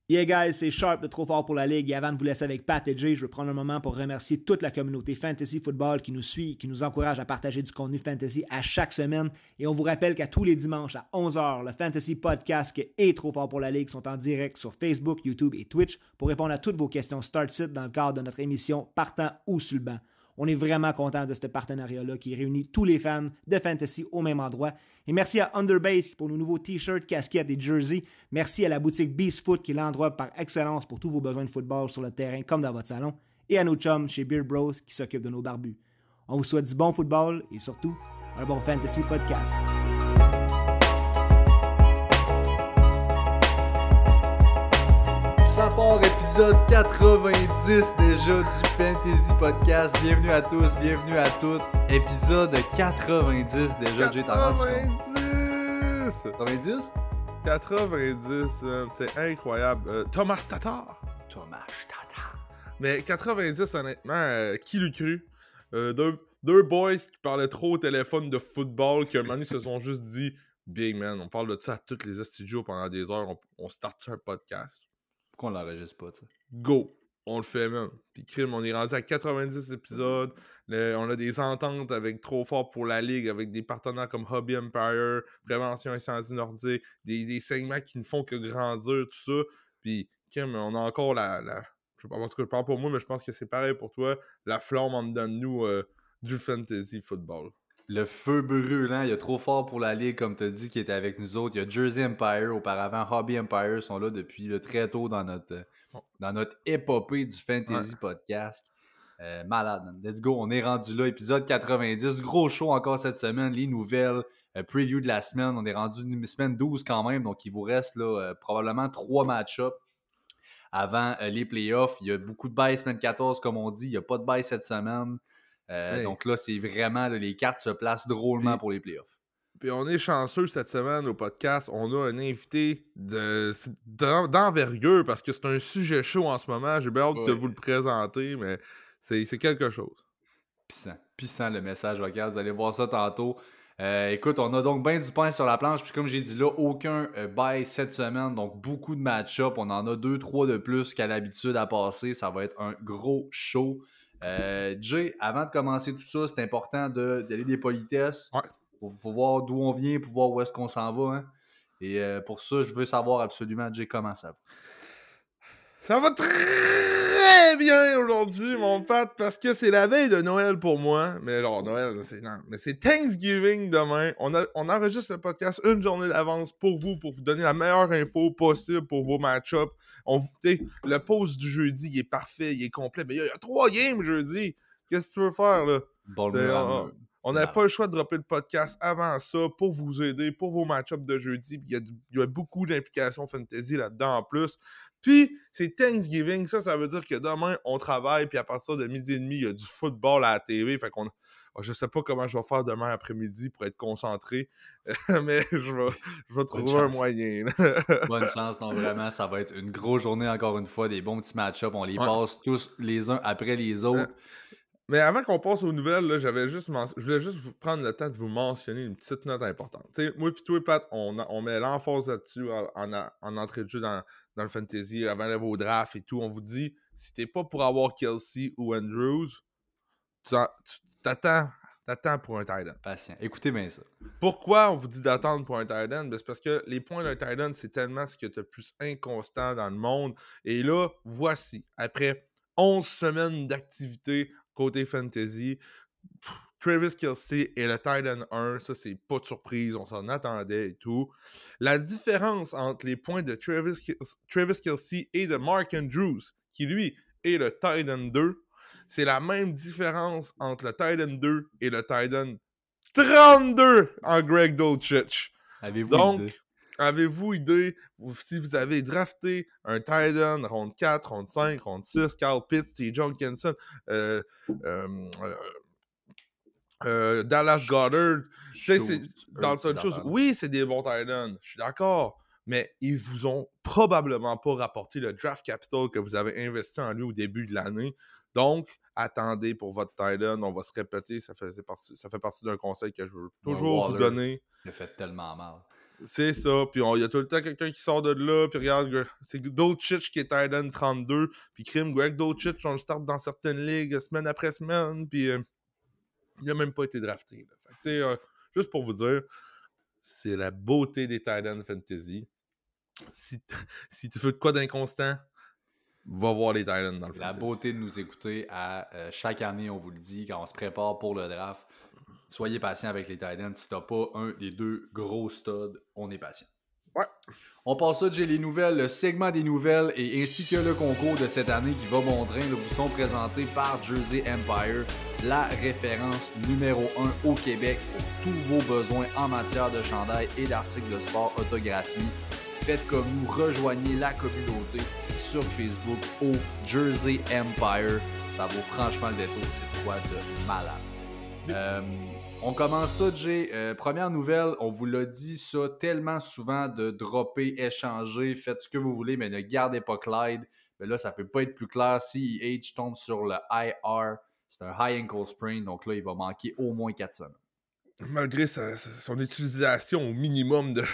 Yeah guys, c'est Sharp de Trop Fort pour la Ligue et avant de vous laisser avec Pat et Jay, je veux prendre un moment pour remercier toute la communauté Fantasy Football qui nous suit, qui nous encourage à partager du contenu Fantasy à chaque semaine et on vous rappelle qu'à tous les dimanches à 11h, le Fantasy Podcast et Trop Fort pour la Ligue sont en direct sur Facebook, YouTube et Twitch pour répondre à toutes vos questions Start-Sit dans le cadre de notre émission Partant ou sur le banc. On est vraiment content de ce partenariat-là qui réunit tous les fans de Fantasy au même endroit. Et merci à Underbase pour nos nouveaux t-shirts, casquettes et jerseys. Merci à la boutique Beast Foot qui est l'endroit par excellence pour tous vos besoins de football sur le terrain comme dans votre salon. Et à nos chums chez Beard Bros qui s'occupent de nos barbus. On vous souhaite du bon football et surtout un bon Fantasy Podcast. Ça part épisode 90 déjà du Fantasy Podcast. Bienvenue à tous, bienvenue à toutes. Épisode 90 déjà. 90! 90? 90, c'est incroyable. Thomas Tatar. Thomas Tatar. Mais 90, honnêtement, qui l'eût cru? Deux boys qui parlaient trop au téléphone de football, qui un moment donné se sont juste dit Big man, on parle de ça à toutes les studios pendant des heures, on start un podcast. Pourquoi on l'enregistre pas, tu sais? Go! On le fait même. Puis crime, on est rendu à 90 épisodes. On a des ententes avec Trop Fort pour la Ligue, avec des partenaires comme Hobby Empire, Prévention Incendie Nordique, des segments qui ne font que grandir, tout ça. Puis crime, on a encore je sais pas parce que je parle pour moi, mais je pense que c'est pareil pour toi. La flamme en dedans de nous du fantasy football. Le feu brûle, hein? Il y a Trop Fort pour la Ligue, comme tu as dit, qui était avec nous autres. Il y a Jersey Empire, auparavant Hobby Empire, sont là depuis très tôt dans notre épopée du Fantasy Podcast. Malade, man. Let's go, on est rendu là. Épisode 90, gros show encore cette semaine. Les nouvelles, preview de la semaine. On est rendu une semaine 12 quand même, donc il vous reste là, probablement 3 match-ups avant les playoffs. Il y a beaucoup de bails semaine 14, comme on dit. Il n'y a pas de bails cette semaine. Hey. Donc là, c'est vraiment, là, les cartes se placent drôlement pour les playoffs. Puis on est chanceux cette semaine au podcast. On a un invité d'envergure parce que c'est un sujet chaud en ce moment. J'ai bien hâte de vous le présenter, mais c'est quelque chose. Pissant le message vocal. Vous allez voir ça tantôt. Écoute, on a donc bien du pain sur la planche. Puis comme j'ai dit là, aucun bail cette semaine. Donc beaucoup de match-up. On en a 2-3 de plus qu'à l'habitude à passer. Ça va être un gros show. Jay, avant de commencer tout ça, c'est important d'y aller des politesses. Ouais. Faut voir d'où on vient, pour voir où est-ce qu'on s'en va. Hein? Et pour ça, je veux savoir absolument, Jay, comment ça va. Ça va très bien aujourd'hui, mon Pat, parce que c'est la veille de Noël pour moi. Mais alors, Noël, c'est Thanksgiving demain. On enregistre le podcast une journée d'avance pour vous donner la meilleure info possible pour vos match-ups. Le post du jeudi, il est parfait, il est complet. Mais il y a 3 games jeudi. Qu'est-ce que tu veux faire, là? On n'avait pas le choix de dropper le podcast avant ça pour vous aider, pour vos match-ups de jeudi. Puis il y a beaucoup d'implications fantasy là-dedans en plus. Puis, c'est Thanksgiving. Ça veut dire que demain, on travaille. Puis à partir de 12h30, il y a du football à la TV. Fait qu'on... Je sais pas comment je vais faire demain après-midi pour être concentré. Mais je vais trouver un moyen. Bonne chance. Non, vraiment, ça va être une grosse journée encore une fois. Des bons petits match-ups. On les passe tous les uns après les autres. Mais avant qu'on passe aux nouvelles, là, je voulais juste vous prendre le temps de vous mentionner une petite note importante. T'sais, moi et toi, Pat, on met l'emphase là-dessus en entrée de jeu dans le fantasy, avant vos drafts et tout. On vous dit, si t'es pas pour avoir Kelsey ou Andrews, tu t'attends pour un tight end. Patient. Écoutez bien ça. Pourquoi on vous dit d'attendre pour un tight end? Ben, c'est parce que les points d'un tight end, c'est tellement ce qui est le plus inconstant dans le monde. Et là, voici, après 11 semaines d'activité côté fantasy, Travis Kelce est le tight end 1. Ça, c'est pas de surprise. On s'en attendait et tout. La différence entre les points de Travis Kelce et de Mark Andrews, qui lui est le tight end 2, c'est la même différence entre le tight end 2 et le tight end 32 en Greg Dulcich. Avez-vous idée si vous avez drafté un tight end ronde 4, ronde 5, ronde 6, Kyle Pitts, T. Jonkinson, Dallas Goedert, Dalton Schultz, oui, c'est des bons tight ends, je suis d'accord, mais ils vous ont probablement pas rapporté le draft capital que vous avez investi en lui au début de l'année. Donc, attendez pour votre tight end, on va se répéter, ça fait partie d'un conseil que je veux toujours vous donner. Il a fait tellement mal. C'est ça. Puis il y a tout le temps quelqu'un qui sort de là. Puis regarde, c'est Dolchich qui est tight end 32. Puis crime, Greg Dolchich, on le start dans certaines ligues semaine après semaine. Puis il a même pas été drafté. Là. Fait que, tu sais, juste pour vous dire, c'est la beauté des tight end fantasy. Si tu fais de quoi d'inconstant, va voir les tight ends dans le fantasy. La beauté de nous écouter à chaque année, on vous le dit, quand on se prépare pour le draft. Soyez patient avec les tight ends. Si t'as pas un des deux gros studs, on est patient. Ouais. On passe ça, j'ai les nouvelles, le segment des nouvelles et ainsi que le concours de cette année qui va bon train, vous sont présentés par Jersey Empire, la référence numéro 1 au Québec pour tous vos besoins en matière de chandail et d'articles de sport autographiés. Faites comme nous, rejoignez la communauté sur Facebook au Jersey Empire. Ça vaut franchement le détour, c'est quoi de malade. On commence ça, Jay. Première nouvelle, on vous l'a dit ça tellement souvent de dropper, échanger, faites ce que vous voulez, mais ne gardez pas Clyde. Mais là, ça peut pas être plus clair. CEH tombe sur le IR. C'est un high ankle sprain, donc là, il va manquer au moins 4 semaines. Malgré son utilisation au minimum de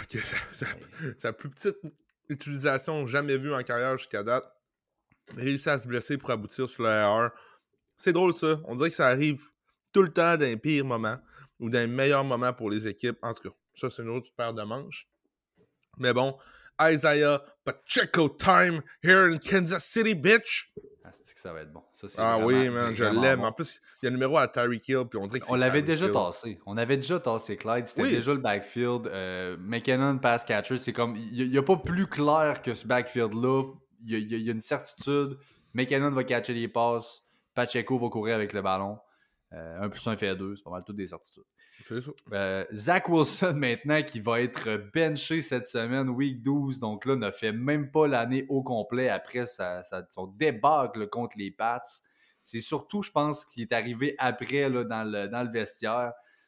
sa plus petite utilisation jamais vue en carrière jusqu'à date, réussit à se blesser pour aboutir sur le IR. C'est drôle ça. On dirait que ça arrive tout le temps d'un pire moment ou d'un meilleur moment pour les équipes. En tout cas, ça, c'est une autre paire de manches. Mais bon, Isaiah Pacheco time here in Kansas City, bitch! C'est que ça va être bon. Ça, c'est oui, man, je l'aime. Bon. En plus, il y a le numéro à Tyreek Hill, puis on dirait que c'est On l'avait déjà Hill. tassé. On avait déjà tassé Clyde. C'était déjà le backfield. McKinnon, pass catcher, c'est comme... Il n'y a pas plus clair que ce backfield-là. Il y a une certitude. McKinnon va catcher les passes. Pacheco va courir avec le ballon. 1 plus 1 fait 2. C'est pas mal toutes des certitudes. C'est ça. Zach Wilson, maintenant, qui va être benché cette semaine, week 12. Donc là, ne fait même pas l'année au complet après son débâcle contre les Pats. C'est surtout, je pense, qui est arrivé après là, dans le vestiaire.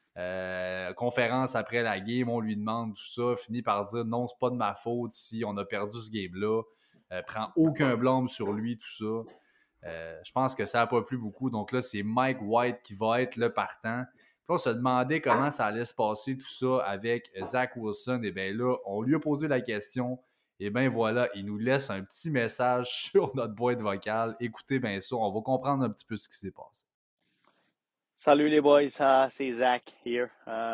Conférence après la game, on lui demande tout ça, finit par dire non, c'est pas de ma faute si on a perdu ce game-là. Prend aucun blâme sur lui, tout ça. Je pense que ça n'a pas plu beaucoup. Donc là, c'est Mike White qui va être le partant. Puis on se demandait comment ça allait se passer tout ça avec Zach Wilson. Et bien là, on lui a posé la question. Et bien voilà, il nous laisse un petit message sur notre boîte vocale. Écoutez bien ça, on va comprendre un petit peu ce qui s'est passé. Salut les boys, c'est Zach here.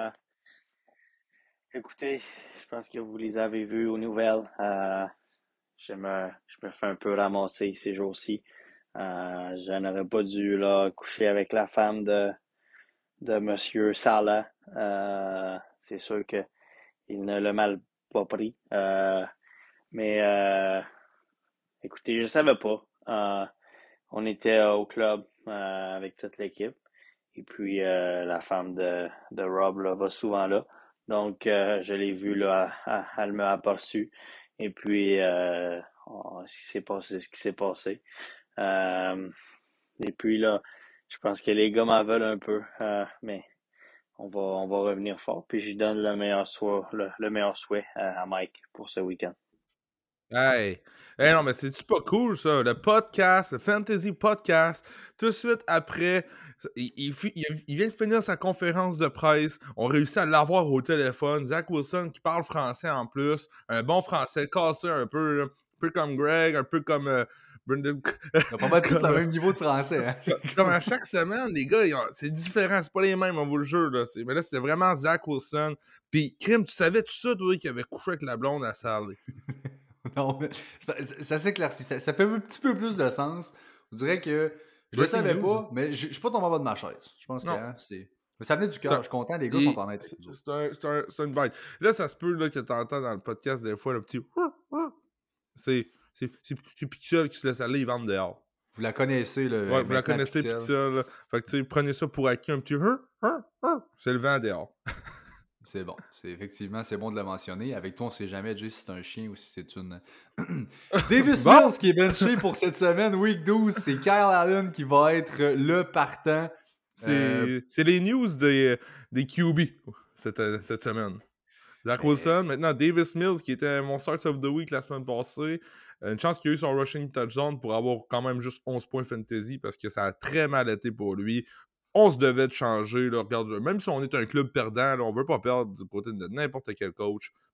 Écoutez, je pense que vous les avez vus aux nouvelles. Je me fais un peu ramasser ces jours-ci. Je n'aurais pas dû là, coucher avec la femme de Monsieur Salah. C'est sûr que il ne l'a mal pas pris. Mais écoutez, je savais pas. On était au club avec toute l'équipe. Et puis la femme de Rob là, va souvent là. Donc je l'ai vu là, elle me a aperçu. Et puis ce qui s'est passé. Et puis là, je pense que les gars m'en veulent un peu, mais on va revenir fort. Puis je donne le meilleur souhait à Mike pour ce week-end. Hey, non, mais c'est-tu pas cool, ça? Le podcast, le Fantasy Podcast, tout de suite après, il vient de finir sa conférence de presse. On réussit à l'avoir au téléphone. Zach Wilson qui parle français en plus. Un bon français, cassé un peu comme Greg, un peu comme Brendan. On va pas mettre tout le même niveau de français. Hein? Comme à chaque semaine, les gars, c'est différent. C'est pas les mêmes, on vous le jure. Là. Mais là, c'était vraiment Zach Wilson. Puis, Crime, tu savais tout ça, toi, qu'il avait couché avec la blonde à Sally? Non, mais ça s'éclaircit. Ça fait un petit peu plus de sens. On dirait que je le savais pas, mais je suis pas tombé en bas de ma chaise. Je pense que c'est... Mais ça venait du cœur. Je suis content. Les gars sont en être. C'est une bête. Là, ça se peut là, que tu entends dans le podcast des fois le petit... C'est Pixel qui se laisse aller, ils vendent dehors. Vous la connaissez, là. Ouais, vous la connaissez, Pixel. Fait que tu sais, prenez ça pour acquis un petit... C'est le vent dehors. C'est bon. Effectivement, c'est bon de le mentionner. Avec toi, on ne sait jamais, Jay, si c'est un chien ou si c'est une... Davis Mills qui est benché pour cette semaine, week 12. C'est Kyle Allen qui va être le partant. C'est les news des QB cette semaine. Zach Wilson, maintenant Davis Mills qui était mon start of the week la semaine passée. Une chance qu'il a eu son rushing touchdown pour avoir quand même juste 11 points fantasy parce que ça a très mal été pour lui. On se devait de changer. Là, regarde, même si on est un club perdant, là, on veut pas perdre du côté de n'importe quel coach.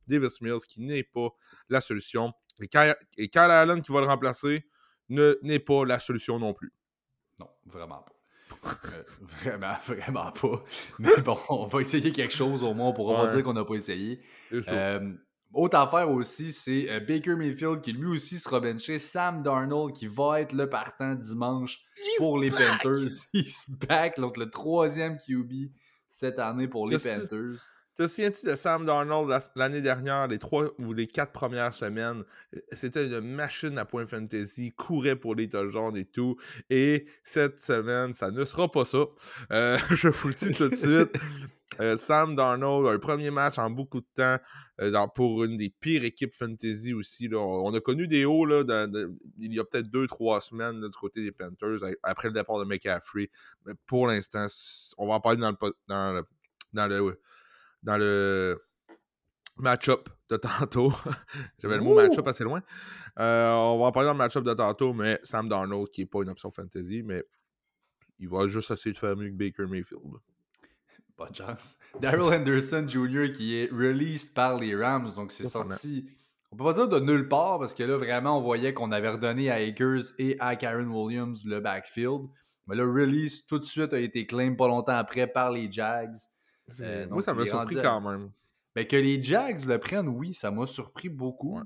Davis Mills qui n'est pas la solution. Et Kyle Allen qui va le remplacer n'est pas la solution non plus. Non, vraiment pas. Vraiment pas. Mais bon, on va essayer quelque chose au moins. On pourra pas dire qu'on n'a pas essayé. Autre affaire aussi, c'est Baker Mayfield qui lui aussi sera benché. Sam Darnold qui va être le partant dimanche pour les Panthers. Il se back, donc le 3e QB cette année pour les Panthers. Te souviens-tu de Sam Darnold l'année dernière, les 3 ou les 4 premières semaines? C'était une machine à point fantasy, courait pour les touchdowns et tout. Et cette semaine, ça ne sera pas ça. Je vous le dis tout de suite. Sam Darnold a un premier match en beaucoup de temps pour une des pires équipes fantasy aussi. Là. On a connu des hauts là, il y a peut-être 2-3 semaines là, du côté des Panthers après le départ de McCaffrey. Mais pour l'instant, on va en parler dans le match-up de tantôt. J'avais le mot match-up assez loin. On va en parler dans le match-up de tantôt, mais Sam Darnold, qui n'est pas une option fantasy, mais il va juste essayer de faire mieux que Baker Mayfield. Bonne chance. Darrell Henderson Jr. qui est released par les Rams, donc c'est sorti... On peut pas dire de nulle part, parce que là, vraiment, on voyait qu'on avait redonné à Akers et à Kyren Williams le backfield. Mais le release, tout de suite, a été claim pas longtemps après par les Jags. Moi, ça m'a surpris quand même. Ben, que les Jags le prennent, oui, ça m'a surpris beaucoup.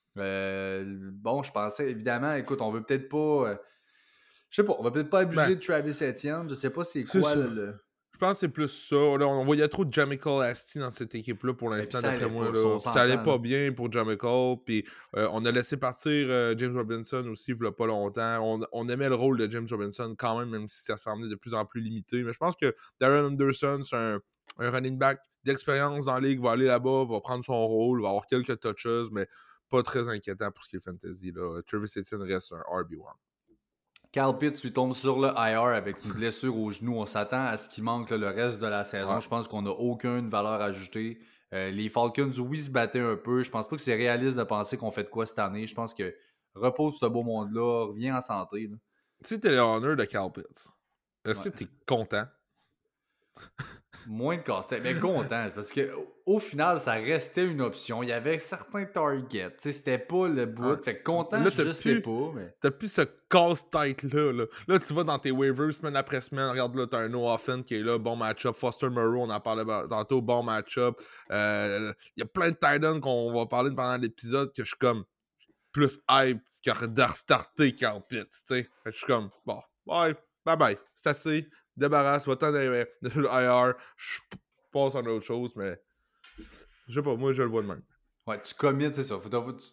Bon, je pensais, évidemment, écoute, on veut peut-être pas... je sais pas, on va peut-être pas abuser de Travis Etienne. Je sais pas c'est quoi le... Je pense que c'est plus ça. Là, on voyait trop de Jamichael Hasty dans cette équipe-là pour l'instant, d'après moi. Là. Ça allait pas bien pour Jamichael. Puis on a laissé partir James Robinson aussi, il y a pas longtemps. On aimait le rôle de James Robinson quand même si ça semblait de plus en plus limité. Mais je pense que Darrell Henderson, c'est un running back d'expérience dans la ligue, va aller là-bas, va prendre son rôle, va avoir quelques touches, mais pas très inquiétant pour ce qui est fantasy. Là. Travis Etienne reste un RB1. Kyle Pitts lui tombe sur le IR avec une blessure au genou. On s'attend à ce qu'il manque le reste de la saison. Ouais. Je pense qu'on n'a aucune valeur ajoutée. Les Falcons, oui, se battaient un peu. Je pense pas que c'est réaliste de penser qu'on fait de quoi cette année. Je pense que repose ce beau monde-là, reviens en santé. Là. Si t'es le honneur de Kyle Pitts, est-ce que t'es content? Moins de casse-tête, mais content. Parce qu'au final, ça restait une option. Il y avait certains targets. C'était pas le bout. Fait que content, là, je sais pas. Mais... T'as plus ce casse-tête-là. Là, tu vas dans tes waivers semaine après semaine. Regarde là, t'as un Noah Fent qui est là. Bon match-up. Foster Moreau, on en parlait tantôt. Bon match-up. Il y a plein de Titans qu'on va parler pendant l'épisode que je suis comme plus hype que de restarter Kyle Pitts. Fait que je suis comme, bon, bye. C'est assez. Débarrasse, va-t'en de l'IR, je passe à autre chose, mais je sais pas, moi je le vois de même. Ouais, tu commits, c'est ça.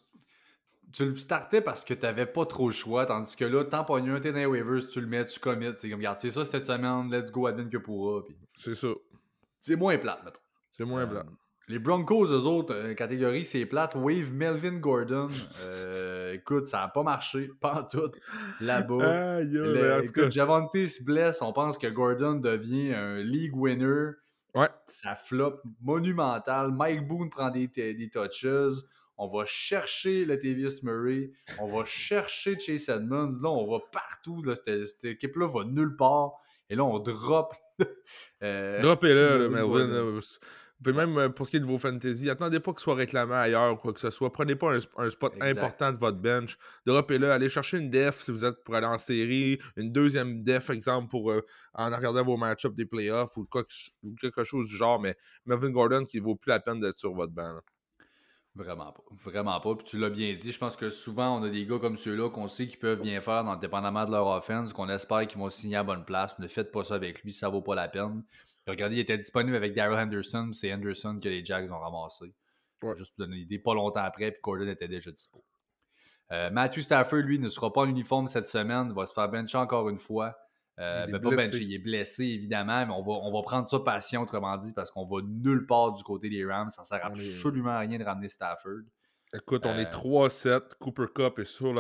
Tu le startais parce que t'avais pas trop le choix, tandis que là, t'en pognes un, t'es dans les waivers, tu le mets, tu commits, c'est comme, regarde, c'est ça cette semaine, let's go, advienne que pourra. Puis... C'est ça. C'est moins plate, mettons. C'est moins plate. Les Broncos, eux autres, catégorie, c'est plate. Wave Melvin Gordon. Écoute, ça n'a pas marché, pas en tout, là-bas. Écoute, Javonte se blesse, on pense que Gordon devient un league winner. Ouais. Ça flop monumental. Mike Boone prend des touches. On va chercher Latavius Murray. On va chercher Chase Edmonds. Là, on va partout. Là, cette équipe-là va nulle part. Et là, on drop. Droppez-le, Melvin. Puis même pour ce qui est de vos fantasy, attendez pas qu'il soit réclamé ailleurs ou quoi que ce soit. Prenez pas un spot important de votre bench. Droppez-le. Allez chercher une def si vous êtes pour aller en série. Une deuxième def, exemple, pour en regarder vos match-ups des playoffs ou quelque chose du genre. Mais Melvin Gordon qui vaut plus la peine d'être sur votre banc. Là. Vraiment pas. Vraiment pas. Puis tu l'as bien dit. Je pense que souvent, on a des gars comme ceux-là qu'on sait qu'ils peuvent bien faire, dépendamment de leur offense, qu'on espère qu'ils vont signer à bonne place. Ne faites pas ça avec lui, ça vaut pas la peine. Regardez, il était disponible avec Darrell Henderson. C'est Henderson que les Jags ont ramassé. Ouais. Juste pour donner une idée. Pas longtemps après, puis Gordon était déjà dispo. Matthew Stafford, lui, ne sera pas en uniforme cette semaine. Il va se faire bencher encore une fois. Pas bencher, il est blessé, évidemment, mais on va prendre ça patient, autrement dit, parce qu'on va nulle part du côté des Rams. Ça ne sert absolument à rien de ramener Stafford. Écoute, on est 3-7. Cooper Kupp est sur le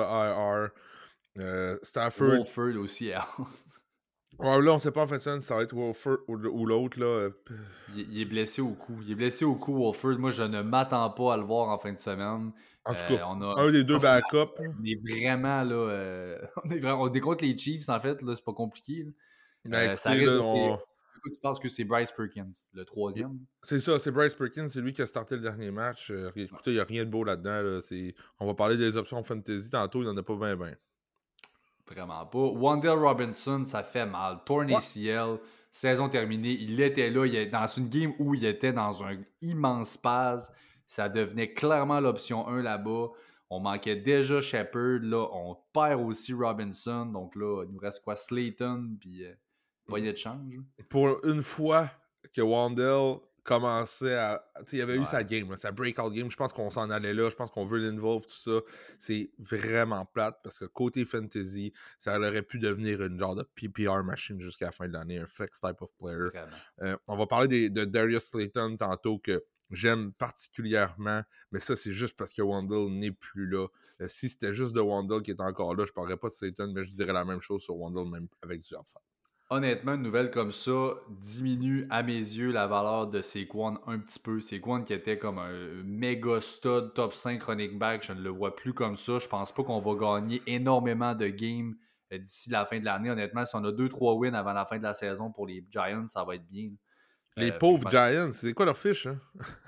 IR. Stafford... Wolford aussi, Ouais, là, on sait pas en fait ça va être Wolford ou l'autre. Là. Il est blessé au cou. Wolford. Moi, je ne m'attends pas à le voir en fin de semaine. En tout cas, un des deux backups. On est vraiment là. On est contre les Chiefs, en fait. Là, c'est pas compliqué. Ça risque tu penses que c'est Bryce Perkins, le troisième? C'est ça, c'est Bryce Perkins, c'est lui qui a starté le dernier match. Écoutez, il n'y a rien de beau là-dedans. Là. On va parler des options fantasy tantôt, il n'y en a pas bien. Vraiment pas. Wandale Robinson, ça fait mal. Torn Ouais. ACL, saison terminée. Il était là, dans une game où il était dans un immense spasme. Ça devenait clairement l'option 1 là-bas. On manquait déjà Shepard. Là, on perd aussi Robinson. Donc là, il nous reste quoi? Slayton, puis pas de change. Pour une fois que Wandale commençait à... Il avait eu sa game, là, sa breakout game. Je pense qu'on s'en allait là. Je pense qu'on veut l'involve, tout ça. C'est vraiment plate parce que côté fantasy, ça aurait pu devenir une genre de PPR machine jusqu'à la fin de l'année, un flex type of player. On va parler de Darius Slayton tantôt que j'aime particulièrement, mais ça, c'est juste parce que Wandale n'est plus là. Si c'était juste de Wandale qui est encore là, je parlerais pas de Slayton, mais je dirais la même chose sur Wandale, même avec du upside. Honnêtement, une nouvelle comme ça diminue à mes yeux la valeur de Saquon un petit peu. Saquon qui était comme un méga stud top 5 running back, je ne le vois plus comme ça. Je pense pas qu'on va gagner énormément de games d'ici la fin de l'année. Honnêtement, si on a 2-3 wins avant la fin de la saison pour les Giants, ça va être bien. Les pauvres Giants, c'est quoi leur fiche? Hein?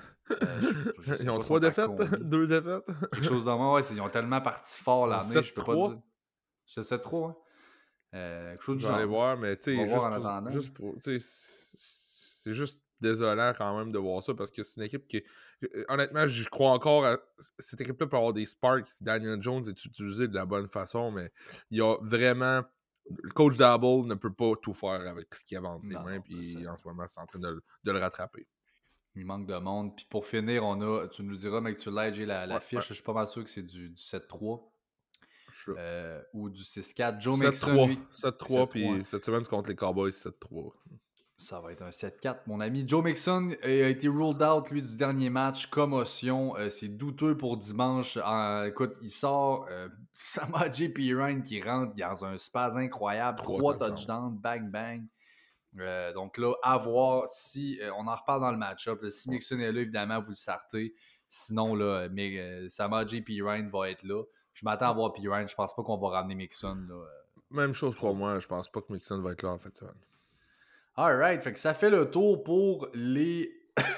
Ils ont 3 défaites? 2 défaites? Quelque chose de moi, ouais, ils ont tellement parti fort l'année, je peux pas dire. 7-3, hein? Quelque chose je vais aller voir, mais tu sais, c'est juste désolant quand même de voir ça parce que c'est une équipe qui, honnêtement, je crois encore à cette équipe-là peut avoir des sparks si Daniel Jones est utilisé de la bonne façon, mais il y a vraiment le coach Dabble ne peut pas tout faire avec ce qu'il a entre les mains, puis en ce moment, c'est en train de le rattraper. Il manque de monde. Puis pour finir, tu nous diras, mais que tu l'as, j'ai la fiche. Je suis pas mal sûr que c'est du 7-3. Ou du 6-4. Joe Mixon. 7-3, puis cette semaine, c'est contre les Cowboys, 7-3. Ça va être un 7-4, mon ami. Joe Mixon a été ruled out, lui, du dernier match. Commotion. C'est douteux pour dimanche. Écoute, il sort. Samaje Perine qui rentre dans un spaz incroyable. 3 touchdowns, bang, bang. Donc là, à voir si... on en reparle dans le match-up. Si Mixon est là, évidemment, vous le startez. Sinon, là, Samaje Perine va être là. Je m'attends à voir Perine. Je pense pas qu'on va ramener Mixon. Là, même chose pour moi. Je pense pas que Mixon va être là en fait. Alright. Fait que ça fait le tour pour les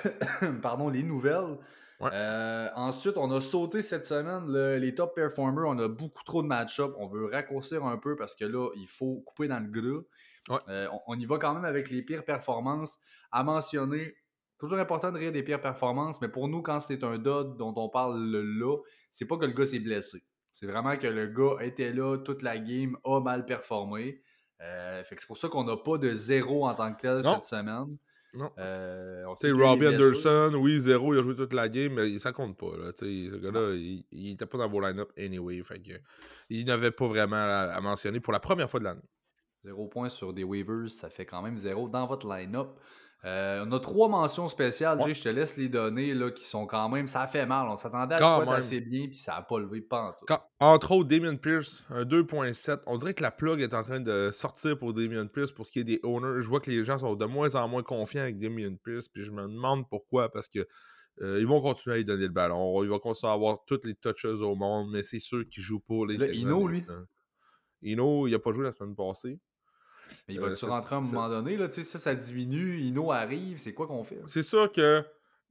les nouvelles. Ouais. Ensuite, on a sauté cette semaine les top performers. On a beaucoup trop de match-up. On veut raccourcir un peu parce que là, il faut couper dans le gras. Ouais. On y va quand même avec les pires performances. À mentionner, toujours important de rire des pires performances, mais pour nous, quand c'est un dud dont on parle là, c'est pas que le gars s'est blessé. C'est vraiment que le gars était là toute la game, a mal performé. Fait que c'est pour ça qu'on n'a pas de 0 en tant que tel cette semaine. Non. C'est Robbie Anderson, oui, 0, il a joué toute la game, mais ça compte pas. Là, ce gars-là, il était pas dans vos line-up anyway. Fait que, il n'avait pas vraiment à mentionner pour la première fois de l'année. 0 points sur des waivers, ça fait quand même 0 dans votre line-up. On a 3 mentions spéciales, Jay, je te laisse les donner, là, qui sont quand même... Ça fait mal, on s'attendait à quoi assez bien, puis ça n'a pas levé pas en tout. Entre autres, Dameon Pierce, un 2.7. On dirait que la plug est en train de sortir pour Dameon Pierce pour ce qui est des owners. Je vois que les gens sont de moins en moins confiants avec Dameon Pierce, puis je me demande pourquoi, parce que ils vont continuer à lui donner le ballon. Il va continuer à avoir toutes les touches au monde, mais c'est sûr qu'il joue pour les... Là, Ino, lui? Ino, il n'a pas joué la semaine passée. Mais il va-tu rentrer à un moment donné? Là, ça diminue, Ino arrive, c'est quoi qu'on fait? Là? C'est sûr que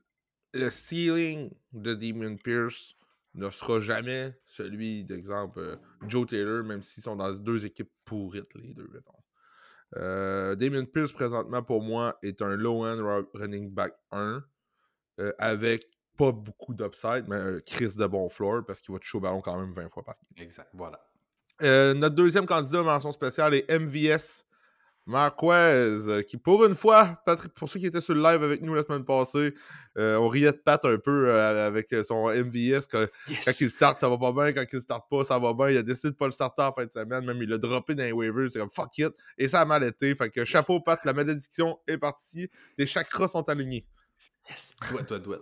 le ceiling de Dameon Pierce ne sera jamais celui, d'exemple, Joe Taylor, même s'ils sont dans 2 équipes pourrites, les deux, mettons. Dameon Pierce, présentement, pour moi, est un low-end running back 1, avec pas beaucoup d'upside, mais un Chris de bon floor, parce qu'il va toucher au ballon quand même 20 fois par game. Exact, voilà. Notre deuxième candidat mention spéciale est MVS Marquez, qui pour une fois, Patrick, pour ceux qui étaient sur le live avec nous la semaine passée, on riait de Pat un peu avec son MVS, quand il start, ça va pas bien, quand il start pas, ça va bien. Il a décidé de pas le starter en fin de semaine, même il l'a droppé dans les waivers, c'est comme fuck it, et ça a mal été. Fait que chapeau Pat, la malédiction est partie, tes chakras sont alignés. Yes, toi.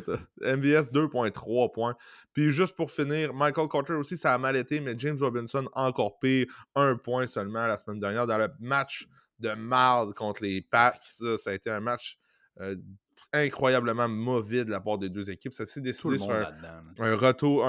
MVS 2.3 points. Puis juste pour finir, Michael Carter aussi, ça a mal été, mais James Robinson encore pire, 1 point seulement la semaine dernière dans le match de marde contre les Pats. Ça a été un match incroyablement mauvais de la part des 2 équipes. Ça s'est décidé sur un retour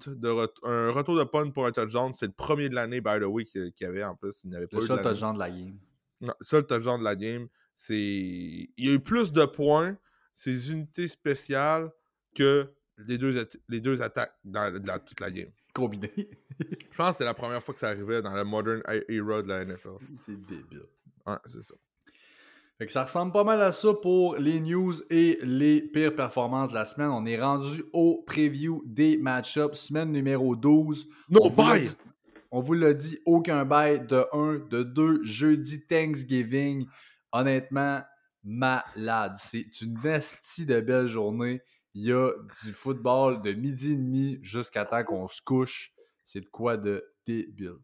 de punt pour un touchdown. C'est le premier de l'année, by the way, qu'il y avait en plus. Il n'avait pas le seul touchdown de la game. Non, seul touchdown de la game. il y a eu plus de points, ces unités spéciales, que les deux attaques dans toute la game. Combiné. Je pense que c'est la première fois que ça arrivait dans la modern era de la NFL. C'est débile. Ouais, c'est ça. Fait que ça ressemble pas mal à ça pour les news et les pires performances de la semaine. On est rendu au preview des match-ups, semaine numéro 12. No bye! On vous l'a dit, aucun bye de 1, de 2, jeudi Thanksgiving. Honnêtement, malade. C'est une esti de belle journée. Il y a du football de midi et demi jusqu'à temps qu'on se couche. C'est de quoi de débile.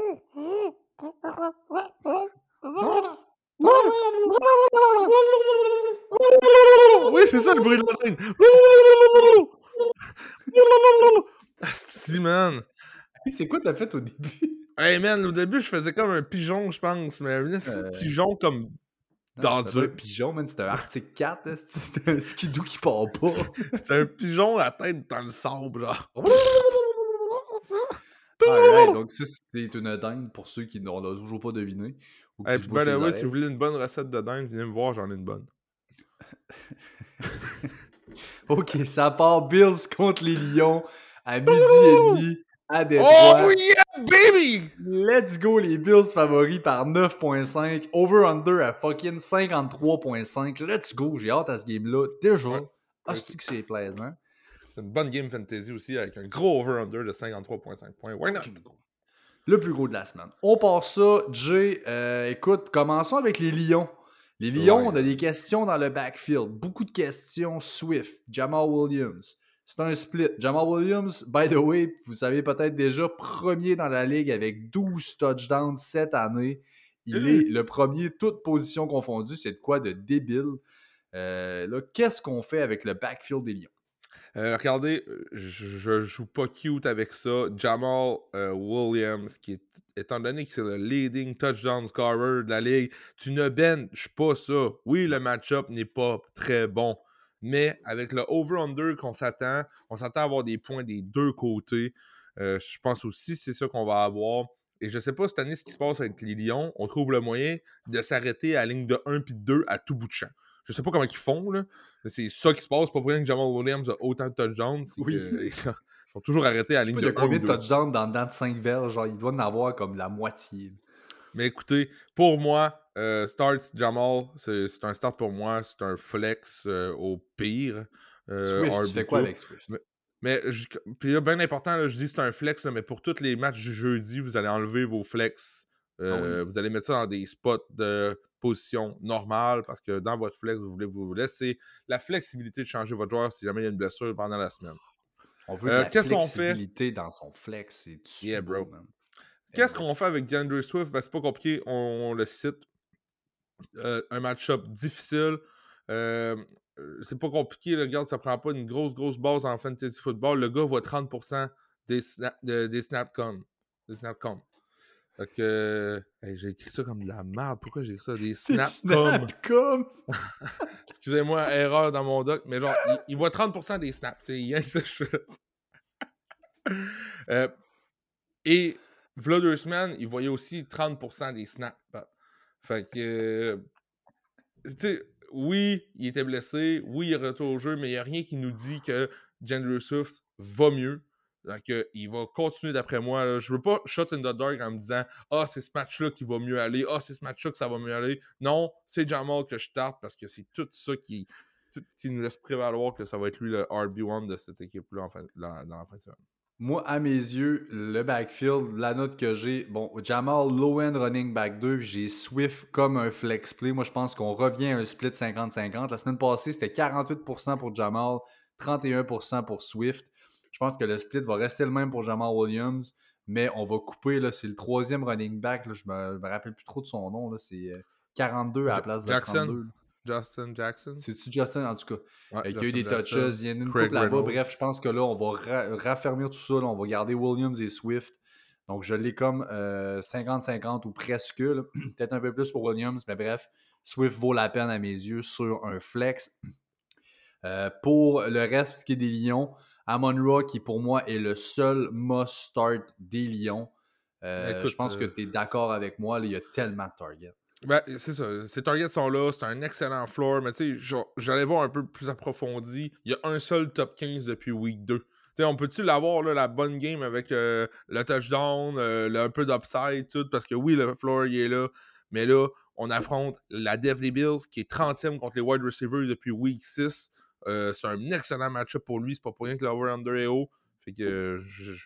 Oui, c'est ça le bruit de la reine. Asti, man. C'est quoi t'as fait au début? Hey, man, au début, je faisais comme un pigeon, je pense. Mais un pigeon comme dans C'était pas un pigeon, man. C'était un Arctic 4. C'était un skidoo qui part pas. C'était un pigeon à tête dans le sable, là. Alright, donc ça, c'est une dinde pour ceux qui n'ont toujours pas deviné. Ou qui Et se puis, bouchent les oreilles. si vous voulez une bonne recette de dinde, venez me voir, j'en ai une bonne. Ok, ça part Bills contre les Lions à midi et demi à Détroit. Oh yeah, baby! Let's go, les Bills favoris par 9.5. Over-under à fucking 53.5. Let's go, j'ai hâte à ce game-là. Déjà, Ouais. hostie que c'est plaisant. C'est une bonne game fantasy aussi avec un gros over-under de 53.5 points. Why not? Le plus gros de la semaine. On part ça, Jay. Écoute, commençons avec les Lions. Les Lions, Ouais. on a des questions dans le backfield. Beaucoup de questions. Swift, Jamal Williams. C'est un split. Jamal Williams, by the way, vous savez peut-être déjà, premier dans la ligue avec 12 touchdowns cette année. Il est le premier, toute position confondue. C'est de quoi de débile. Là, qu'est-ce qu'on fait avec le backfield des Lions? Regardez, je joue pas cute avec ça. Jamal Williams, étant donné que c'est le leading touchdown scorer de la ligue, tu ne benches pas ça. Oui, le match-up n'est pas très bon, mais avec le over-under on s'attend à avoir des points des deux côtés. Je pense aussi que c'est ça qu'on va avoir. Et je sais pas cette année ce qui se passe avec les Lions. On trouve le moyen de s'arrêter à la ligne de 1 puis de 2 à tout bout de champ. Je sais pas comment ils font, là. C'est ça qui se passe. Pas pour rien que Jamal Williams a autant de touchdowns. Oui. Ils sont toujours arrêtés à la ligne Il y de a 1 combien ou de 2. touchdowns dans le 5 verges? Genre, il doit en avoir comme la moitié. Mais écoutez, pour moi, start Jamal, c'est un start pour moi. C'est un flex au pire. Swift, tu fais quoi avec Swift? Puis là, bien important, là, je dis c'est un flex, là, mais pour tous les matchs du jeudi, vous allez enlever vos flex. Vous allez mettre ça dans des spots de position normale parce que dans votre flex, vous voulez vous laisser la flexibilité de changer votre joueur si jamais il y a une blessure pendant la semaine. On veut de la qu'est-ce qu'on fait? flexibilité dans son flex. C'est Yeah, bro. man. Qu'est-ce qu'on fait avec DeAndre Swift? Ben, c'est pas compliqué, on le cite. Un match-up difficile. C'est pas compliqué, là, regarde, ça prend pas une grosse base en fantasy football. Le gars voit 30% des snapcom. Fait que. J'ai écrit ça comme de la merde. Pourquoi j'ai écrit ça? Des snapcom. Excusez-moi, erreur dans mon doc. Mais genre, il voit 30% des snaps. C'est rien que ça que je fais. Et v'là 2 semaines, il voyait aussi 30% des snaps. Fait que. Tu sais, oui, il était blessé. Oui, il est retourné au jeu. Mais il n'y a rien qui nous dit que DeAndre Swift va mieux. Donc, il va continuer d'après moi. Là. Je veux pas shot in the dark en me disant c'est ce match-là qui va mieux aller. C'est ce match-là que ça va mieux aller. Non, c'est Jamal que je starte parce que c'est tout ça qui nous laisse prévaloir que ça va être lui le RB1 de cette équipe-là dans la fin de semaine. Moi, à mes yeux, le backfield, la note que j'ai, Jamal low-end running back 2, puis j'ai Swift comme un flex play. Moi, je pense qu'on revient à un split 50-50. La semaine passée, c'était 48% pour Jamal, 31% pour Swift. Je pense que le split va rester le même pour Jamal Williams, mais on va couper, là, c'est le troisième running back, là, je me rappelle plus trop de son nom, là, c'est 42 à la place de 32. Justin Jackson. C'est-tu Justin, en tout cas? Ouais, il y a eu des touches, il y a une couple là-bas. Bref, je pense que là, on va raffermir tout ça. Là, on va garder Williams et Swift. Donc, je l'ai comme 50-50 ou presque. Peut-être un peu plus pour Williams, mais bref, Swift vaut la peine à mes yeux sur un flex. Pour le reste, ce qui est des Lions, Amon-Ra, qui pour moi est le seul must-start des Lions. Je pense que tu es d'accord avec moi. Là, il y a tellement de targets. Ben, c'est ça. Ces targets sont là, c'est un excellent floor, mais tu sais, j'allais voir un peu plus approfondi. Il y a un seul top 15 depuis week 2. Tu sais, on peut-tu l'avoir, là, la bonne game avec le touchdown, un peu d'upside, tout, parce que oui, le floor, il est là, mais là, on affronte la def des Bills, qui est 30e contre les wide receivers depuis week 6. C'est un excellent match-up pour lui, c'est pas pour rien que l'over-under est haut. Fait que,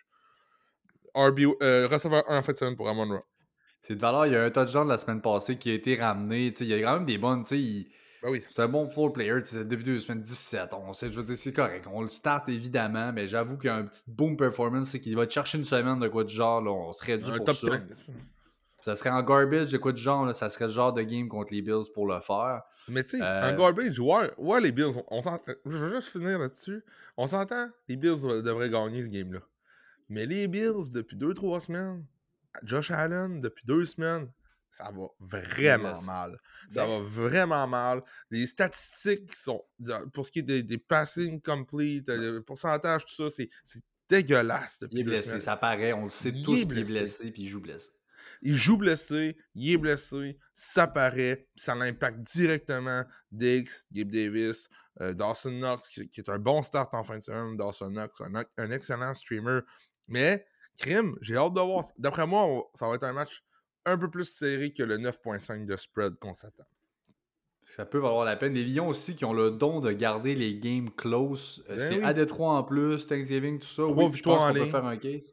receveur 1 en fin de semaine pour Amon-Ra. C'est de valeur. Il y a un touchdown de la semaine passée qui a été ramené. Il y a quand même des bonnes. Ben oui. C'est un bon full player. C'est début de semaine 17. Je veux dire, c'est correct. On le start évidemment, mais j'avoue qu'il y a un petit boom performance. C'est qu'il va te chercher une semaine de quoi du genre. Là, on serait dû Un pour top ça. 15. Ça serait en garbage de quoi du genre. Là, ça serait le genre de game contre les Bills pour le faire. Mais tu sais, en garbage, ouais, les Bills, je veux juste finir là-dessus. On s'entend, les Bills devraient gagner ce game-là. Mais les Bills, depuis 2-3 semaines, Josh Allen, depuis 2 semaines, ça va vraiment mal. Ça va vraiment mal. Les statistiques sont, pour ce qui est des passing complete, le pourcentage, tout ça, c'est dégueulasse depuis il est 2 blessé, semaines. ça paraît. On le sait tous qu'il est blessé puis il joue blessé. Il joue blessé, il est blessé, ça paraît, ça l'impacte directement Diggs, Gabe Davis, Dawson Knox, qui est un bon start en fin de semaine, Dawson Knox, un excellent streamer. Mais, crime, j'ai hâte de voir. D'après moi, ça va être un match un peu plus serré que le 9.5 de spread qu'on s'attend. Ça peut valoir la peine. Les Lions aussi qui ont le don de garder les games close. C'est à Détroit en plus, Thanksgiving, tout ça. 3 victoires en qu'on peut ligne. faire un case.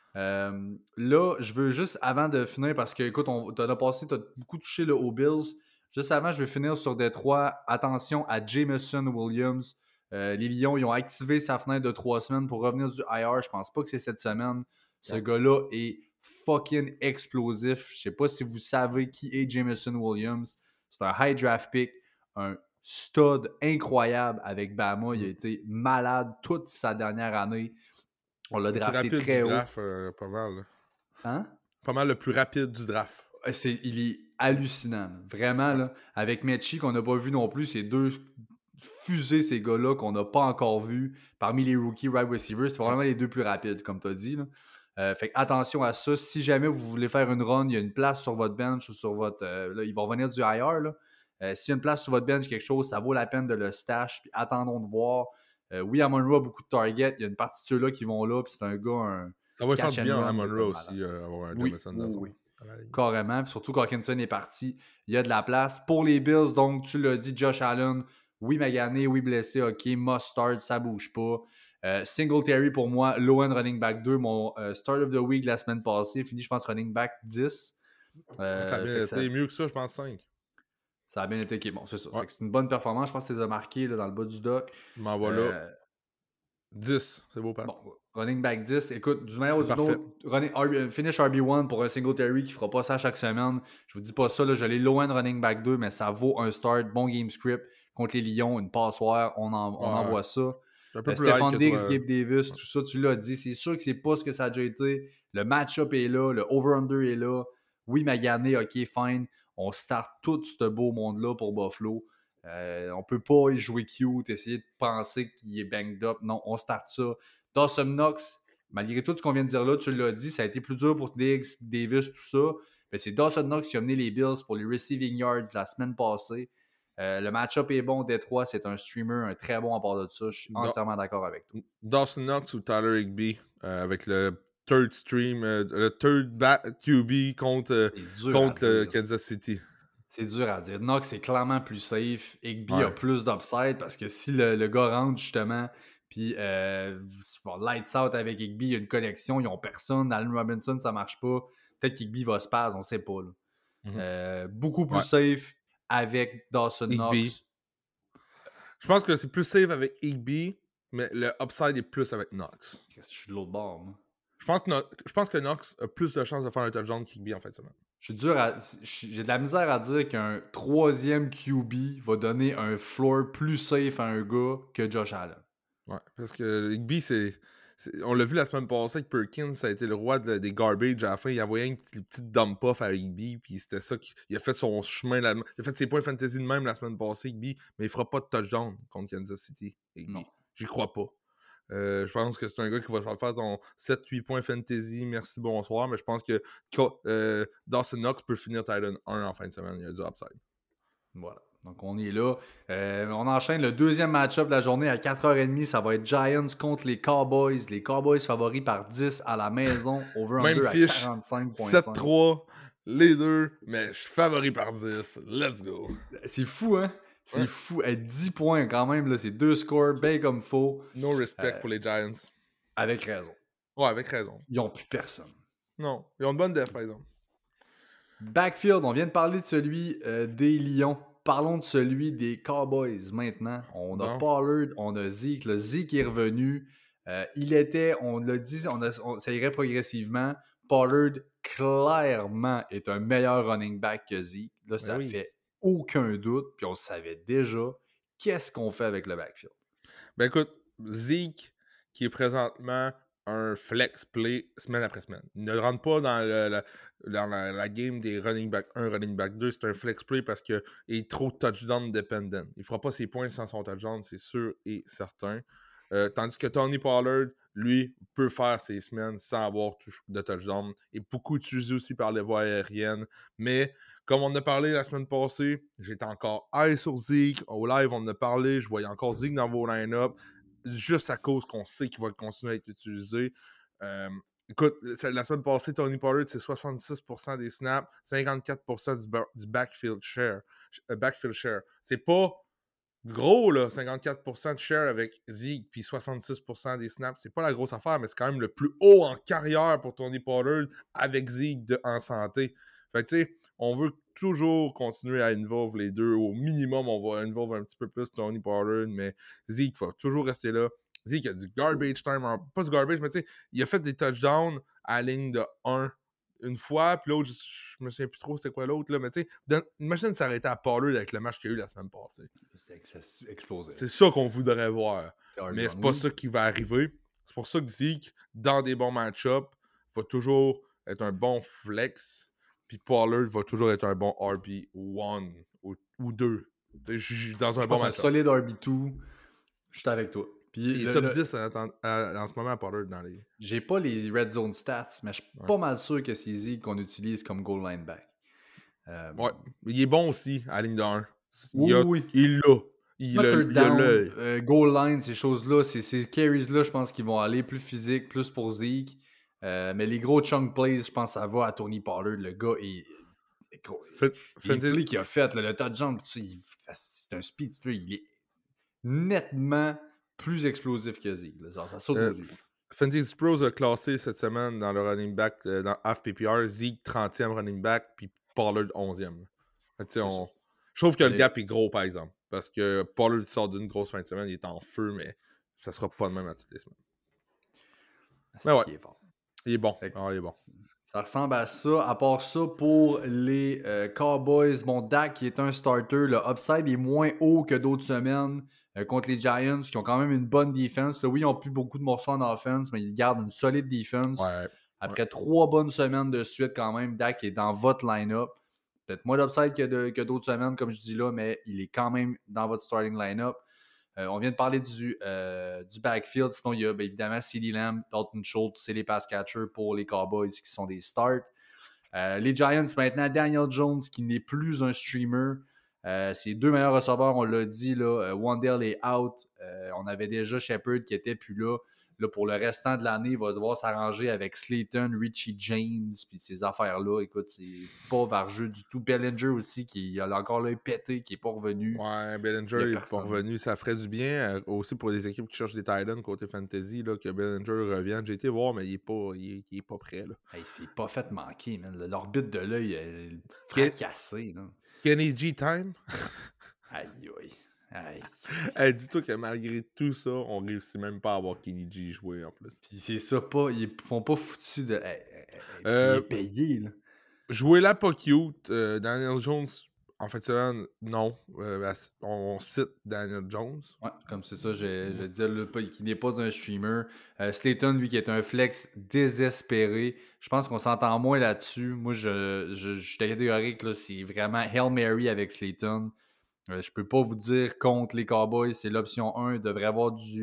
Là, je veux juste, avant de finir, parce que, écoute, t'en as passé, t'as beaucoup touché là, aux Bills. Juste avant, je vais finir sur Détroit. Attention à Jameson Williams. Les Lions, ils ont activé sa fenêtre de 3 semaines pour revenir du IR. Je pense pas que c'est cette semaine. Ce gars-là est fucking explosif. Je sais pas si vous savez qui est Jameson Williams. C'est un high draft pick, un stud incroyable avec Bama. Il a été malade toute sa dernière année. On l'a drafté très haut. Draft, pas mal. Là. Hein? Pas mal le plus rapide du draft. Il est hallucinant. Vraiment, là. Avec Mechie, qu'on n'a pas vu non plus, c'est deux fusées, ces gars-là, qu'on n'a pas encore vus parmi les rookies wide receivers. C'est vraiment les deux plus rapides, comme tu as dit. Là. Fait attention à ça. Si jamais vous voulez faire une run, il y a une place sur votre bench ou sur votre. Là, ils vont revenir du IR. Là. S'il y a une place sur votre bench, quelque chose, ça vaut la peine de le stash. Puis attendons de voir. Oui, Amon-Ra a beaucoup de targets. Il y a une partie de ceux-là qui vont là. Puis c'est un gars. Ça va faire du bien à Amon-Ra aussi, avoir un Jameson dans son. Oui. Carrément. Puis surtout qu'Hawkinson est parti. Il y a de la place. Pour les Bills, donc, tu l'as dit, Josh Allen. Oui, magané, oui, blessé, ok. Must start, ça bouge pas. Singletary pour moi, low-end running back 2. Mon start of the week la semaine passée, fini, je pense, running back 10. Ça a bien été mieux que ça, je pense, 5. Ça a bien été ok. Bon, c'est ça. C'est une bonne performance. Je pense que tu les as marqués là, dans le bas du doc. M'en va là. 10, c'est beau, Pat. Bon, running back 10. Écoute, du meilleur ou du autre, finish RB1 pour un Singletary qui fera pas ça chaque semaine. Je vous dis pas ça, là, je l'ai low-end running back 2, mais ça vaut un start. Bon game script contre les Lions, une passoire, on envoie ça. Stephon Diggs, Gabe Davis, tout ça, tu l'as dit. C'est sûr que c'est pas ce que ça a déjà été. Le match-up est là, le over-under est là. Oui, Magané, ok, fine. On start tout ce beau monde-là pour Buffalo. On peut pas y jouer cute, essayer de penser qu'il est banged up. Non, on start ça. Dawson Knox, malgré tout ce qu'on vient de dire là, tu l'as dit, ça a été plus dur pour Diggs, Davis, tout ça. Mais c'est Dawson Knox qui a mené les Bills pour les receiving yards la semaine passée. Le match-up est bon. Détroit, c'est un streamer, un très bon à part de ça. Je suis entièrement d'accord avec toi. Dawson Knox ou Tyler Higbee avec le third stream, le third QB contre Kansas City. C'est dur à dire. Knox est clairement plus safe. Higbee a plus d'upside parce que si le gars rentre justement, puis lights out avec Higbee, il y a une connexion, ils n'ont personne. Allen Robinson, ça marche pas. Peut-être qu'Higbee va se passer, on ne sait pas. Là. Beaucoup plus safe avec Dawson Knox. Je pense que c'est plus safe avec Higbee, mais le upside est plus avec Knox. Je suis de l'autre bord, moi. Je pense que Knox a plus de chances de faire un touchdown qu'Higbee en fait semaine. J'ai de la misère à dire qu'un troisième QB va donner un floor plus safe à un gars que Josh Allen. Ouais, parce que Higbee, on l'a vu la semaine passée avec Perkins, ça a été le roi des garbage à la fin. Il envoyé une petite dump-off à Higbee, puis c'était ça qu'il a fait son chemin. Il a fait ses points fantasy de même la semaine passée, Higbee, mais il fera pas de touchdown contre Kansas City. Higbee. J'y crois pas. Je pense que c'est un gars qui va faire ton 7-8 points fantasy, merci, bonsoir, mais je pense que Dawson Knox peut finir Titan 1 en fin de semaine, il y a du upside. Voilà. Donc, on est là. On enchaîne le deuxième match-up de la journée à 4h30. Ça va être Giants contre les Cowboys. Les Cowboys favoris par 10 à la maison. Over-under à fiche, 45,5. 7-3, les deux, mais je suis favori par 10. Let's go. C'est fou, hein? C'est fou. 10 points quand même. Là. C'est 2 scores, bien comme faux. No respect pour les Giants. Avec raison. Ouais, avec raison. Ils n'ont plus personne. Non, ils ont une bonne def, par exemple. Backfield, on vient de parler de celui des Lions. Parlons de celui des Cowboys maintenant. On a Pollard, on a Zeke. Le Zeke est revenu. Il était, on l'a dit, ça irait progressivement. Pollard, clairement, est un meilleur running back que Zeke. Là, ça fait aucun doute. Puis on le savait déjà. Qu'est-ce qu'on fait avec le backfield? Ben écoute, Zeke, qui est présentement un flex play semaine après semaine. Il ne rentre pas dans la game des running back 1, running back 2. C'est un flex play parce qu'il est trop touchdown dependent. Il ne fera pas ses points sans son touchdown, c'est sûr et certain. Tandis que Tony Pollard, lui, peut faire ses semaines sans avoir de touchdown. Et beaucoup utilisé aussi par les voies aériennes. Mais comme on en a parlé la semaine passée, j'étais encore high sur Zeke. Au live, on en a parlé. Je voyais encore Zeke dans vos line-up. Juste à cause qu'on sait qu'il va continuer à être utilisé. Écoute, la semaine passée, Tony Pollard, c'est 66% des snaps, 54% du backfield share. C'est pas gros, là, 54% de share avec Zeke, puis 66% des snaps. C'est pas la grosse affaire, mais c'est quand même le plus haut en carrière pour Tony Pollard avec Zeke en santé. Fait que, tu sais, on veut toujours continuer à involve les deux. Au minimum, on va involve un petit peu plus Tony Pollard, mais Zeke va toujours rester là. Zeke a du garbage time, pas du garbage, mais tu sais, il a fait des touchdowns à la ligne de 1 une fois, puis l'autre, je me souviens plus trop c'était quoi l'autre, là, mais tu sais, imagine s'arrêter à Pollard avec le match qu'il y a eu la semaine passée. C'est explosé. C'est ça qu'on voudrait voir. Mais c'est pas ça qui va arriver. C'est pour ça que Zeke, dans des bons match-ups, va toujours être un bon flex, puis Pollard va toujours être un bon RB1 ou 2. Dans un bon match-up. Un solide RB2, je suis avec toi. Puis il est top 10 en ce moment à Pollard dans les... J'ai pas les red zone stats, mais je suis pas mal sûr que c'est Zeke qu'on utilise comme goal line back. Ouais, il est bon aussi à la ligne de 1. Oui. Il l'a. Il a l'œil. Goal line, ces choses-là, ces carries-là, je pense qu'ils vont aller plus physique, plus pour Zeke. Mais les gros chunk plays, je pense que ça va à Tony Pollard. Le gars, les plays qu'il a fait, le touchdown, c'est un speedster. Il est nettement plus explosif que Zeke. Ça saute aux yeux. Fantasy Pros a classé cette semaine dans le running back, dans FPPR, Zeke 30e running back, puis Pollard 11e. Je trouve que le gap est gros, par exemple. Parce que Pollard sort d'une grosse fin de semaine, il est en feu, mais ça sera pas le même à toutes les semaines. Mais ouais. Il est bon. Il est bon. Ça ressemble à ça. À part ça, pour les Cowboys, Dak qui est un starter, le upside est moins haut que d'autres semaines contre les Giants qui ont quand même une bonne défense. Oui, ils n'ont plus beaucoup de morceaux en offense, mais ils gardent une solide défense. Après 3 bonnes semaines de suite, quand même, Dak est dans votre line-up. Peut-être moins d'upside que d'autres semaines, comme je dis là, mais il est quand même dans votre starting line-up. On vient de parler du backfield. Sinon, il y a évidemment CeeDee Lamb, Dalton Schultz, c'est les pass catchers pour les Cowboys qui sont des starts. Les Giants, maintenant, Daniel Jones qui n'est plus un streamer. Ses 2 meilleurs receveurs, on l'a dit, là, Wandale est out. On avait déjà Shepard qui n'était plus là. Là, pour le restant de l'année, il va devoir s'arranger avec Slayton, Richie James, puis ces affaires-là. Écoute, c'est pas vargeux du tout. Bellinger aussi, qui a encore l'œil pété, qui n'est pas revenu. Ouais, Bellinger n'est pas revenu. Ça ferait du bien aussi pour les équipes qui cherchent des Titans côté fantasy, là, que Bellinger revienne. J'ai été voir, mais il est pas prêt. Là. Hey, c'est pas fait manquer, man. L'orbite de l'œil est fracassée. Là. Kenny G time. Aïe, aïe. Hey, dis-toi que malgré tout ça, on réussit même pas à avoir Kenny G jouer en plus. Puis c'est ça, ils font pas foutu de. Il est payé, là. Jouer là pas cute. Daniel Jones, en fait, non. On cite Daniel Jones. Ouais, comme c'est ça, je disais là, qui n'est pas un streamer. Slayton, lui, qui est un flex désespéré. Je pense qu'on s'entend moins là-dessus. Moi, je suis catégorique, là, c'est vraiment Hail Mary avec Slayton. Je peux pas vous dire contre les Cowboys, c'est l'option 1. Il devrait avoir du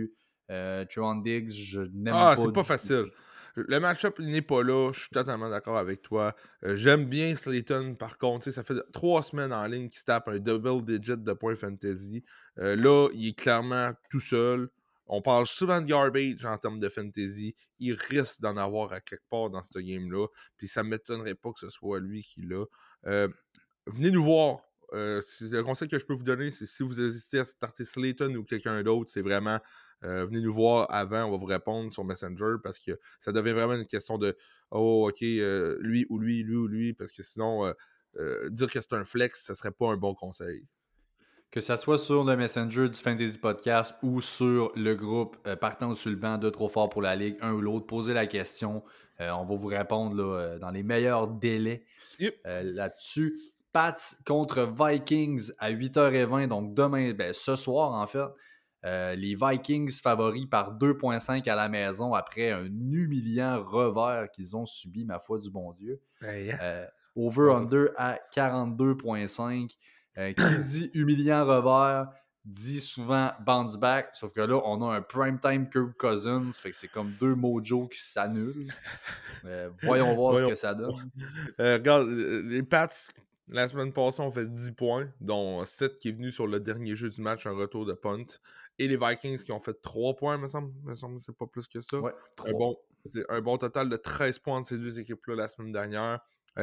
Trevon Diggs, je n'aime Ah, pas c'est pas du facile. tout. Le match-up, il n'est pas là. Je suis totalement d'accord avec toi. J'aime bien Slayton, par contre. Tu sais, ça fait 3 semaines en ligne qu'il se tape un double digit de points fantasy. Là, il est clairement tout seul. On parle souvent de garbage en termes de fantasy. Il risque d'en avoir à quelque part dans ce game-là. Puis ça ne m'étonnerait pas que ce soit lui qui l'a. Venez nous voir. Le conseil que je peux vous donner, c'est si vous hésitez à starter Slayton ou quelqu'un d'autre, c'est vraiment venez nous voir avant, on va vous répondre sur Messenger parce que ça devient vraiment une question de oh, ok, lui ou lui, lui ou lui, parce que sinon, dire que c'est un flex, ça serait pas un bon conseil. Que ça soit sur le Messenger du Fantasy Podcast ou sur le groupe Partant ou sur le banc de Trop Fort pour la Ligue, un ou l'autre, posez la question. On va vous répondre là, dans les meilleurs délais Yep. là-dessus. Pats contre Vikings à 8h20, donc demain, ce soir en fait. Les Vikings favoris par 2,5 à la maison après un humiliant revers qu'ils ont subi, ma foi du bon Dieu. Over-under à 42,5. Qui dit humiliant revers dit souvent bounce back, sauf que là, on a un primetime Kirk Cousins, fait que c'est comme deux mojos qui s'annulent. Voyons voir ce que ça donne. Regarde, les Pats, la semaine passée, ont fait 10 points, dont 7 qui est venu sur le dernier jeu du match, un retour de punt. Et les Vikings qui ont fait 3 points, me semble que c'est pas plus que ça. Ouais, Un bon total de 13 points de ces deux équipes-là la semaine dernière.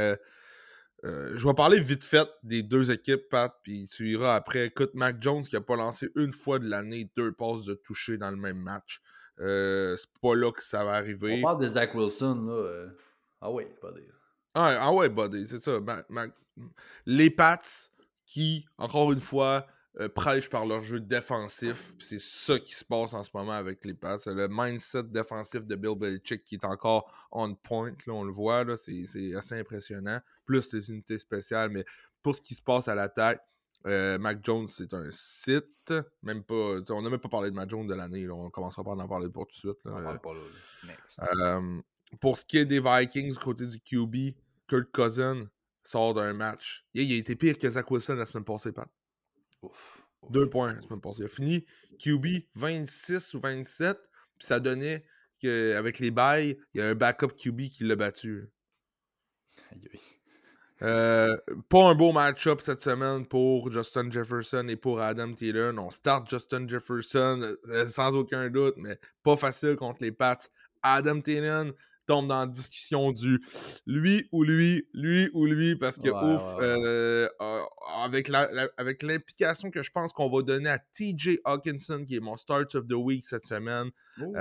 Je vais parler vite fait des deux équipes, Pat, puis tu iras après. Écoute, Mac Jones qui n'a pas lancé une fois de l'année 2 passes de toucher dans le même match. C'est pas là que ça va arriver. On parle de Zach Wilson, là. Ah oui, pas dire. Ah ouais, buddy, c'est ça. Les Pats qui, encore une fois, prêchent par leur jeu défensif. C'est ça qui se passe en ce moment avec les Pats. Le mindset défensif de Bill Belichick qui est encore on point. Là, on le voit, là, c'est assez impressionnant. Plus les unités spéciales. Mais pour ce qui se passe à l'attaque, Mac Jones, c'est un site. Même pas. On n'a même pas parlé de Mac Jones de l'année. On commencera pas à en parler pour tout de suite. Là. On parle pas là. Next. Pour ce qui est des Vikings, côté du QB, Kirk Cousins sort d'un match. Il a été pire que Zach Wilson la semaine passée, Pat. Ouf. 2 points la semaine passée. Il a fini QB 26 ou 27, puis ça donnait qu'avec les bails, il y a un backup QB qui l'a battu. Aïe, aïe. Pas un beau match-up cette semaine pour Justin Jefferson et pour Adam Thielen. On start Justin Jefferson sans aucun doute, mais pas facile contre les Pats. Adam Thielen tombe dans la discussion du lui ou lui, parce que avec l'implication que je pense qu'on va donner à TJ Hawkinson, qui est mon start of the week cette semaine,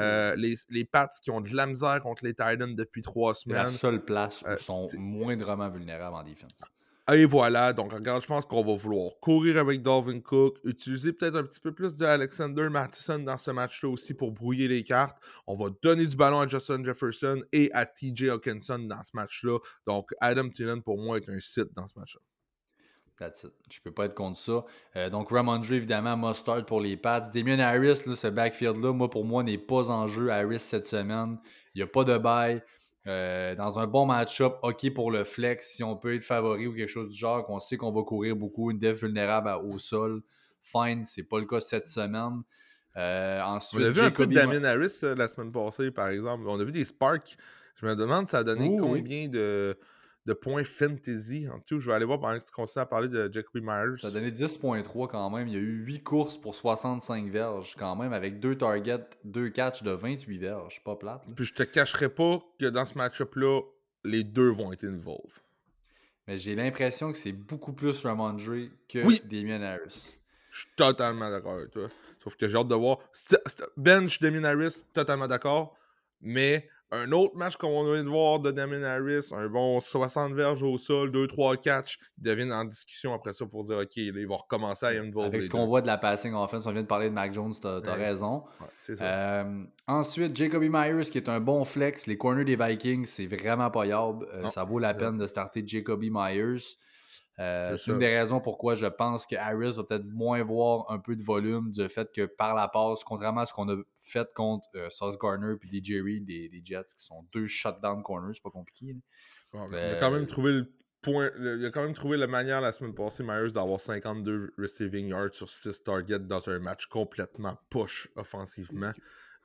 les Pats qui ont de la misère contre les Titans depuis 3 C'est la semaines. seule place où ils sont moindrement vulnérables en défense. Et voilà, donc regarde, je pense qu'on va vouloir courir avec Dalvin Cook, utiliser peut-être un petit peu plus de Alexander Mattison dans ce match-là aussi pour brouiller les cartes. On va donner du ballon à Justin Jefferson et à TJ Hawkinson dans ce match-là. Donc Adam Thielen pour moi est un site dans ce match-là. That's it. Je peux pas être contre ça. Donc Ramondre, évidemment, must start pour les Pats. Damien Harris, là, ce backfield-là, pour moi, n'est pas en jeu. Harris cette semaine. Il n'y a pas de bye. Dans un bon match-up, OK pour le flex, si on peut être favori ou quelque chose du genre, qu'on sait qu'on va courir beaucoup, une def vulnérable au sol, fine, c'est pas le cas cette semaine. Ensuite, on a vu un peu de Damien Harris la semaine passée, par exemple. On a vu des sparks. Je me demande ça a donné combien de points fantasy. En tout, je vais aller voir pendant que tu continues à parler de Jacoby Myers. Ça a donné 10.3 quand même. Il y a eu 8 courses pour 65 verges quand même, avec 2 targets, 2 catchs de 28 verges. Pas plate. Là. Puis je te cacherai pas que dans ce match-up-là, les deux vont être involved. Mais j'ai l'impression que c'est beaucoup plus Ramondre que Damien Harris. Je suis totalement d'accord avec toi. Sauf que j'ai hâte de voir. Bench Damien Harris, totalement d'accord. Mais un autre match comme on vient de voir de Damien Harris, un bon 60 verges au sol, 2-3 catchs, ils deviennent en discussion après ça pour dire OK, là, ils vont recommencer à involver. Avec ce qu'on voit de la passing offense, on vient de parler de Mac Jones, t'as raison. Ouais, c'est ça. Ensuite, Jacoby Myers qui est un bon flex. Les corners des Vikings, c'est vraiment payable. Ça vaut la peine de starter Jacoby Myers. C'est une des raisons pourquoi je pense que Harris va peut-être moins voir un peu de volume du fait que par la passe, contrairement à ce qu'on a fait contre Sauce Gardner et des Jerry, des Jets, qui sont 2 shutdown corners, c'est pas compliqué. Il a quand même trouvé le point. Il a quand même trouvé la manière la semaine passée, Myers, d'avoir 52 receiving yards sur 6 targets dans un match complètement push offensivement.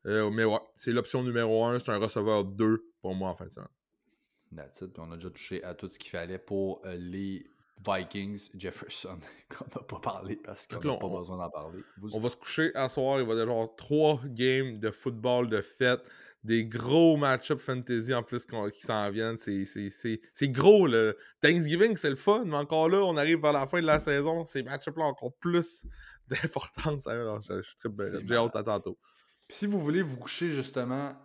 Mais ouais, c'est l'option numéro 1. C'est un receveur 2 pour moi en fin de semaine. That's it. Puis on a déjà touché à tout ce qu'il fallait pour les Vikings. Jefferson, qu'on n'a pas parlé parce qu'on n'a pas besoin d'en parler. On va se coucher à soir. Il va y avoir 3 games de football de fête. Des gros match-up fantasy en plus qui s'en viennent. C'est gros. Le Thanksgiving, c'est le fun. Mais encore là, on arrive vers la fin de la saison. Ces match-up-là ont encore plus d'importance. Alors, je suis très bien. J'ai hâte à tantôt. Puis si vous voulez vous coucher justement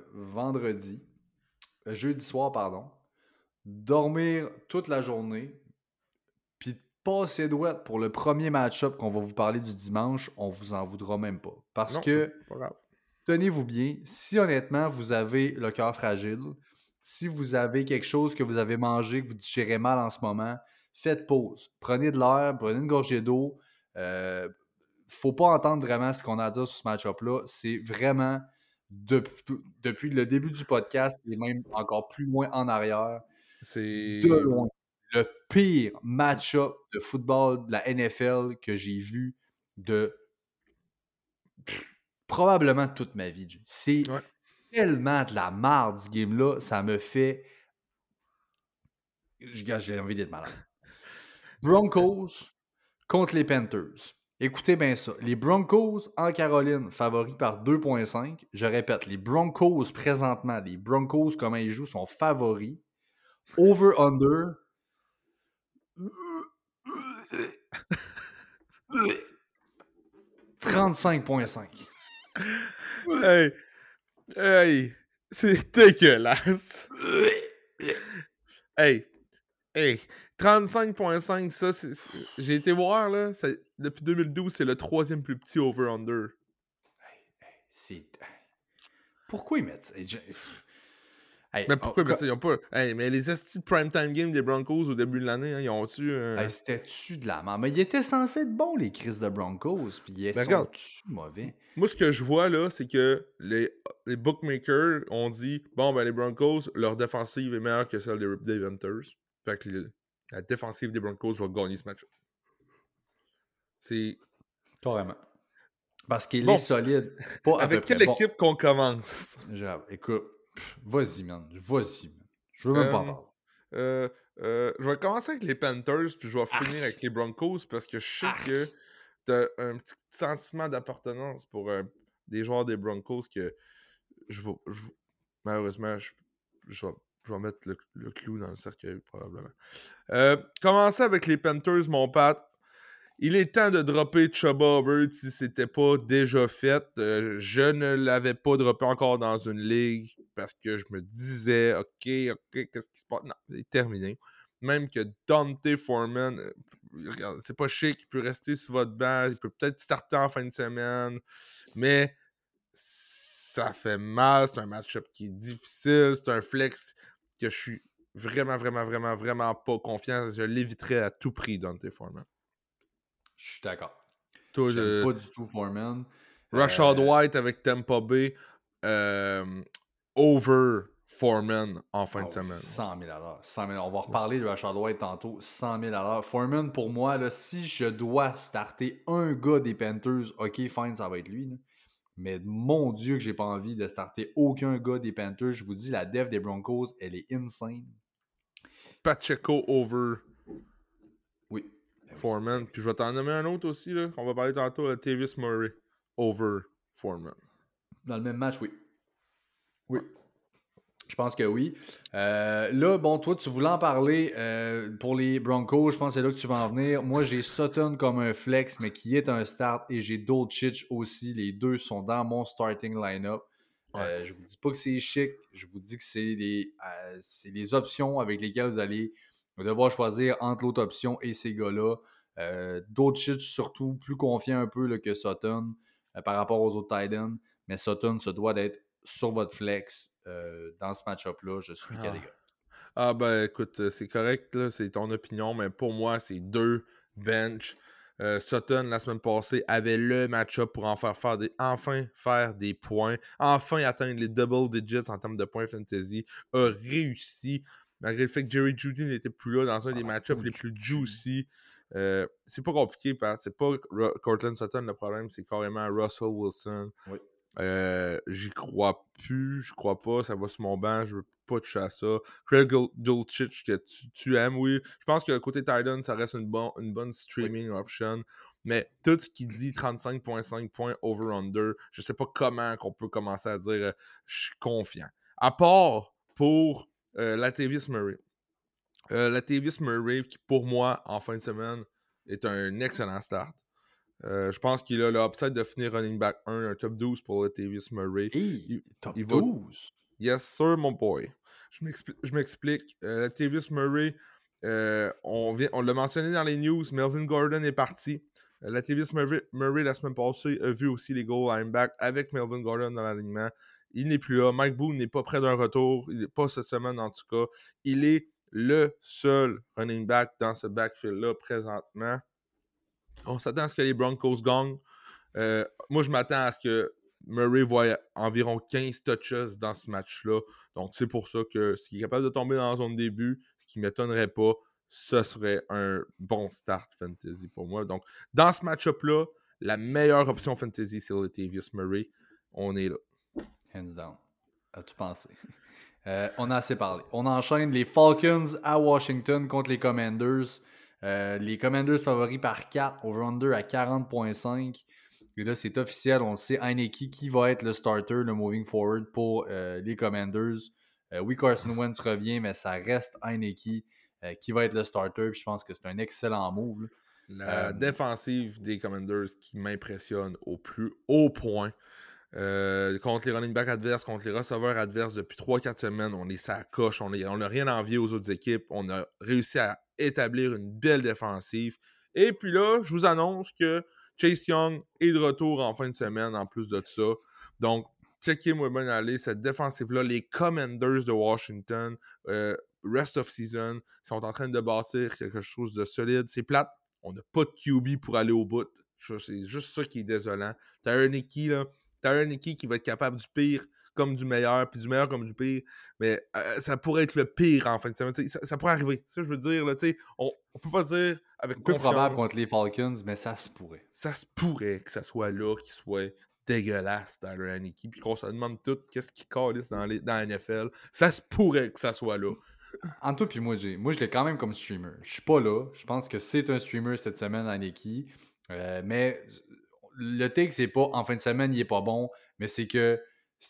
jeudi soir, pardon, dormir toute la journée, puis passer douette pour le premier match-up qu'on va vous parler du dimanche, on vous en voudra même pas. Parce que, pas grave. tenez-vous bien, si honnêtement vous avez le cœur fragile, si vous avez quelque chose que vous avez mangé, que vous digérez mal en ce moment, faites pause. Prenez de l'air, prenez une gorgée d'eau. Faut pas entendre vraiment ce qu'on a à dire sur ce match-up-là. C'est vraiment, depuis le début du podcast, et même encore plus loin en arrière, c'est de loin, le pire match-up de football de la NFL que j'ai vu de probablement toute ma vie. C'est tellement de la merde, ce game-là. Ça me fait... J'ai envie d'être malade. Broncos contre les Panthers. Écoutez bien ça. Les Broncos en Caroline, favoris par 2.5. Je répète, les Broncos présentement, les Broncos, comment ils jouent, sont favoris. Over-under. 35.5. Hey, c'est dégueulasse. Hey, 35.5, ça, j'ai été voir, là, depuis 2012, c'est le 3e plus petit over-under. Pourquoi ils mettent ça? Mais pourquoi ils mettent ça? Ils ont pas... mais les estis primetime games des Broncos au début de l'année, hein, ils ont-tu... C'était-tu de la merde? Mais ils étaient censés être bons, les Chris de Broncos, puis ils sont-tu mauvais? Moi, ce que je vois, là, c'est que les bookmakers ont dit, bon, ben les Broncos, leur défensive est meilleure que celle des Panthers. Fait que la défensive des Broncos va gagner ce match. C'est... Carrément. Parce qu'il est solide. Pas avec quelle équipe qu'on commence? Écoute, vas-y, man. Je veux même pas en parler. Je vais commencer avec les Panthers, puis je vais finir avec les Broncos, parce que je sais que t'as un petit sentiment d'appartenance pour des joueurs des Broncos que malheureusement, je vais mettre le clou dans le cercueil, probablement. Commencer avec les Panthers, mon Pat. Il est temps de dropper Chubba Hubbard si c'était pas déjà fait. Je ne l'avais pas droppé encore dans une ligue parce que je me disais, OK, qu'est-ce qui se passe? Non, il est terminé. Même que Dante Foreman, regarde, c'est pas chic, il peut rester sur votre banc, il peut peut-être starter en fin de semaine, mais ça fait mal, c'est un match-up qui est difficile, c'est un flex que je suis vraiment pas confiant. Je l'éviterais à tout prix, Dante Foreman. Je suis d'accord. J'aime pas du tout Foreman. Rashad White avec Tampa Bay over Foreman en fin de semaine. 100 000 $. 100 000 $. On va reparler de Rashad White tantôt. 100 000 $. Foreman, pour moi, là, si je dois starter un gars des Panthers, OK, fine, ça va être lui. Là. Mais mon Dieu que j'ai pas envie de starter aucun gars des Panthers. Je vous dis, la def des Broncos, elle est insane. Pacheco over oui. Foreman. Puis je vais t'en nommer un autre aussi, là, qu'on va parler tantôt, Latavius Murray over Foreman. Dans le même match, oui. Oui. Je pense que oui. Là, bon, toi, tu voulais en parler pour les Broncos. Je pense que c'est là que tu vas en venir. Moi, j'ai Sutton comme un flex, mais qui est un start. Et j'ai Dolchich aussi. Les deux sont dans mon starting line-up. Ouais. Je vous dis pas que c'est chic. Je vous dis que c'est les options avec lesquelles vous allez devoir choisir entre l'autre option et ces gars-là. Dolchich, surtout, plus confiant un peu là, que Sutton par rapport aux autres tight ends. Mais Sutton se doit d'être sur votre flex dans ce match-up-là. Je suis catégorique. Ah ben écoute, c'est correct, là, c'est ton opinion, mais pour moi, c'est 2 bench. Sutton, la semaine passée, avait le match-up pour enfin faire des points, enfin atteindre les double digits en termes de points fantasy, a réussi, malgré le fait que Jerry Jeudy n'était plus là dans un des match-ups les plus juicy. C'est pas compliqué, c'est pas Courtland Sutton le problème, c'est carrément Russell Wilson. Oui. J'y crois plus, je crois pas, ça va sur mon banc, je veux pas toucher à ça. Craig Dulcich, que tu aimes, oui. Je pense que côté Titan, ça reste une bonne streaming option. Mais tout ce qui dit 35.5 points over-under, je sais pas comment qu'on peut commencer à dire je suis confiant. À part pour Latavius Murray. Latavius Murray, qui pour moi, en fin de semaine, est un excellent start. Je pense qu'il a l'upside de finir running back 1, un top 12 pour Latavius Murray. Hey, top il va... 12? Yes, sir, mon boy. Je m'explique. Latavius Murray, on l'a mentionné dans les news, Melvin Gordon est parti. Latavius Murray, la semaine passée, a vu aussi les goal lineback avec Melvin Gordon dans l'alignement. Il n'est plus là. Mike Boone n'est pas près d'un retour. Il n'est pas cette semaine, en tout cas. Il est le seul running back dans ce backfield-là présentement. On s'attend à ce que les Broncos gagnent. Moi, je m'attends à ce que Murray voit environ 15 touches dans ce match-là. Donc, c'est pour ça que s'il est capable de tomber dans la zone début, ce qui ne m'étonnerait pas, ce serait un bon start fantasy pour moi. Donc, dans ce match-up-là, la meilleure option fantasy, c'est Latavius Murray. On est là. Hands down. As-tu pensé? On a assez parlé. On enchaîne les Falcons à Washington contre les Commanders. Les Commanders favoris par 4, over-under à 40.5. Et là, c'est officiel. On sait Heineke qui va être le starter, le moving forward pour les Commanders. Oui, Carson Wentz revient, mais ça reste Heineke qui va être le starter. Puis je pense que c'est un excellent move. La défensive des Commanders qui m'impressionne au plus haut point. Contre les running backs adverses, contre les receveurs adverses depuis 3-4 semaines, on est sa coche, on n'a rien à envier aux autres équipes, on a réussi à établir une belle défensive. Et puis là, je vous annonce que Chase Young est de retour en fin de semaine en plus de ça. Donc, checkez-moi bien aller, cette défensive-là, les Commanders de Washington, rest of season, sont en train de bâtir quelque chose de solide. C'est plate, on n'a pas de QB pour aller au bout. C'est juste ça qui est désolant. T'as un Nicky qui va être capable du pire comme du meilleur, puis du meilleur comme du pire, mais ça pourrait être le pire en fin de semaine. Ça pourrait arriver. Ça, je veux dire, là, on peut pas dire avec Pas confiance. probable contre les Falcons, mais ça se pourrait. Ça se pourrait que ça soit là, qu'il soit dégueulasse, Tyler Heineke, puis qu'on se demande tout qu'est-ce qui calisse dans la NFL. Ça se pourrait que ça soit là. En tout, puis moi, je l'ai quand même comme streamer. Je suis pas là. Je pense que c'est un streamer cette semaine, Heineke. Mais le take, c'est pas en fin de semaine, il est pas bon, mais c'est que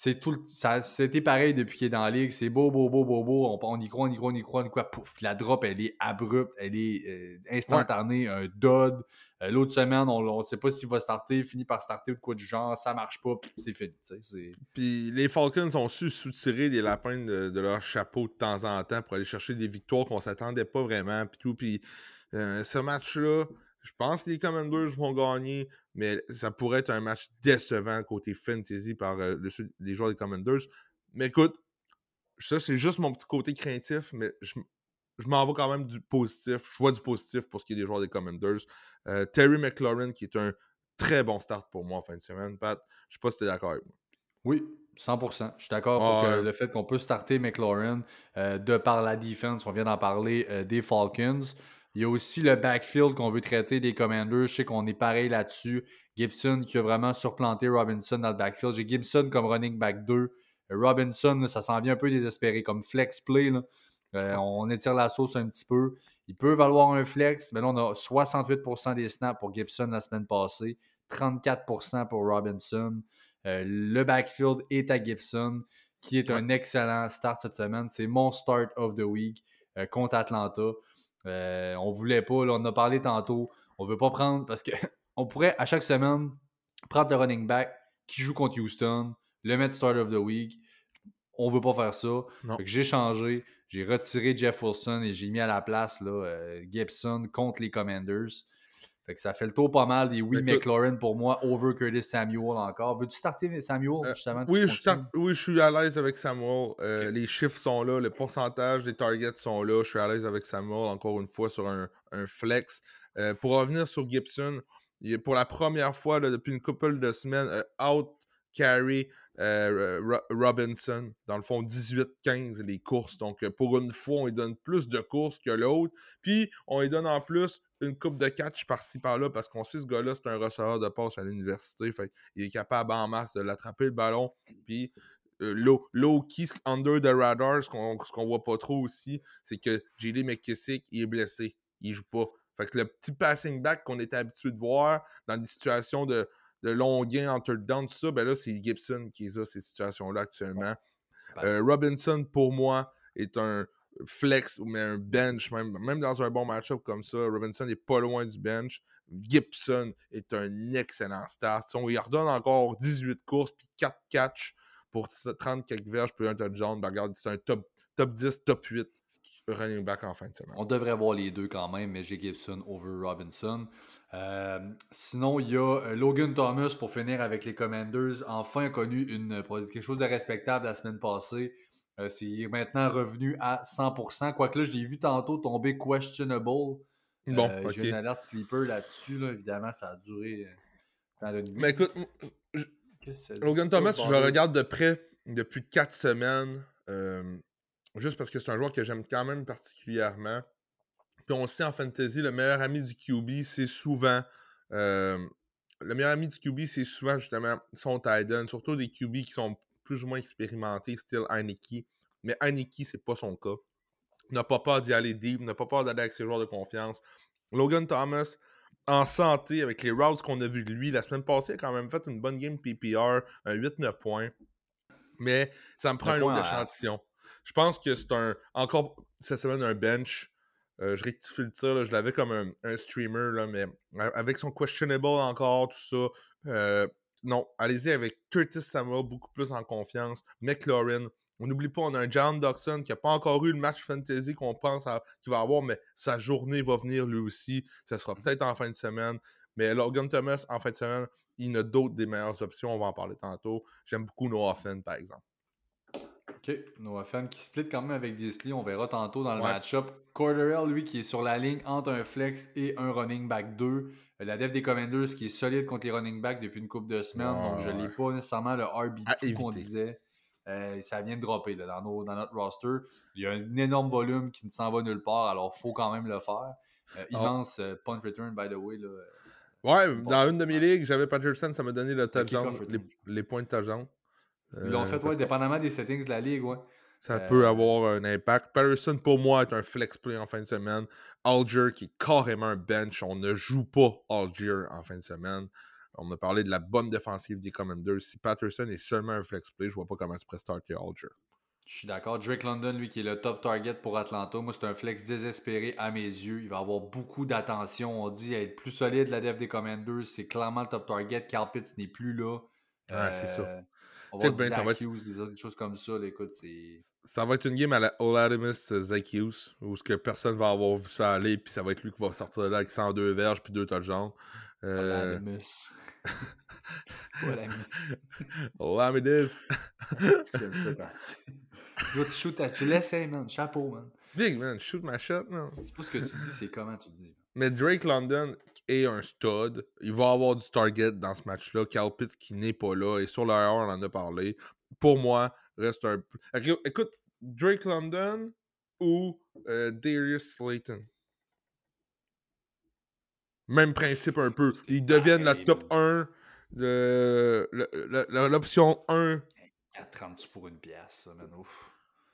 c'était pareil depuis qu'il est dans la ligue. C'est beau. On y croit. Pouf, la drop, elle est abrupte, elle est instantanée, un dud. L'autre semaine, on sait pas s'il va starter, finit par starter ou de quoi du genre, ça marche pas, puis c'est fini. Puis les Falcons ont su soutirer des lapins de leur chapeau de temps en temps pour aller chercher des victoires qu'on s'attendait pas vraiment, puis tout. Puis ce match-là, je pense que les Commanders vont gagner, mais ça pourrait être un match décevant côté fantasy par les joueurs des Commanders. Mais écoute, ça c'est juste mon petit côté craintif, mais je m'en vais quand même du positif. Je vois du positif pour ce qui est des joueurs des Commanders. Terry McLaurin, qui est un très bon start pour moi en fin de semaine. Pat, je sais pas si tu es d'accord avec moi. Oui, 100%. Je suis d'accord pour que le fait qu'on peut starter McLaurin de par la défense, on vient d'en parler, des Falcons. Il y a aussi le backfield qu'on veut traiter des Commanders. Je sais qu'on est pareil là-dessus. Gibson qui a vraiment surplanté Robinson dans le backfield. J'ai Gibson comme running back 2. Robinson, là, ça s'en vient un peu désespéré. Comme flex play, là. On étire la sauce un petit peu. Il peut valoir un flex, mais là, on a 68% des snaps pour Gibson la semaine passée, 34% pour Robinson. Le backfield est à Gibson, qui est un excellent start cette semaine. C'est mon start of the week contre Atlanta. On voulait pas, là, on en a parlé tantôt, on veut pas prendre, parce qu'on pourrait à chaque semaine prendre le running back qui joue contre Houston, le mettre start of the week. On veut pas faire ça. Fait que j'ai changé, j'ai retiré Jeff Wilson et j'ai mis à la place là, Gibson contre les Commanders. Fait que ça fait le tour pas mal. Et oui, McLaurin pour moi, over Curtis Samuel encore. Veux-tu starter Samuel justement? Oui, je suis à l'aise avec Samuel. Okay. Les chiffres sont là, le pourcentage des targets sont là. Je suis à l'aise avec Samuel, encore une fois, sur un flex. Pour revenir sur Gibson, pour la première fois là, depuis une couple de semaines, out Carey Robinson. Dans le fond, 18-15 les courses. Donc, pour une fois, on lui donne plus de courses que l'autre. Puis, on lui donne en plus une coupe de catch par-ci par-là parce qu'on sait que ce gars-là, c'est un receveur de passe à l'université. Fait il est capable en masse de l'attraper le ballon. Puis, low-key, under the radar, ce qu'on voit pas trop aussi, c'est que J.D. McKissick, il est blessé. Il joue pas. Fait que le petit passing back qu'on était habitué de voir dans des situations de longs gains en third down, tout ça, ben là, c'est Gibson qui est ces situations-là actuellement. Robinson, pour moi, est un flex, mais un bench, même dans un bon match-up comme ça. Robinson n'est pas loin du bench. Gibson est un excellent start. On lui redonne encore 18 courses puis 4 catchs pour 30 quelques verges puis un touchdown. Ben, regarde, c'est un top 10, top 8 running back en fin de semaine. On devrait voir les deux quand même, mais j'ai Gibson over Robinson. Sinon, il y a Logan Thomas pour finir avec les Commanders. Enfin, a connu quelque chose de respectable la semaine passée. C'est maintenant revenu à 100%. Quoique là, je l'ai vu tantôt tomber questionable. Bon, ok. J'ai une alerte sleeper là-dessus. Là. Évidemment, ça a duré dans la nuit. Mais écoute, Logan Thomas, je le regarde de près depuis 4 semaines. Juste parce que c'est un joueur que j'aime quand même particulièrement. Puis on sait en fantasy, le meilleur ami du QB, c'est souvent justement son tight end, surtout des QB qui sont plus ou moins expérimentés, style Heineke. Mais Heineke, c'est pas son cas. Il n'a pas peur d'y aller deep, il n'a pas peur d'aller avec ses joueurs de confiance. Logan Thomas, en santé, avec les routes qu'on a vu de lui, la semaine passée, il a quand même fait une bonne game PPR, un 8-9 points. Mais ça me prend un autre échantillon. Je pense que c'est encore cette semaine un bench. Je rectifie le tir, là, je l'avais comme un streamer, là, mais avec son questionable encore, tout ça. Non, allez-y avec Curtis Samuel, beaucoup plus en confiance. McLaurin. On n'oublie pas, on a un John Dodson qui n'a pas encore eu le match fantasy qu'on pense qu'il va avoir, mais sa journée va venir lui aussi. Ça sera peut-être en fin de semaine. Mais Logan Thomas, en fin de semaine, il y en a d'autres des meilleures options. On va en parler tantôt. J'aime beaucoup Noah Fent, par exemple. OK. Noah Fent qui split quand même avec Disley. On verra tantôt dans le match-up. Corderell, lui, qui est sur la ligne entre un flex et un running back 2. La def des Commanders qui est solide contre les running backs depuis une couple de semaines. Donc, je n'ai pas nécessairement le RB2 qu'on disait. Ça vient de dropper là, dans notre roster. Il y a un énorme volume qui ne s'en va nulle part. Alors, il faut quand même le faire. Immense punt return, by the way. Là, ouais, dans une de mes ligues, j'avais Patterson, ça m'a donné le touchdown, les points de touchdown. Ils l'ont fait, dépendamment des settings de la ligue, ouais. Ça peut avoir un impact. Patterson, pour moi, est un flex play en fin de semaine. Algier, qui est carrément un bench. On ne joue pas Algier en fin de semaine. On a parlé de la bonne défensive des Commanders. Si Patterson est seulement un flex play, je vois pas comment tu pourrais starter Algier. Je suis d'accord. Drake London, lui, qui est le top target pour Atlanta. Moi, c'est un flex désespéré à mes yeux. Il va avoir beaucoup d'attention. On dit être plus solide, la def des Commanders. C'est clairement le top target. Carl Pitts n'est plus là. C'est ça. On va voir Zach Hughes, des choses comme ça. Là, écoute, ça va être une game à la Oladimus Zach Hughes, où que personne va avoir vu ça aller, puis ça va être lui qui va sortir de là avec 102 verges puis 2 touchdowns. Oladimus. Oladimus. J'aime ça quand tu l'essayes, man. Chapeau, man. Big, man. Shoot my shot, non? C'est pas ce que tu dis, c'est comment tu le dis. Mais Drake London est un stud. Il va avoir du target dans ce match-là. Kyle Pitts qui n'est pas là. Et sur l'heure, on en a parlé. Pour moi, reste un... Écoute, Drake London ou Darius Slayton. Même principe un peu. Ils deviennent la top 1, l'option 1. 4,30 pour une pièce, ça, man. Ouf.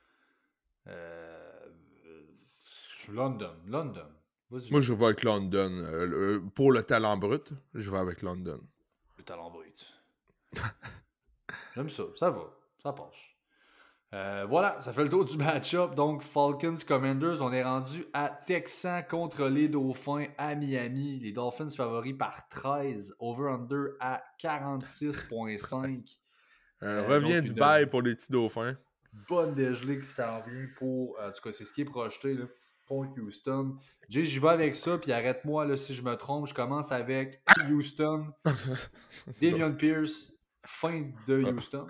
London. Moi, je vais avec London. Pour le talent brut, je vais avec London. Le talent brut. J'aime ça. Ça va. Ça passe. Voilà, ça fait le tour du match-up. Donc, Falcons Commanders, on est rendu à Texans contre les Dauphins à Miami. Les Dolphins favoris par 13. Over-under à 46,5. Revient du bail pour les petits Dauphins. Bonne dégelée qui s'en vient pour... En tout cas, c'est ce qui est projeté là, pour Houston. J'y vais avec ça, puis arrête-moi là, si je me trompe. Je commence avec Houston. Damian Pierce, fin de Houston.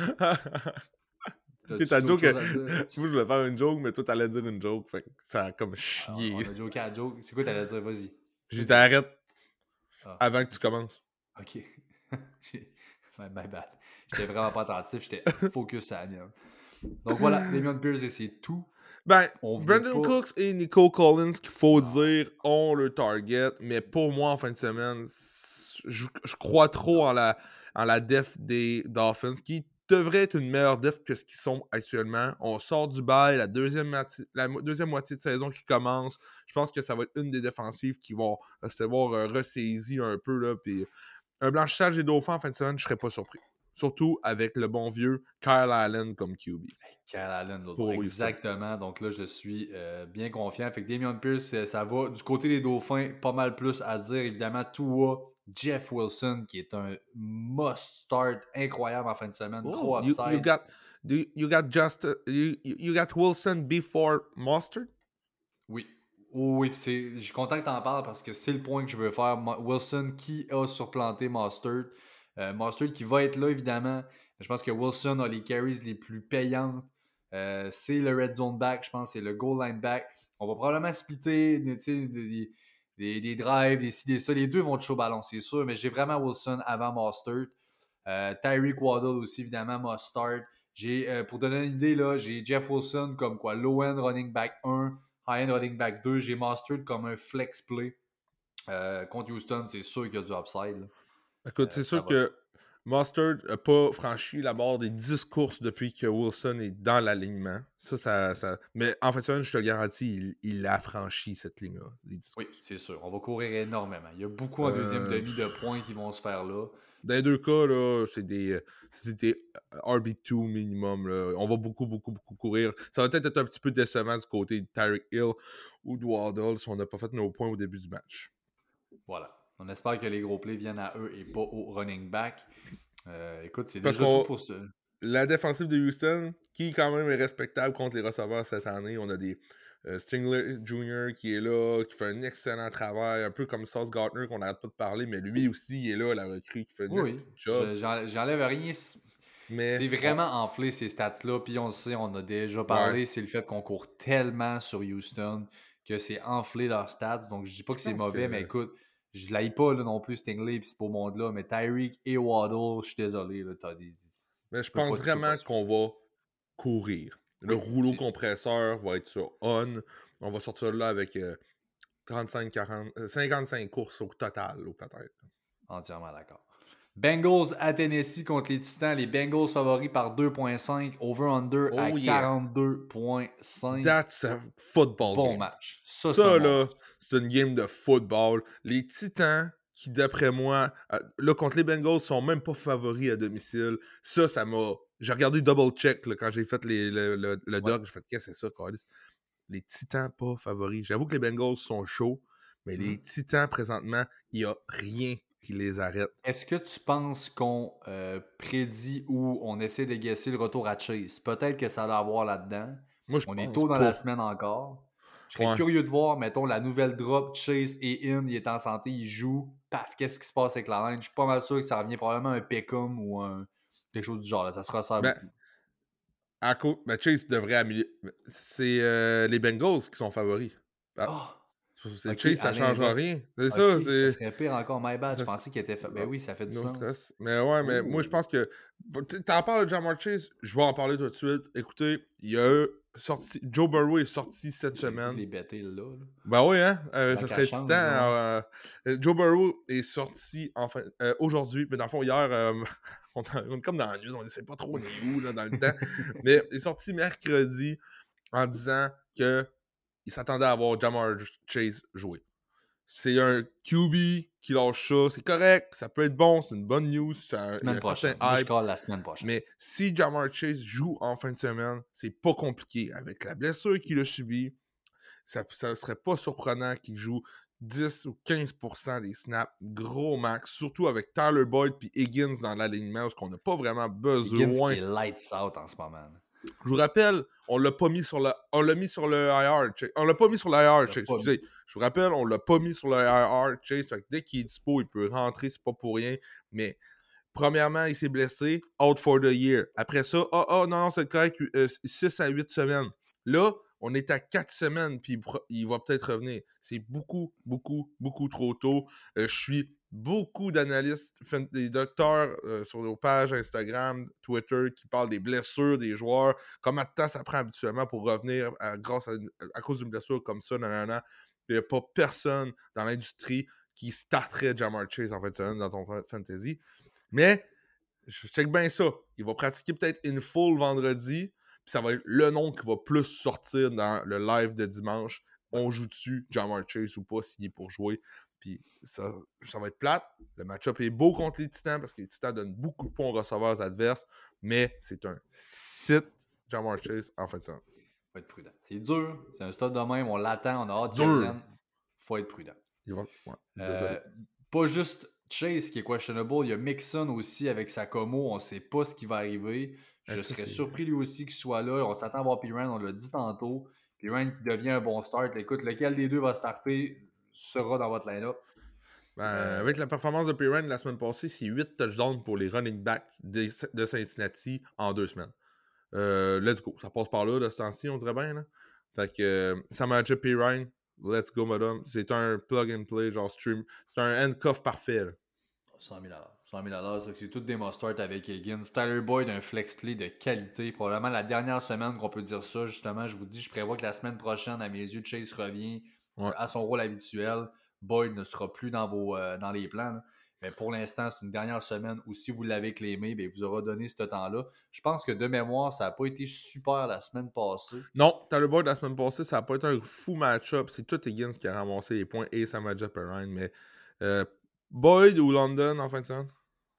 Ta joke, moi je voulais faire une joke, mais toi t'allais dire une joke, fait que ça a comme chié. On a joké à la joke. C'est quoi t'allais dire? Vas-y. Je t'arrête avant que tu commences. Ok. My bad. J'étais vraiment pas attentif, j'étais focus à la mienne. Donc voilà, Damian Pierce, et c'est tout. Ben, On veut Brandon pas... Cooks et Nico Collins, qu'il faut Non. dire, ont le target, mais pour moi, en fin de semaine, je crois trop en la def des Dolphins, qui devrait être une meilleure def que ce qu'ils sont actuellement. On sort du bail, la deuxième moitié de saison qui commence. Je pense que ça va être une des défensives qui vont se voir ressaisie un peu, là, puis un blanchissage des Dauphins en fin de semaine, je serais pas surpris. Surtout avec le bon vieux Kyle Allen comme QB. Kyle Allen, l'autre Pour bord. Houston. Exactement. Donc là, je suis bien confiant. Fait que Damian Pierce, ça va. Du côté des Dauphins, pas mal plus à dire. Évidemment, Tua, Jeff Wilson, qui est un must-start incroyable en fin de semaine. Gros Oh, you upside. you got Wilson before Mustard? Oui. Oui, je suis content que tu en parles parce que c'est le point que je veux faire. Wilson qui a surplanté Mustard. Mustard qui va être là, évidemment. Je pense que Wilson a les carries les plus payantes. C'est le red zone back, je pense, c'est le goal line back. On va probablement splitter des drives, des ci, des ça. Les deux vont toucher au ballon, c'est sûr, mais j'ai vraiment Wilson avant Mustard. Tyreek Waddle aussi, évidemment, Mustard. Pour donner une idée, là, j'ai Jeff Wilson comme quoi, low-end running back 1, high-end running back 2. J'ai Mustard comme un flex play. Contre Houston, c'est sûr qu'il y a du upside. Là. Écoute, c'est ça sûr va que Mustard n'a pas franchi la barre des 10 courses depuis que Wilson est dans l'alignement. Mais en fait, je te le garantis, il a franchi cette ligne-là. Les 10 Oui, courses. c'est sûr. On va courir énormément. Il y a beaucoup en deuxième demi de points qui vont se faire là. Dans les deux cas, là, c'est des RB2 minimum. Là. On va beaucoup courir. Ça va peut-être être un petit peu décevant du côté de Tyreek Hill ou de Waddle si on n'a pas fait nos points au début du match. Voilà. On espère que les gros plays viennent à eux et pas au running back. Écoute, c'est Parce déjà tout pour ça. La défensive de Houston, qui quand même est respectable contre les receveurs cette année, on a des Stingler Jr. qui est là, qui fait un excellent travail, un peu comme Sauce Gardner qu'on n'arrête pas de parler, mais lui aussi il est là, la recrue, qui fait un Oui, job. j'enlève rien. Mais C'est vraiment enflé ces stats-là, puis on le sait, on a déjà parlé, c'est le fait qu'on court tellement sur Houston que c'est enflé leurs stats. Donc je dis pas que c'est mauvais, mais écoute, je l'aille pas là, non plus Stingley puis ce beau monde-là, mais Tyreek et Waddle, je suis désolé. Là, mais je pense vraiment qu'on va courir. Le rouleau compresseur va être sur on. On va sortir là avec 55 courses au total, peut-être. Entièrement d'accord. Bengals à Tennessee contre les Titans. Les Bengals favoris par 2.5. Over-under à 42.5. That's a football bon game. Match. Ça là, c'est une game de football. Les Titans, qui d'après moi, là, contre les Bengals, sont même pas favoris à domicile. Ça m'a... J'ai regardé double check là, quand j'ai fait le doc. J'ai fait, qu'est-ce que c'est ça, Carlis? Les Titans pas favoris. J'avoue que les Bengals sont chauds, mais les Titans, présentement, il n'y a rien qui les arrête. Est-ce que tu penses qu'on prédit ou on essaie de guesser le retour à Chase? Peut-être que ça doit avoir là-dedans. Moi, on est tôt dans la semaine encore. Je serais curieux de voir, mettons, la nouvelle drop, Chase et In, il est en santé, il joue. Paf, qu'est-ce qui se passe avec la line? Je suis pas mal sûr que ça revient probablement un Peckham ou quelque chose du genre. Là. Ça se resserre beaucoup. Chase devrait améliorer. C'est les Bengals qui sont favoris. Chase, ça ne changera rien. C'est ça. Ça serait pire encore, my bad. Je pensais qu'il était fait. Ben oui, ça fait du sens. Stress. Mais ouais, mais moi, je pense que. T'en parles de Ja'Marr Chase, je vais en parler tout de suite. Écoutez, il y a sorti. Joe Burrow est sorti cette semaine. Les bêtés là. Ben oui, hein. Ça serait titan. Joe Burrow est sorti enfin aujourd'hui. Mais dans le fond, hier, on est comme dans la news, on ne sait pas trop on est où là, dans le temps. Mais il est sorti mercredi en disant que il s'attendait à voir Ja'Marr Chase jouer. C'est un QB qui lâche ça. C'est correct. Ça peut être bon. C'est une bonne news. Il y a un certain hype. Moi, je colle la semaine prochaine. Mais si Ja'Marr Chase joue en fin de semaine, c'est pas compliqué. Avec la blessure qu'il a subie, ça serait pas surprenant qu'il joue 10 ou 15% des snaps. Gros max. Surtout avec Tyler Boyd et Higgins dans l'alignement parce qu'on n'a pas vraiment besoin. Higgins qui est lights out en ce moment. Je vous rappelle, on l'a mis sur le IR. On l'a pas mis sur le IR, Chase. Excusez. Je vous rappelle, on l'a pas mis sur le IR, Chase. Fait que dès qu'il est dispo, il peut rentrer, c'est pas pour rien. Mais premièrement, il s'est blessé, out for the year. Après ça, non, c'est correct, 6 à 8 semaines. Là, On est à 4 semaines, puis il va peut-être revenir. C'est beaucoup, beaucoup, beaucoup trop tôt. Je suis beaucoup d'analystes, des docteurs sur nos pages Instagram, Twitter, qui parlent des blessures des joueurs, combien de temps ça prend habituellement pour revenir à cause d'une blessure comme ça. Il n'y a pas personne dans l'industrie qui starterait Ja'Marr Chase en fin de semaine dans ton fantasy. Mais je check bien ça. Il va pratiquer peut-être une full vendredi, puis ça va être le nom qui va plus sortir dans le live de dimanche. On joue dessus, Ja'Marr Chase ou pas, s'il est pour jouer. Puis ça va être plate. Le match-up est beau contre les Titans parce que les Titans donnent beaucoup de points aux receveurs adverses, mais c'est un site Ja'Marr Chase en fin de semaine. Faut être prudent. C'est dur, c'est un stade de même, on l'attend, on a hâte qu'il Dur. revienne. Faut être prudent. Pas juste Chase qui est questionable, il y a Mixon aussi avec sa commo, on sait pas ce qui va arriver. Je serais surpris lui aussi qu'il soit là. On s'attend à voir Piran, on l'a dit tantôt. Piran qui devient un bon start. Écoute, lequel des deux va starter sera dans votre line-up. Avec la performance de Piran la semaine passée, c'est 8 touchdowns pour les running backs de Cincinnati en 2 semaines. Let's go. Ça passe par là, de ce temps-ci, on dirait bien. Là. Fait que ça match up Piran. Let's go, madame. C'est un plug and play, genre stream. C'est un handcuff parfait. Là. 100 000 100 000 c'est tout des must-start avec Higgins. Tyler Boyd, un flex play de qualité. Probablement la dernière semaine qu'on peut dire ça, justement. Je vous dis, je prévois que la semaine prochaine, à mes yeux, Chase revient à son rôle habituel. Boyd ne sera plus dans les plans. Là. Mais pour l'instant, c'est une dernière semaine où si vous l'avez claimé, bien, il vous aura donné ce temps-là. Je pense que de mémoire, ça n'a pas été super la semaine passée. Non, Tyler Boyd la semaine passée, ça n'a pas été un fou match-up. C'est tout Higgins qui a ramassé les points et ça match up Piran. Mais Boyd ou London en fin de semaine?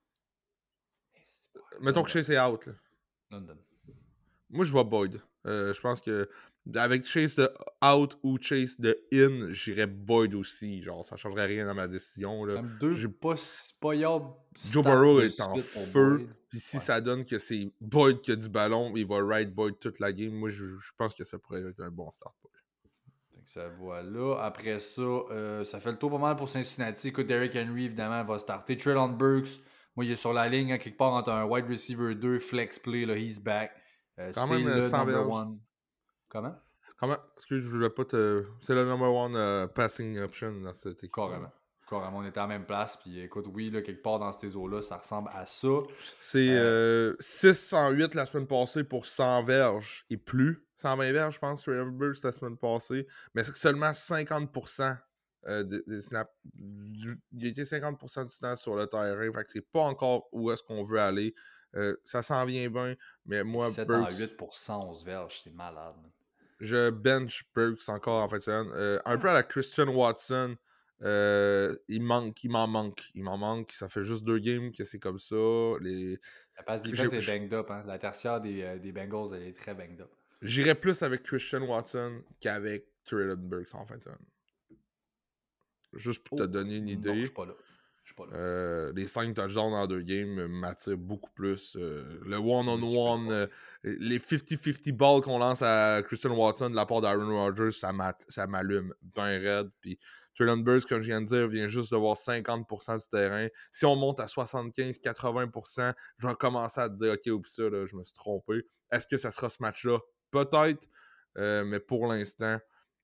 Mettons que Chase est out. Là. London. Moi, je vois Boyd. Je pense que avec Chase de out ou Chase de in, j'irais Boyd aussi. Genre, ça changerait rien dans ma décision. Là. Comme deux pas Joe Burrow est en feu. Puis si ça donne que c'est Boyd qui a du ballon, il va ride Boyd toute la game. Moi, je pense que ça pourrait être un bon start. Donc ça voilà. Après ça, ça fait le tour pas mal pour Cincinnati. Écoute, Derrick Henry, évidemment, va starter. Treylon Burks, moi, il est sur la ligne, hein, quelque part entre un wide receiver 2, flex play, là, he's back. Quand c'est même, le 100 number verges. one. Comment? Excuse, je voulais pas te... C'est le number one passing option dans cette équipe. Carrément. On était à la même place. Puis écoute, oui, là, quelque part dans ces eaux-là, ça ressemble à ça. C'est 608 la semaine passée pour 100 verges et plus. 120 verges, je pense, Treylon Burks la semaine passée. Mais c'est seulement 50% des snaps. Il a été 50% du temps sur le terrain. Fait que c'est pas encore où est-ce qu'on veut aller. Ça s'en vient bien. Mais moi, 7 Burks... en 8 pour 111 verges, c'est malade. Man. Je bench Burks encore en fait. Un peu à la Christian Watson. Il m'en manque. Ça fait juste 2 games que c'est comme ça. La passe défense est banged up. Hein? La tertiaire des Bengals, elle est très banged up. J'irais plus avec Christian Watson qu'avec Treylon Burks en fin de semaine. Juste pour te donner une idée. Non, je suis pas là. Les 5 touchdowns en 2 games m'attirent beaucoup plus. Le one-on-one, les 50-50 balls qu'on lance à Christian Watson de la part d'Aaron Rodgers, ça m'allume bien raide. Puis Treylon Burks, comme je viens de dire, vient juste de voir 50% du terrain. Si on monte à 75-80%, je vais commencer à te dire, OK, oups ça, là, je me suis trompé. Est-ce que ça sera ce match-là? Peut-être, mais pour l'instant,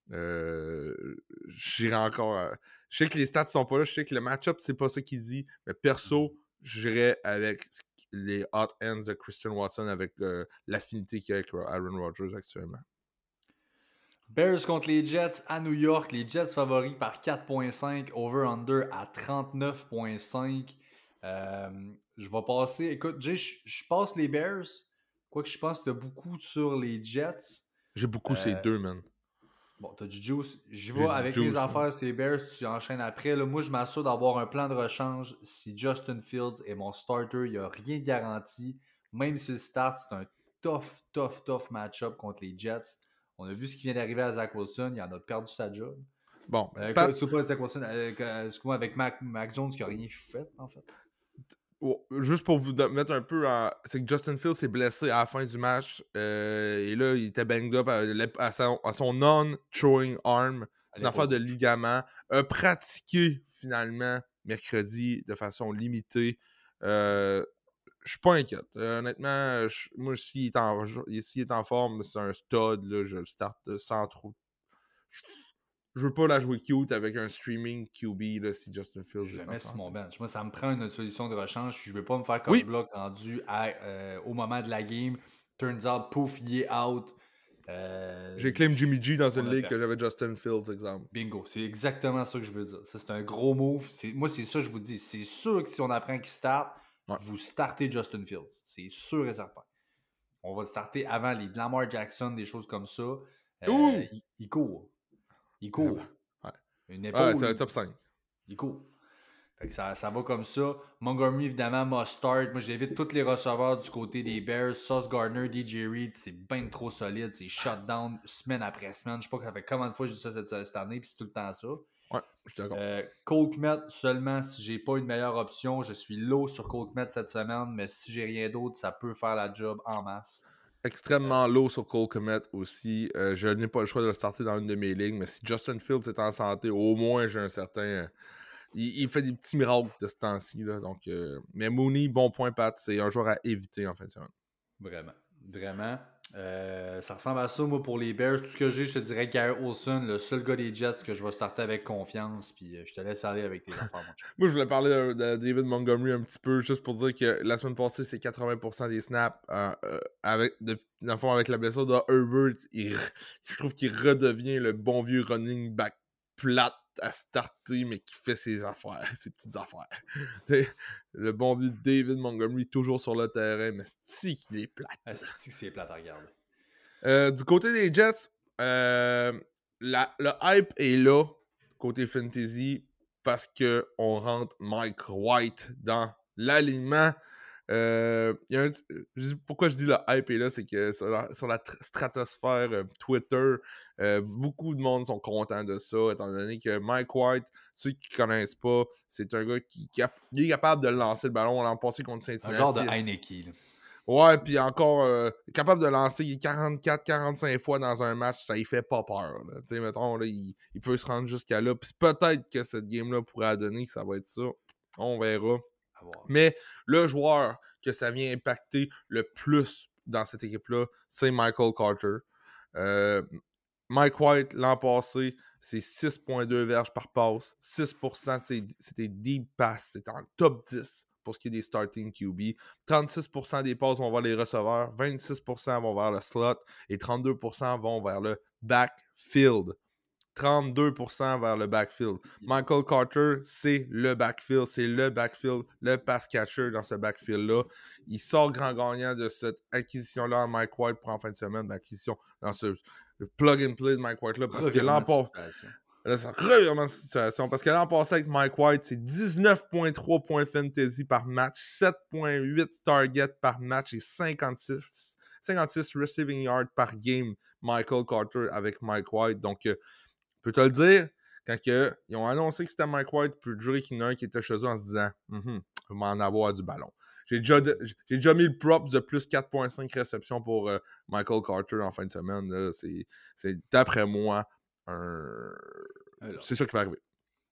j'irai encore... Je sais que les stats sont pas là, je sais que le match-up, c'est pas ça qu'il dit, mais perso, j'irais avec les hot ends de Christian Watson avec l'affinité qu'il y a avec Aaron Rodgers actuellement. Bears contre les Jets à New York. Les Jets favoris par 4.5, over-under à 39.5. Je vais passer... Écoute, Jay, je passe les Bears. Quoique je pense que tu as beaucoup sur les Jets. J'ai beaucoup ces deux, man. Bon, t'as du juice. J'y vais avec mes affaires, c'est Bears, tu enchaînes après. Là, moi, je m'assure d'avoir un plan de rechange. Si Justin Fields est mon starter, il n'y a rien de garanti. Même s'il start, c'est un tough match-up contre les Jets. On a vu ce qui vient d'arriver à Zach Wilson. Il en a perdu sa job. Bon, pas Zach Wilson, excuse-moi, avec Mac Jones qui n'a rien fait, en fait. Juste pour vous mettre un peu c'est que Justin Fields s'est blessé à la fin du match et là il était banged up à son non-throwing arm. C'est une affaire de ligament. A pratiqué finalement mercredi de façon limitée. Je Je suis pas inquiète. Honnêtement, moi, s'il est en forme, c'est un stud. Là, je le starte sans trop. Je veux pas la jouer cute avec un streaming QB là, si Justin Fields Je est le en mets sur mon santé. bench. Moi, ça me prend une solution de rechange. Puis je veux pas me faire Oui, bloc rendu au moment de la game. Turns out, pouf, il est out. j'ai claim Jimmy G dans On une a ligue que perdu. j'avais Justin Fields, exemple. Bingo. C'est exactement ça que je veux dire. Ça, c'est un gros move. Moi, c'est ça que je vous dis. C'est sûr que si on apprend qu'il start, Ouais. vous startez Justin Fields. C'est sûr et certain. On va le starter avant les Lamar Jackson, des choses comme ça. Ouh! Il court. Il Ah bah, court. ouais. Une Ouais, c'est un épaule. top 5. Il court. Fait que ça va comme ça. Montgomery, évidemment, must start. Moi, j'évite tous les receveurs du côté des Bears. Sauce Gardner, DJ Reed, c'est bien trop solide. C'est shutdown semaine après semaine. Je sais pas ça fait combien de fois j'ai dit ça cette année, puis c'est tout le temps ça. Ouais, je suis d'accord. Cole Kmet seulement si j'ai pas une meilleure option. Je suis low sur Cole Kmet cette semaine, mais si j'ai rien d'autre, ça peut faire la job en masse. Extrêmement low sur Cole Kmet aussi. Je n'ai pas le choix de le starter dans une de mes lignes, mais si Justin Fields est en santé, au moins j'ai un certain. Il fait des petits miracles de ce temps-ci. Là, donc, mais Mooney, bon point, Pat. C'est un joueur à éviter en fin de semaine. Vraiment. Vraiment. Ça ressemble à ça, moi, pour les Bears. Tout ce que j'ai, je te dirais Garrett Wilson, le seul gars des Jets que je vais starter avec confiance. Puis je te laisse aller avec tes affaires, mon chum. Moi, je voulais parler de David Montgomery un petit peu, juste pour dire que la semaine passée, c'est 80% des snaps. Dans le fond, avec la blessure de Herbert, je trouve qu'il redevient le bon vieux running back plate à starter, mais qui fait ses affaires, ses petites affaires. T'sais, le bon vieux David Montgomery, toujours sur le terrain, mais c'est qu'il est plate. C'est plate à regarder. Du côté des Jets, le hype est là, côté fantasy, parce qu'on rentre Mike White dans l'alignement. Pourquoi je dis le hype est là, c'est que sur la stratosphère Twitter, beaucoup de monde sont contents de ça, étant donné que Mike White, ceux qui ne connaissent pas, c'est un gars qui est capable de lancer le ballon. On l'a passé contre Cincinnati. Un genre de Heineke. Ouais, puis encore capable de lancer 44-45 fois dans un match, ça y fait pas peur. Tu sais, mettons, là, il peut se rendre jusqu'à là. Puis peut-être que cette game-là pourrait donner que ça va être ça. On verra. Mais le joueur que ça vient impacter le plus dans cette équipe-là, c'est Michael Carter. Mike White, l'an passé, c'est 6,2 verges par passe. 6%, c'était deep pass. C'était en top 10 pour ce qui est des starting QB. 36% des passes vont vers les receveurs. 26% vont vers le slot. Et 32% vont vers le backfield. 32% vers le backfield. Michael Carter, c'est le backfield. C'est le backfield, le pass catcher dans ce backfield-là. Il sort grand gagnant de cette acquisition-là à Mike White pour en fin de semaine. L'acquisition dans ce plug and play de Mike White-là. Parce que l'an passé. C'est un revirement de situation. Parce que l'an passé avec Mike White, c'est 19,3 points fantasy par match, 7,8 targets par match et 56 receiving yards par game. Michael Carter avec Mike White. Donc, je peux te le dire, quand ils ont annoncé que c'était Mike White, puis le jury qu'il y en a un qui était chez eux en se disant je vais m'en avoir du ballon. J'ai déjà mis le prop de plus 4,5 réceptions pour Michael Carter en fin de semaine. Là. C'est d'après moi c'est ça qui va arriver.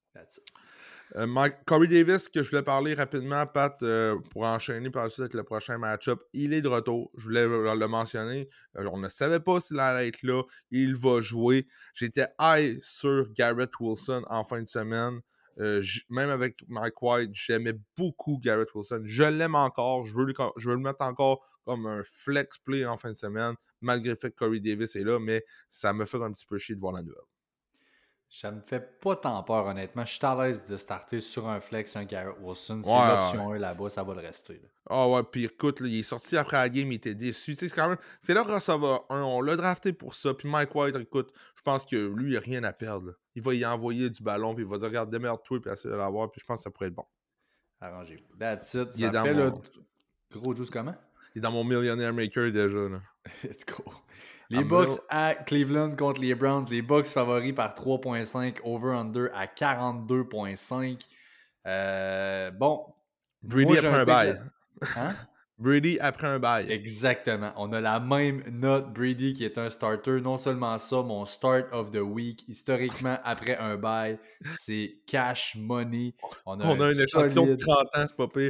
Corey Davis, que je voulais parler rapidement, Pat, pour enchaîner par la suite avec le prochain match-up, il est de retour. Je voulais le mentionner. On ne savait pas s'il allait être là. Il va jouer. J'étais high sur Garrett Wilson en fin de semaine. Même avec Mike White, j'aimais beaucoup Garrett Wilson. Je l'aime encore. Je veux le mettre encore comme un flex play en fin de semaine, malgré le fait que Corey Davis est là, mais ça me fait un petit peu chier de voir la nouvelle. Ça me fait pas tant peur, honnêtement. Je suis à l'aise de starter sur un flex, un Garrett Wilson. C'est Ouais, l'option 1 là-bas, ça va le rester. Ah ouais, puis écoute, là, il est sorti après la game, il était déçu. Tu sais, c'est leur receveur 1, on l'a drafté pour ça. Puis Mike White, écoute, je pense que lui, il a rien à perdre. Là. Il va y envoyer du ballon, puis il va dire, regarde, démerde-toi, puis essayer de l'avoir, puis je pense que ça pourrait être bon. Arrangez-vous. That's it. Il est Ça fait mon... le gros juice comment? Il est dans mon Millionaire Maker déjà. Là. Let's go. Les Bucks à Cleveland contre les Browns. Les Bucks favoris par 3.5, over-under à 42.5. Bon. Brady après un bail. Hein? Brady après un bail. Exactement. On a la même note. Brady qui est un starter. Non seulement ça, mon start of the week, historiquement, après un bail, c'est cash money. On a On a un une échantillon de solide... 30 ans, c'est pas pire.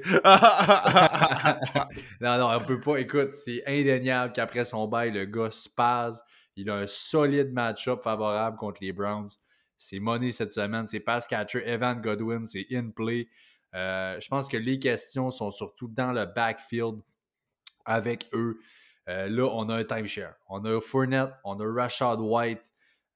non, on peut pas. Écoute, c'est indéniable qu'après son bail, le gars se passe. Il a un solide match-up favorable contre les Browns. C'est money cette semaine. C'est pass catcher. Evan Godwin, c'est in play. Je pense que les questions sont surtout dans le backfield avec eux. Là, on a un timeshare. On a Fournette, on a Rashad White.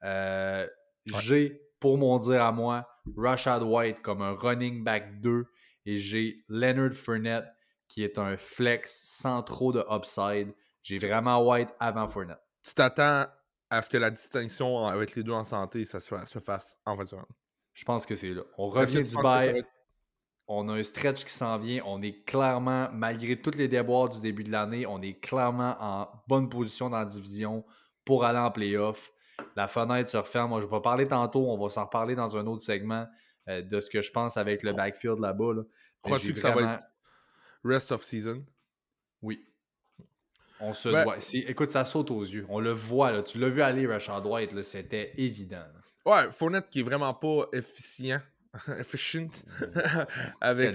J'ai, pour mon dire à moi, Rashad White comme un running back 2 et j'ai Leonard Fournette qui est un flex sans trop de upside. J'ai vraiment White avant Fournette. Tu t'attends à ce que la distinction avec les deux en santé, ça se fasse en fin de semaine. Je pense que c'est là. On Est-ce que revient tu du penses que ça bail. va être... On a un stretch qui s'en vient. On est clairement, malgré tous les déboires du début de l'année, on est clairement en bonne position dans la division pour aller en playoff. La fenêtre se referme. Moi, je vais parler tantôt. On va s'en reparler dans un autre segment de ce que je pense avec le backfield là-bas. Là. Crois-tu que ça va être rest of season? Oui. On se doit. Écoute, ça saute aux yeux. On le voit. Là. Tu l'as vu aller, Rashad White. Là. C'était évident. Là. Ouais, Fournette qui est vraiment pas efficient avec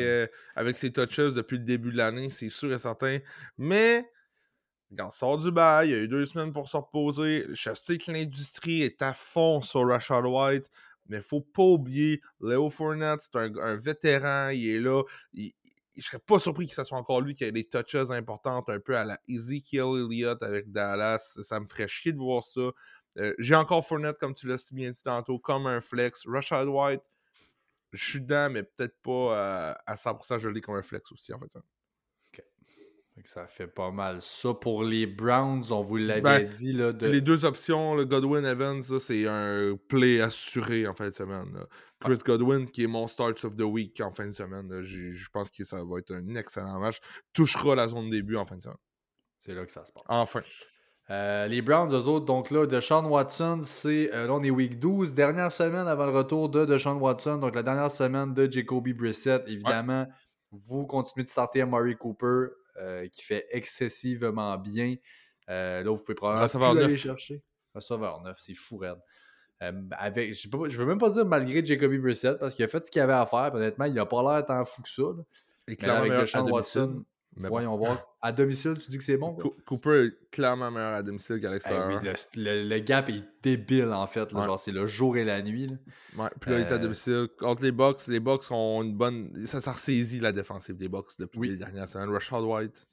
ses touches depuis le début de l'année, c'est sûr et certain. Mais, quand on sort du bail, il y a eu 2 semaines pour se reposer. Je sais que l'industrie est à fond sur Rashad White, mais faut pas oublier, Léo Fournette, c'est un vétéran, il est là. Je serais pas surpris que ce soit encore lui qui ait des touches importantes, un peu à la Ezekiel Elliott avec Dallas. Ça me ferait chier de voir ça. J'ai encore Fournette, comme tu l'as si bien dit tantôt, comme un flex. Rashad White, je suis dedans, mais peut-être pas à 100%, je l'ai comme un flex aussi, en fait. Ça. OK. Ça fait pas mal. Ça, pour les Browns, on vous l'avait dit. Là, Les deux options, le Godwin Evans, ça, c'est un play assuré en fin de semaine. Là. Chris Godwin, qui est mon start of the week en fin de semaine. Je pense que ça va être un excellent match. Touchera la zone début en fin de semaine. C'est là que ça se passe. Enfin. Les Browns, eux autres, donc là, Deshaun Watson, c'est là, on est week 12, dernière semaine avant le retour de Deshaun Watson, donc la dernière semaine de Jacoby Brissett. Évidemment, vous continuez de starter Amari Cooper, qui fait excessivement bien. Là, vous pouvez probablement plus aller chercher. Receveur 9, c'est fou, raide. Je veux même pas dire malgré Jacoby Brissett, parce qu'il a fait ce qu'il avait à faire. Honnêtement, il a pas l'air tant fou que ça. Là. Et clairement avec Deshaun Watson, voyons voir. À domicile, tu dis que c'est bon? Cooper est clairement meilleur à domicile qu'à l'extérieur. Oui, le gap est débile, en fait. Là, genre, c'est le jour et la nuit. Là. Ouais, puis là, il est à domicile. Contre les Bucks ont une bonne... Ça ressaisit la défensive des Bucks depuis les dernières semaines. Rashad White.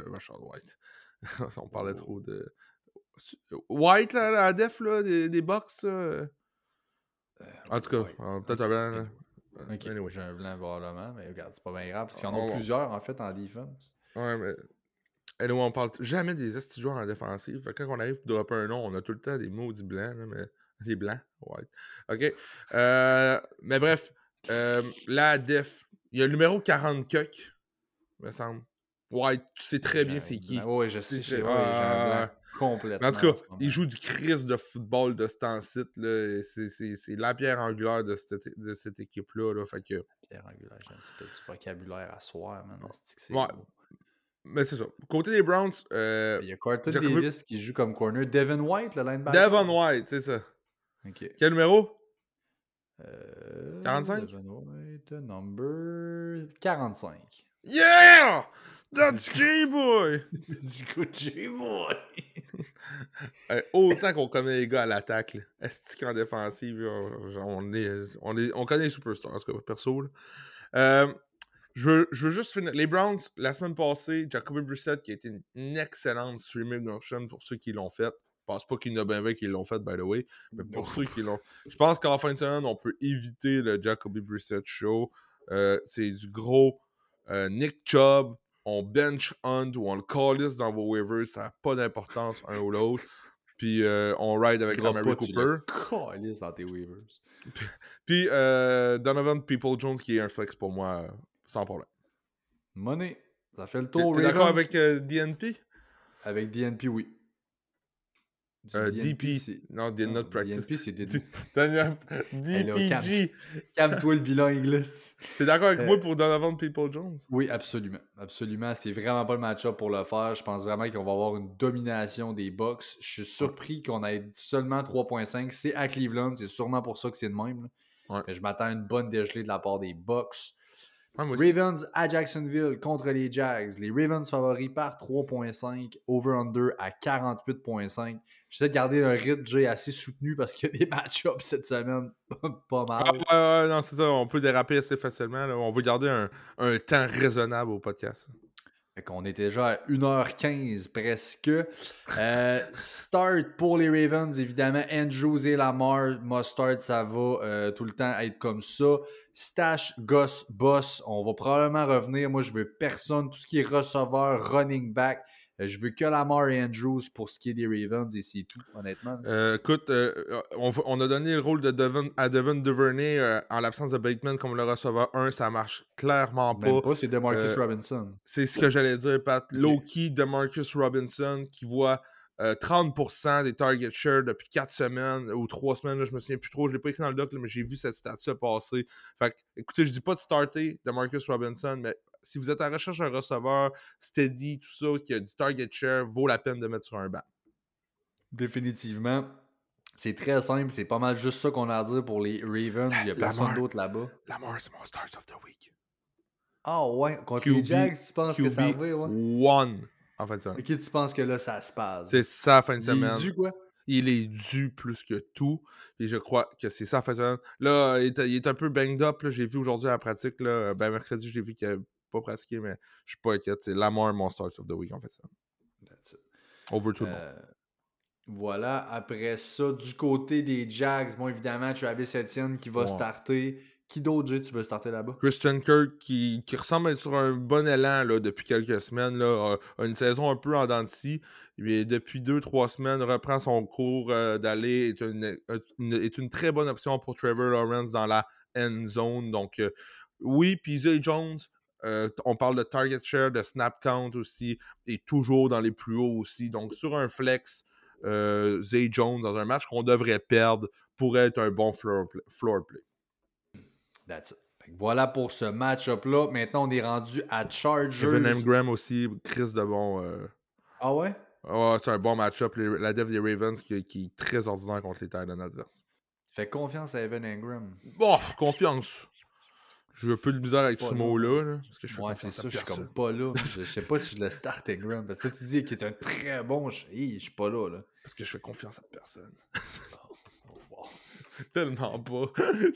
On parlait trop de... White, là, la def là, des Bucks. En tout cas, peut-être un blanc. Là. Ok, anyway. J'ai un blanc probablement, mais regarde, c'est pas bien grave, parce qu'il y en a plusieurs, en fait, en défense. Ouais, mais... Anyway, on parle jamais des estis joueurs en défensive. Fait que quand on arrive pour dropper un nom, on a tout le temps des maudits blancs, là, mais... Des blancs, White. OK. Mais bref, la def, il y a le numéro 40 Cuck, me semble. White, tu sais très bien c'est qui. Oui, je sais. J'ai un blanc complètement. En tout cas, il joue du Christ de football de ce temps-ci. C'est la pierre angulaire de cette équipe-là. Là, fait que... Pierre angulaire, j'aime ça. Du vocabulaire à soir, man. Ouais. Mais c'est ça. Côté des Browns... il y a Carlton Davis qui joue comme corner. Devin White, le linebacker. Devin White, c'est ça. OK. Quel numéro? 45? Devin White, number 45. Yeah! That's J-Boy! That's good J-Boy! Autant qu'on connaît les gars à l'attaque, est-ce qu'en défensive, on connaît les superstars, en tout cas, perso. Là. Je veux juste finir. Les Browns, la semaine passée, Jacoby Brissett, qui a été une excellente streaming option pour ceux qui l'ont fait. Je pense pas qu'il y en a bien qui l'ont fait, by the way. Mais pour ceux qui l'ont... Je pense qu'en fin de semaine, on peut éviter le Jacoby Brissett show. C'est du gros Nick Chubb. On bench Hunt ou on le call dans vos waivers. Ça n'a pas d'importance un ou l'autre. Puis on ride avec Amari Cooper. Call dans tes waivers. Puis Donovan People-Jones qui est un flex pour moi sans problème. Money. Ça fait le tour. T'es d'accord avec DNP? Avec DNP, oui. Du DNP, DP. c'est... Non, did Non, not practice. DNP, c'est Daniel, Hey, là, DPG. calme-toi le bilingue, là. T'es d'accord avec Euh, moi pour Donovan Peoples-Jones? Oui, absolument. Absolument. C'est vraiment pas le match-up pour le faire. Je pense vraiment qu'on va avoir une domination des Bucks. Je suis surpris qu'on ait seulement 3.5. C'est à Cleveland. C'est sûrement pour ça que c'est de même. Là. Ouais. Mais je m'attends à une bonne dégelée de la part des Bucks. Ouais, moi aussi. Ravens à Jacksonville contre les Jags. Les Ravens favoris par 3.5. Over-under à 48.5. J'essaie de garder un rythme Jay, assez soutenu parce qu'il y a des match-ups cette semaine. Pas mal. Ouais, non, c'est ça. On peut déraper assez facilement. Là. On va garder un temps raisonnable au podcast. Fait qu'on est déjà à 1h15 presque. Start pour les Ravens, évidemment. Andrews et Lamar. Mustard, ça va tout le temps être comme ça. Stash, Gus, Boss. On va probablement revenir. Moi, je veux personne. Tout ce qui est receveur, running back. Je veux que Lamar et Andrews pour ce qui est des Ravens et c'est tout, honnêtement. Écoute, on a donné le rôle de Devin Duvernay en l'absence de Bateman comme le receveur 1. Ça marche clairement Même pas. pas, c'est DeMarcus Robinson. C'est ce que j'allais dire, Pat. Low-key de Marcus Robinson qui voit 30% des target share depuis 4 semaines ou 3 semaines, là, je me souviens plus trop. Je l'ai pas écrit dans le doc, là, mais j'ai vu cette stat-là passer. Fait que, écoutez, je dis pas de starter de Marcus Robinson, mais si vous êtes à la recherche d'un receveur steady, tout ça, qui a du target share, vaut la peine de mettre sur un banc. Définitivement. C'est très simple. C'est pas mal juste ça qu'on a à dire pour les Ravens. Il n'y a personne d'autre là-bas. Lamar, c'est mon start of the week. Ah ouais, contre les Jags, tu penses que ça va, ouais? One en fin de semaine. Ok, tu penses que là, ça se passe. C'est ça, fin de semaine. Il est dû, quoi? Il est dû plus que tout. Et je crois que c'est ça, fin de semaine. Là, il est un peu banged up. Là. J'ai vu aujourd'hui à la pratique. Là. Ben, mercredi, je l'ai vu qu'il n'avait pas pratiqué, mais je suis pas inquiète. C'est Lamar, mon start of the week, en fait. Ça. Over tout le monde. Voilà. Après ça, du côté des Jags, bon, évidemment, Travis Etienne qui va starter. Qui d'autre, Jay, tu veux starter là-bas? Christian Kirk qui ressemble à être sur un bon élan là, depuis quelques semaines. Là, a une saison un peu en dents de scie. Depuis 2-3 semaines, reprend son cours d'aller. Est une très bonne option pour Trevor Lawrence dans la end zone. Donc, oui, puis Zay Jones, on parle de target share, de snap count aussi, et toujours dans les plus hauts aussi. Donc, sur un flex, Zay Jones, dans un match qu'on devrait perdre, pourrait être un bon floor play. That's it. Voilà pour ce match-up-là. Maintenant, on est rendu à Chargers. Evan Engram aussi, Chris de bon. Ah ouais? Oh, c'est un bon match-up. La def des Ravens qui est très ordinaire contre les Titans adverses. Tu fais confiance à Evan Engram? Bon, confiance. J'ai un peu de bizarre avec ce mot-là. Parce que je fais c'est ça, je suis comme pas là. Je sais pas si je le start Engram. Parce que tu dis qu'il est un très bon. Je suis pas là. Parce que je fais confiance à personne. Wow. Tellement pas.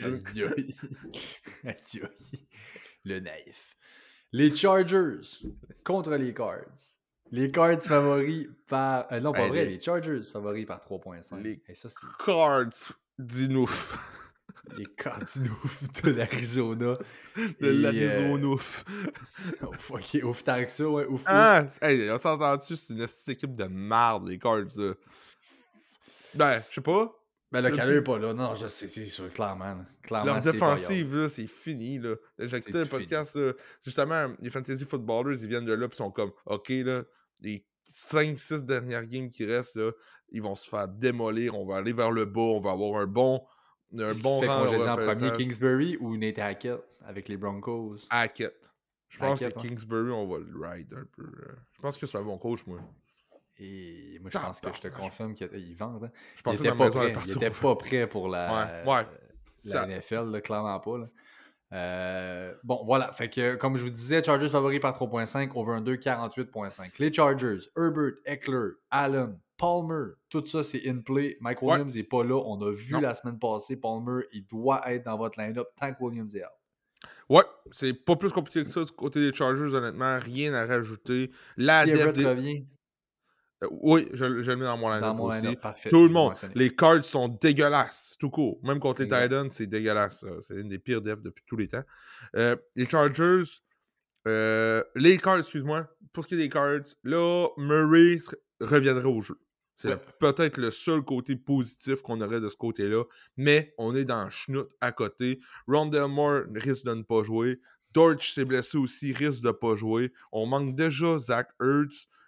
Aïe. Le naïf. Les Chargers contre les Cards. Les Cards favoris par... non, pas vrai. Les Chargers favoris par 3.5. Les ça, c'est... Cards d'Inouf. Les Cardinouf de l'Arizona. De l'Arizona. Ok, ouf tant que ça, ouais. Ouf. Hey, on s'entend dessus, c'est une équipe de marde, les Cards. Là. Ben, je sais pas. Ben, le Calais est pas là. Non, je sais, c'est sûr, clairement. Leur défensive, là, c'est fini, là. J'ai écouté le podcast, là, justement, les Fantasy Footballers, ils viennent de là, pis sont comme, OK, là, les 5-6 dernières games qui restent, là, ils vont se faire démolir, on va aller vers le bas, on va avoir un bon rang. Tu fais en premier Kingsbury ou Nate Hackett avec les Broncos? Hackett. Je pense que Kingsbury, on va le ride un peu. Je pense que c'est un bon coach, moi. Et moi, je pense que je te confirme qu'il vend. Hein. Je pense il était pas prêt pour la NFL, là, clairement pas. Là. Bon, voilà. Fait que, comme je vous disais, Chargers favoris par 3.5, over-under 48.5. Les Chargers, Herbert, Eckler, Allen, Palmer, tout ça, c'est in play. Mike Williams n'est pas là. On a vu la semaine passée, Palmer, il doit être dans votre line-up tant que Williams est out. Ouais, c'est pas plus compliqué que ça du côté des Chargers, honnêtement. Rien à rajouter. Si Everett revient... Oui, je le mets dans mon line-up aussi. Parfait, tout le monde. Les cards sont dégueulasses, tout court. Même contre les Titans, c'est dégueulasse. C'est une des pires defs depuis tous les temps. Les Chargers, les cards, excuse-moi. Pour ce qui est des cards, là, Murray reviendrait au jeu. C'est peut-être le seul côté positif qu'on aurait de ce côté-là. Mais on est dans le schnout à côté. Rondale Moore risque de ne pas jouer. Dortch s'est blessé aussi, risque de ne pas jouer. On manque déjà Zach Ertz.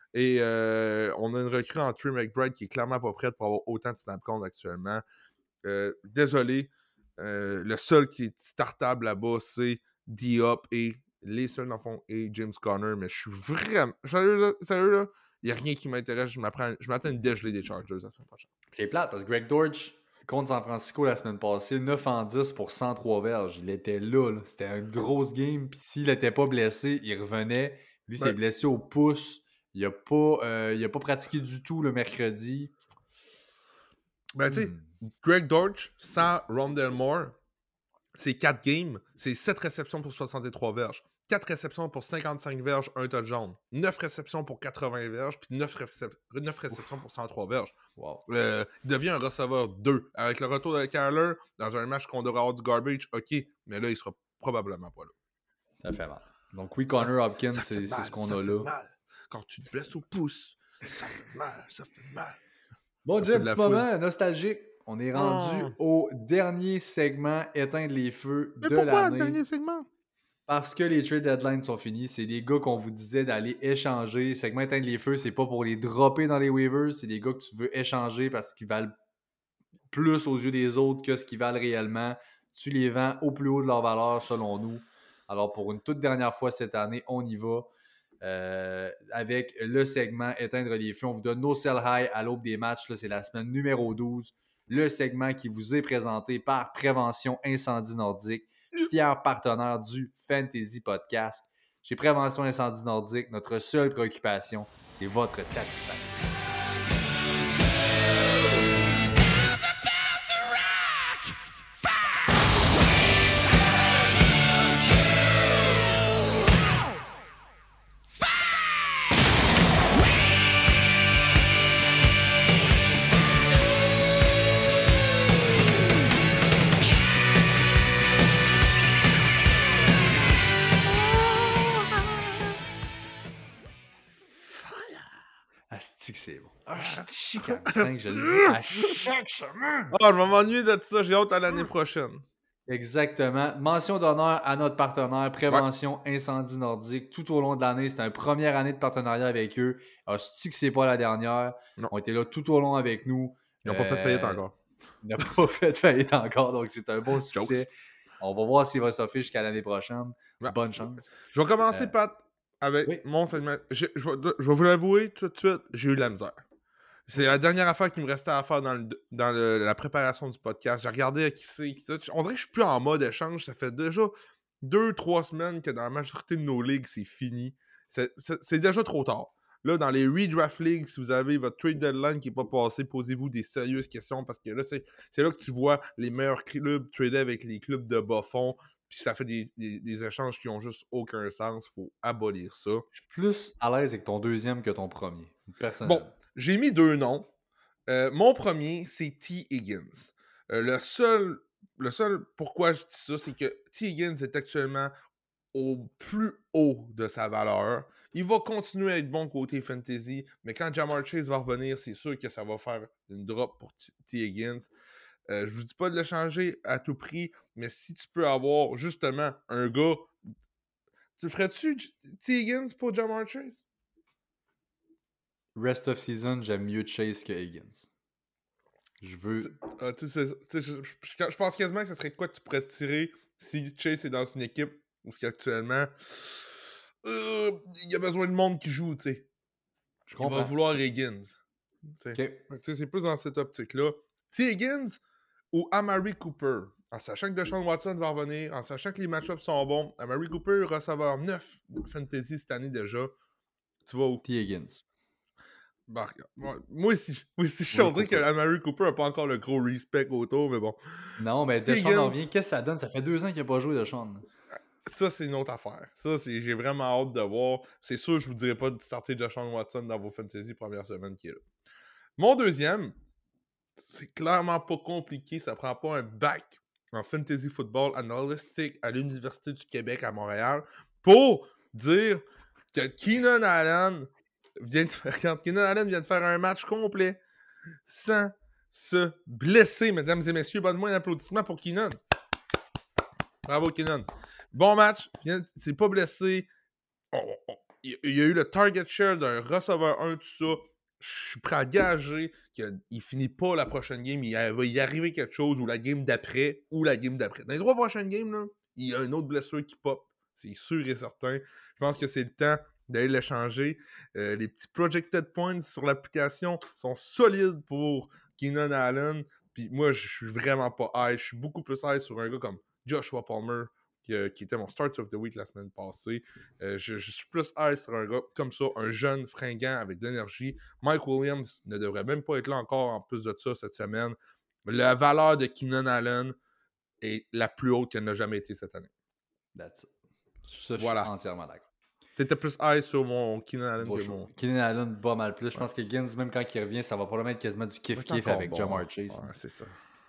Et on a une recrue en Trey McBride qui est clairement pas prête pour avoir autant de snap count actuellement. Désolé. Le seul qui est startable là-bas, c'est Diop et les seuls, dans le fond, et James Conner. Mais je suis vraiment... Sérieux, là, il n'y a rien qui m'intéresse. Je m'attends à une dégelée des Chargers la semaine prochaine. C'est plate parce que Greg Dortch contre San Francisco la semaine passée, 9 en 10 pour 103 verges. Il était là. C'était une grosse game. Puis s'il n'était pas blessé, il revenait. Lui, s'est blessé au pouce. Il n'a pas pratiqué du tout le mercredi. Ben, tu sais, Greg Dortch sans Rondale Moore, c'est 4 games, c'est 7 réceptions pour 63 verges. 4 réceptions pour 55 verges, 1 touchdown. 9 réceptions pour 80 verges, puis 9 réceptions pour 103 verges. Wow. Il devient un receveur 2. Avec le retour de Kyler, dans un match qu'on devrait avoir du garbage, ok, mais là, il sera probablement pas là. Ça fait mal. Donc oui, Connor Hopkins, c'est ce qu'on a là. Mal. Quand tu te blesses au pouce, ça fait mal. Bon, Jay, petit moment nostalgique. On est rendu au dernier segment éteindre les feux de l'année. Mais pourquoi le dernier segment? Parce que les trade deadlines sont finis. C'est des gars qu'on vous disait d'aller échanger. Segment éteindre les feux, c'est pas pour les dropper dans les waivers. C'est des gars que tu veux échanger parce qu'ils valent plus aux yeux des autres que ce qu'ils valent réellement. Tu les vends au plus haut de leur valeur, selon nous. Alors, pour une toute dernière fois cette année, on y va. Avec le segment éteindre les feux. On vous donne nos sell high à l'aube des matchs. Là, c'est la semaine numéro 12. Le segment qui vous est présenté par Prévention Incendie Nordique, fier partenaire du Fantasy Podcast. Chez Prévention Incendie Nordique, notre seule préoccupation, c'est votre satisfaction. C'est bon. Je le dis à chaque semaine. Je vais m'ennuyer de ça. J'ai hâte à l'année prochaine. Exactement. Mention d'honneur à notre partenaire Prévention Incendie Nordique. Tout au long de l'année, c'était une première année de partenariat avec eux. Alors, je dis que c'est pas la dernière. Non. On était là tout au long avec nous. Ils n'ont pas fait faillite encore. Ils n'ont pas fait faillite encore, donc c'est un bon succès. On va voir s'il va s'offrir jusqu'à l'année prochaine. Ouais. Bonne chance. Je vais commencer, Pat, avec mon segment. Je vais vous l'avouer tout de suite, j'ai eu de la misère. C'est la dernière affaire qui me restait à faire dans la préparation du podcast. J'ai regardé à qui c'est. On dirait que je suis plus en mode échange. Ça fait déjà 2-3 semaines que dans la majorité de nos ligues, c'est fini. C'est déjà trop tard. Là, dans les redraft leagues, si vous avez votre trade deadline qui n'est pas passé, posez-vous des sérieuses questions parce que là, c'est là que tu vois les meilleurs clubs trader avec les clubs de bas fond. Puis ça fait des échanges qui ont juste aucun sens. Faut abolir ça. Je suis plus à l'aise avec ton deuxième que ton premier. Personnellement. Bon, j'ai mis 2 noms. Mon premier, c'est T. Higgins. Le seul pourquoi je dis ça, c'est que T. Higgins est actuellement au plus haut de sa valeur. Il va continuer à être bon côté fantasy, mais quand Ja'Marr Chase va revenir, c'est sûr que ça va faire une drop pour T. Higgins. Je vous dis pas de le changer à tout prix, mais si tu peux avoir justement un gars... Tu ferais-tu T. Higgins pour Ja'Marr Chase? Rest of season, j'aime mieux Chase que Higgins. Je veux... je pense quasiment que ce serait quoi que tu pourrais tirer si Chase est dans une équipe où qu'actuellement il y a besoin de monde qui joue, tu sais. Je comprends. Il va vouloir Higgins. Okay. C'est plus dans cette optique-là. T. Higgins ou Amari Cooper, en sachant que Deshaun Watson va revenir, en sachant que les match-ups sont bons, Amari Cooper, receveur 9 fantasy cette année déjà. Tu vas où? T. Higgins. Bah, moi aussi, je dirais que Amari Cooper n'a pas encore le gros respect autour, mais bon. Non, mais Deshaun en vient. Qu'est-ce que ça donne? Ça fait 2 ans qu'il n'a pas joué, Deshaun. Ça, c'est une autre affaire. Ça, j'ai vraiment hâte de voir. C'est sûr, je vous dirais pas de starter Deshaun Watson dans vos fantasy première semaine qui est là. Mon deuxième, c'est clairement pas compliqué. Ça prend pas un bac en fantasy football analytique à l'Université du Québec à Montréal pour dire que Keenan Allen vient de faire un match complet sans se blesser, mesdames et messieurs. Bonne-moi un applaudissement pour Keenan. Bravo, Keenan. Bon match. C'est pas blessé. il y a eu le target share d'un receveur 1, tout ça. Je suis prêt à gager qu'il finit pas la prochaine game. Il va y arriver quelque chose, ou la game d'après, ou la game d'après. Dans les 3 prochaines games, là, il y a une autre blessure qui pop. C'est sûr et certain. Je pense que c'est le temps d'aller l'échanger. Les petits projected points sur l'application sont solides pour Keenan Allen. Puis moi, je suis vraiment pas high. Je suis beaucoup plus high sur un gars comme Joshua Palmer, qui était mon Start of the Week la semaine passée. Je suis plus high sur un gars comme ça, un jeune fringant avec de l'énergie. Mike Williams ne devrait même pas être là encore en plus de ça cette semaine. La valeur de Keenan Allen est la plus haute qu'elle n'a jamais été cette année. That's it. Ça, je Voilà. suis entièrement d'accord. T'étais plus high sur mon Keenan Allen que mon... Keenan Allen, pas mal plus. Je pense que Higgins, même quand il revient, ça va probablement être quasiment du kiff-kiff avec Jamar Chase. Ouais, c'est ça.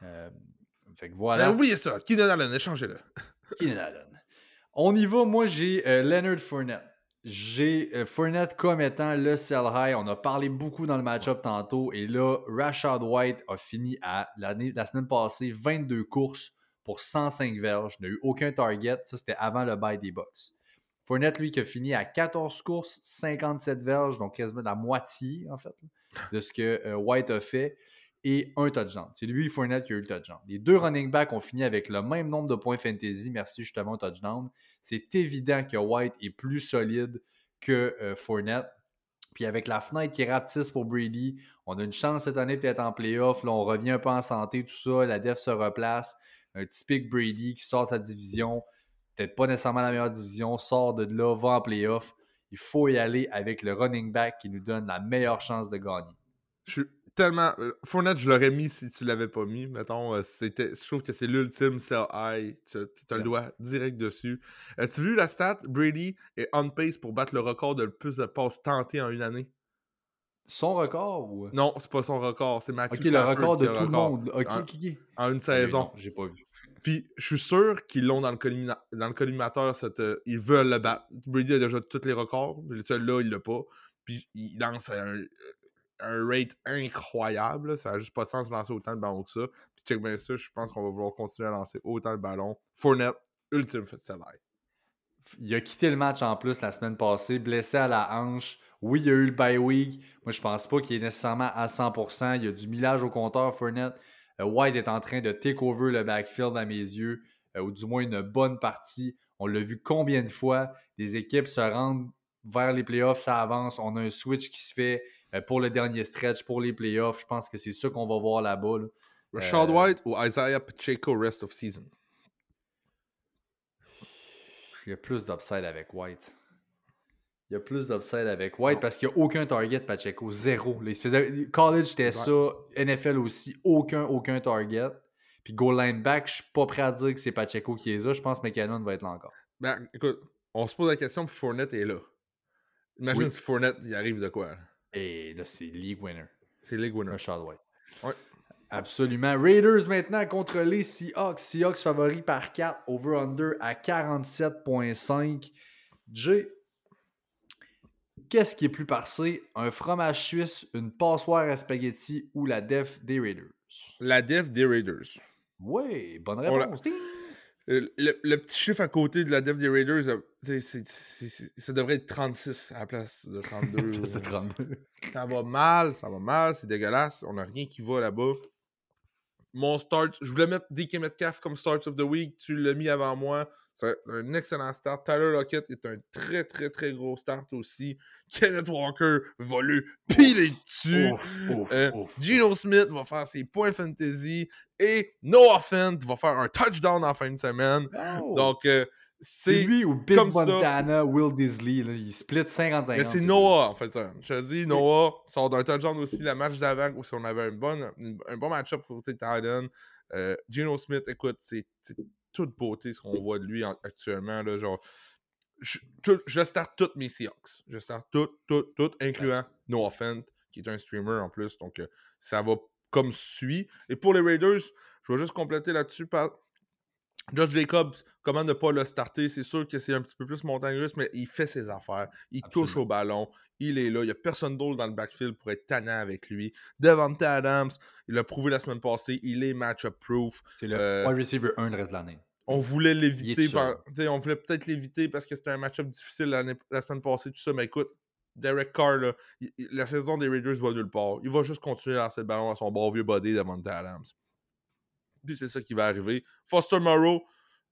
Fait que voilà. Oubliez ça. Keenan Allen, échangez-le. Keenan Allen. On y va. Moi, j'ai Leonard Fournette. J'ai Fournette comme étant le sell high. On a parlé beaucoup dans le match-up tantôt. Et là, Rashad White a fini la semaine passée 22 courses pour 105 verges. Il n'a eu aucun target. Ça, c'était avant le bye des Bucks. Fournette, lui, qui a fini à 14 courses, 57 verges, donc quasiment la moitié, en fait, de ce que White a fait, et un touchdown. C'est lui, Fournette, qui a eu le touchdown. Les 2 running backs ont fini avec le même nombre de points fantasy, merci justement au touchdown. C'est évident que White est plus solide que Fournette. Puis avec la fenêtre qui rapetisse pour Brady, on a une chance cette année peut-être en playoff. Là, on revient un peu en santé, tout ça. La def se replace. Un typique Brady qui sort de sa division. Peut-être pas nécessairement la meilleure division, sort de là, va en playoff. Il faut y aller avec le running back qui nous donne la meilleure chance de gagner. Je suis tellement... Fournette, je l'aurais mis si tu l'avais pas mis. Mettons, je trouve que c'est l'ultime sell high. Tu as le doigt direct dessus. As-tu vu la stat? Brady est on pace pour battre le record de le plus de passes tentées en une année. Son record ou... Non, c'est pas son record. C'est Matthew Ok, Stafford le record de qui a tout le monde. Ok. En une saison. Non, j'ai pas vu. Puis, je suis sûr qu'ils l'ont dans le collimateur. Ils veulent le battre. Brady a déjà tous les records. Celui-là, il l'a pas. Puis, il lance un rate incroyable. Là. Ça n'a juste pas de sens de lancer autant de ballons que ça. Puis, check bien ça. Je pense qu'on va vouloir continuer à lancer autant de ballons. Fournette, ultime sell high. Il a quitté le match en plus la semaine passée, blessé à la hanche. Oui, il y a eu le bye week. Moi, je pense pas qu'il est nécessairement à 100%. Il y a du millage au compteur, Fournette. White est en train de take over le backfield à mes yeux, ou du moins une bonne partie. On l'a vu combien de fois. Les équipes se rendent vers les playoffs, ça avance. On a un switch qui se fait pour le dernier stretch, pour les playoffs. Je pense que c'est ça qu'on va voir là-bas. Là. Rashad White ou Isaiah Pacheco rest of season? Il y a plus d'upside avec White. Parce qu'il n'y a aucun target, Pacheco. Zéro. College, c'était ça. NFL aussi. Aucun target. Puis goal line back, je suis pas prêt à dire que c'est Pacheco qui est là. Je pense que McKinnon va être là encore. Ben, écoute, on se pose la question puis Fournette est là. Imagine si Fournette, il arrive de quoi? Là? Et là, c'est League Winner. C'est League Winner. Rashad White. Ouais. Absolument. Raiders maintenant contre les Seahawks. Seahawks favoris par 4. Over-under à 47,5. Jay, qu'est-ce qui est plus passé? Un fromage suisse, une passoire à spaghetti ou la def des Raiders? La def des Raiders. Oui, bonne réponse. Le petit chiffre à côté de la def des Raiders, ça devrait être 36 à la place de 32. C'est 32. Ça va mal, c'est dégueulasse. On n'a rien qui va là-bas. Mon start, je voulais mettre DK Metcalf comme start of the week. Tu l'as mis avant moi. C'est un excellent start. Tyler Lockett est un très, très, très gros start aussi. Kenneth Walker va le piler dessus. Geno Smith va faire ses points fantasy. Et Noah Fent va faire un touchdown en fin de semaine. Oh. Donc, c'est lui ou Big comme Montana, Will Disley. Là, il split 50-50. Mais c'est Noah, en fait. Ça. Je te dis, Noah sort d'un touchdown aussi le match d'avant où on avait un bon match-up côté Titan. Geno Smith, écoute, c'est toute beauté ce qu'on voit de lui actuellement. Là, genre, je starte toutes mes Seahawks. Je starte toutes, incluant Noah Fent, qui est un streamer en plus. Donc, ça va comme suit. Et pour les Raiders, je vais juste compléter là-dessus par Josh Jacobs, comment ne pas le starter? C'est sûr que c'est un petit peu plus montagne russe, mais il fait ses affaires. Il touche au ballon. Il est là. Il n'y a personne d'autre dans le backfield pour être tannant avec lui. Devontae Adams, il l'a prouvé la semaine passée. Il est match-up proof. C'est le wide receiver 1 le reste de l'année. On voulait Il est l'éviter. tout seul. On voulait peut-être l'éviter parce que c'était un match-up difficile la semaine passée, tout ça. Mais écoute, Derek Carr, là, la saison des Raiders va nulle part. Il va juste continuer à lancer le ballon à son bon vieux body de Monte Adams. Puis c'est ça qui va arriver. Foster Moreau,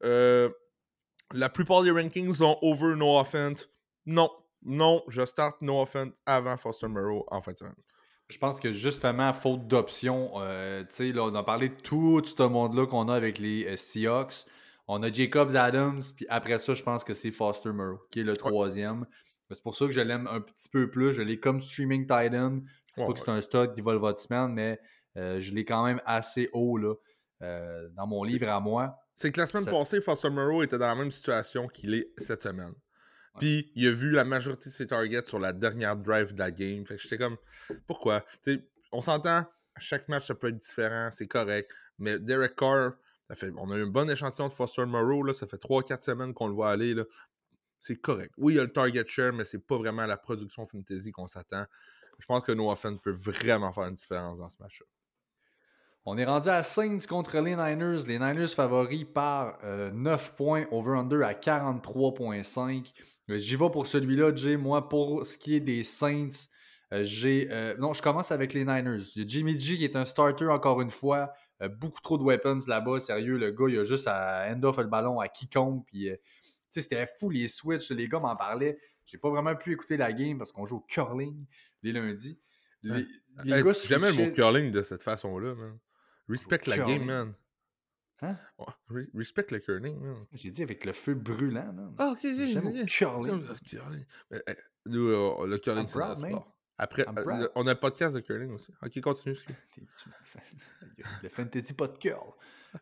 la plupart des rankings sont over Noah Fant. Non, je start Noah Fant avant Foster Moreau en fin de semaine. Je pense que justement, faute d'options, tu sais, là, on a parlé de tout ce monde-là qu'on a avec les Seahawks. On a Jacobs Adams, puis après ça, je pense que c'est Foster Moreau, qui est le troisième. C'est pour ça que je l'aime un petit peu plus. Je l'ai comme streaming tight end. Je ne dis pas que c'est un stud qui vole votre semaine, mais je l'ai quand même assez haut là, dans mon livre à moi. C'est que la semaine passée, Foster Moreau était dans la même situation qu'il est cette semaine. Puis, il a vu la majorité de ses targets sur la dernière drive de la game. Fait que j'étais comme, pourquoi? T'sais, on s'entend, à chaque match, ça peut être différent, c'est correct. Mais Derek Carr, on a eu un bon échantillon de Foster Moreau, là, ça fait 3-4 semaines qu'on le voit aller. Là. C'est correct. Oui, il y a le target share, mais c'est pas vraiment la production fantasy qu'on s'attend. Je pense que Noah Fant peut vraiment faire une différence dans ce match-là. On est rendu à Saints contre les Niners. Les Niners favoris par 9 points, over-under à 43,5. J'y vais pour celui-là, Jay. Moi, pour ce qui est des Saints, non, je commence avec les Niners. Il y a Jimmy G qui est un starter encore une fois. Beaucoup trop de weapons là-bas. Sérieux, le gars, il a juste à end-off le ballon à quiconque. Puis, c'était fou les switches. Les gars m'en parlaient. J'ai pas vraiment pu écouter la game parce qu'on joue au curling les lundis. Les gars jamais le mot curling de cette façon-là, man. Respect la game, man. Hein? Respect le curling, man. J'ai dit avec le feu brûlant, man. Ah, ok, J'aime au curling. Nous, le curling, c'est notre sport. Après, on a un podcast de curling aussi. Ok, continue. T'es-tu mal fait? Le fantasy pas de curl.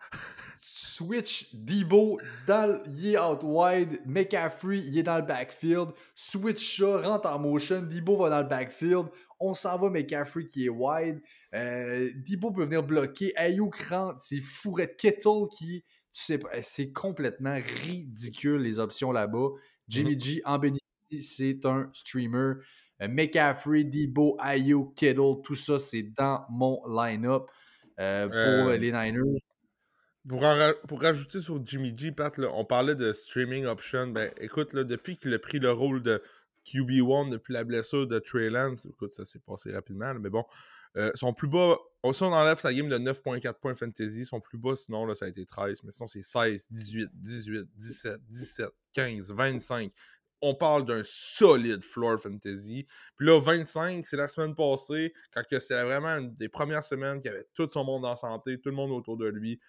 Switch Debo, il est out wide. McCaffrey, il est dans le backfield. Switch ça, rentre en motion. Debo va dans le backfield. On s'en va, McCaffrey qui est wide. Debo peut venir bloquer. Ayuk rentre. C'est Fourette Kittle qui... Tu sais pas, c'est complètement ridicule les options là-bas. Jimmy G en bénéficie, c'est un streamer. McCaffrey, Debo, Ayuk, Kittle, tout ça, c'est dans mon line-up pour les Niners. Pour rajouter sur Jimmy G, Pat, là, on parlait de streaming option. Ben, écoute, là, depuis qu'il a pris le rôle de QB1 depuis la blessure de Trey Lance, écoute, ça s'est passé rapidement, là, mais bon, son plus bas, si on enlève sa game de 9.4 points fantasy, son plus bas, sinon, là, ça a été 13, mais sinon, c'est 16, 18, 18, 17, 17, 15, 25. On parle d'un solide floor fantasy. Puis là, 25, c'est la semaine passée, quand c'était vraiment une des premières semaines qu'il avait tout son monde en santé, tout le monde autour de lui.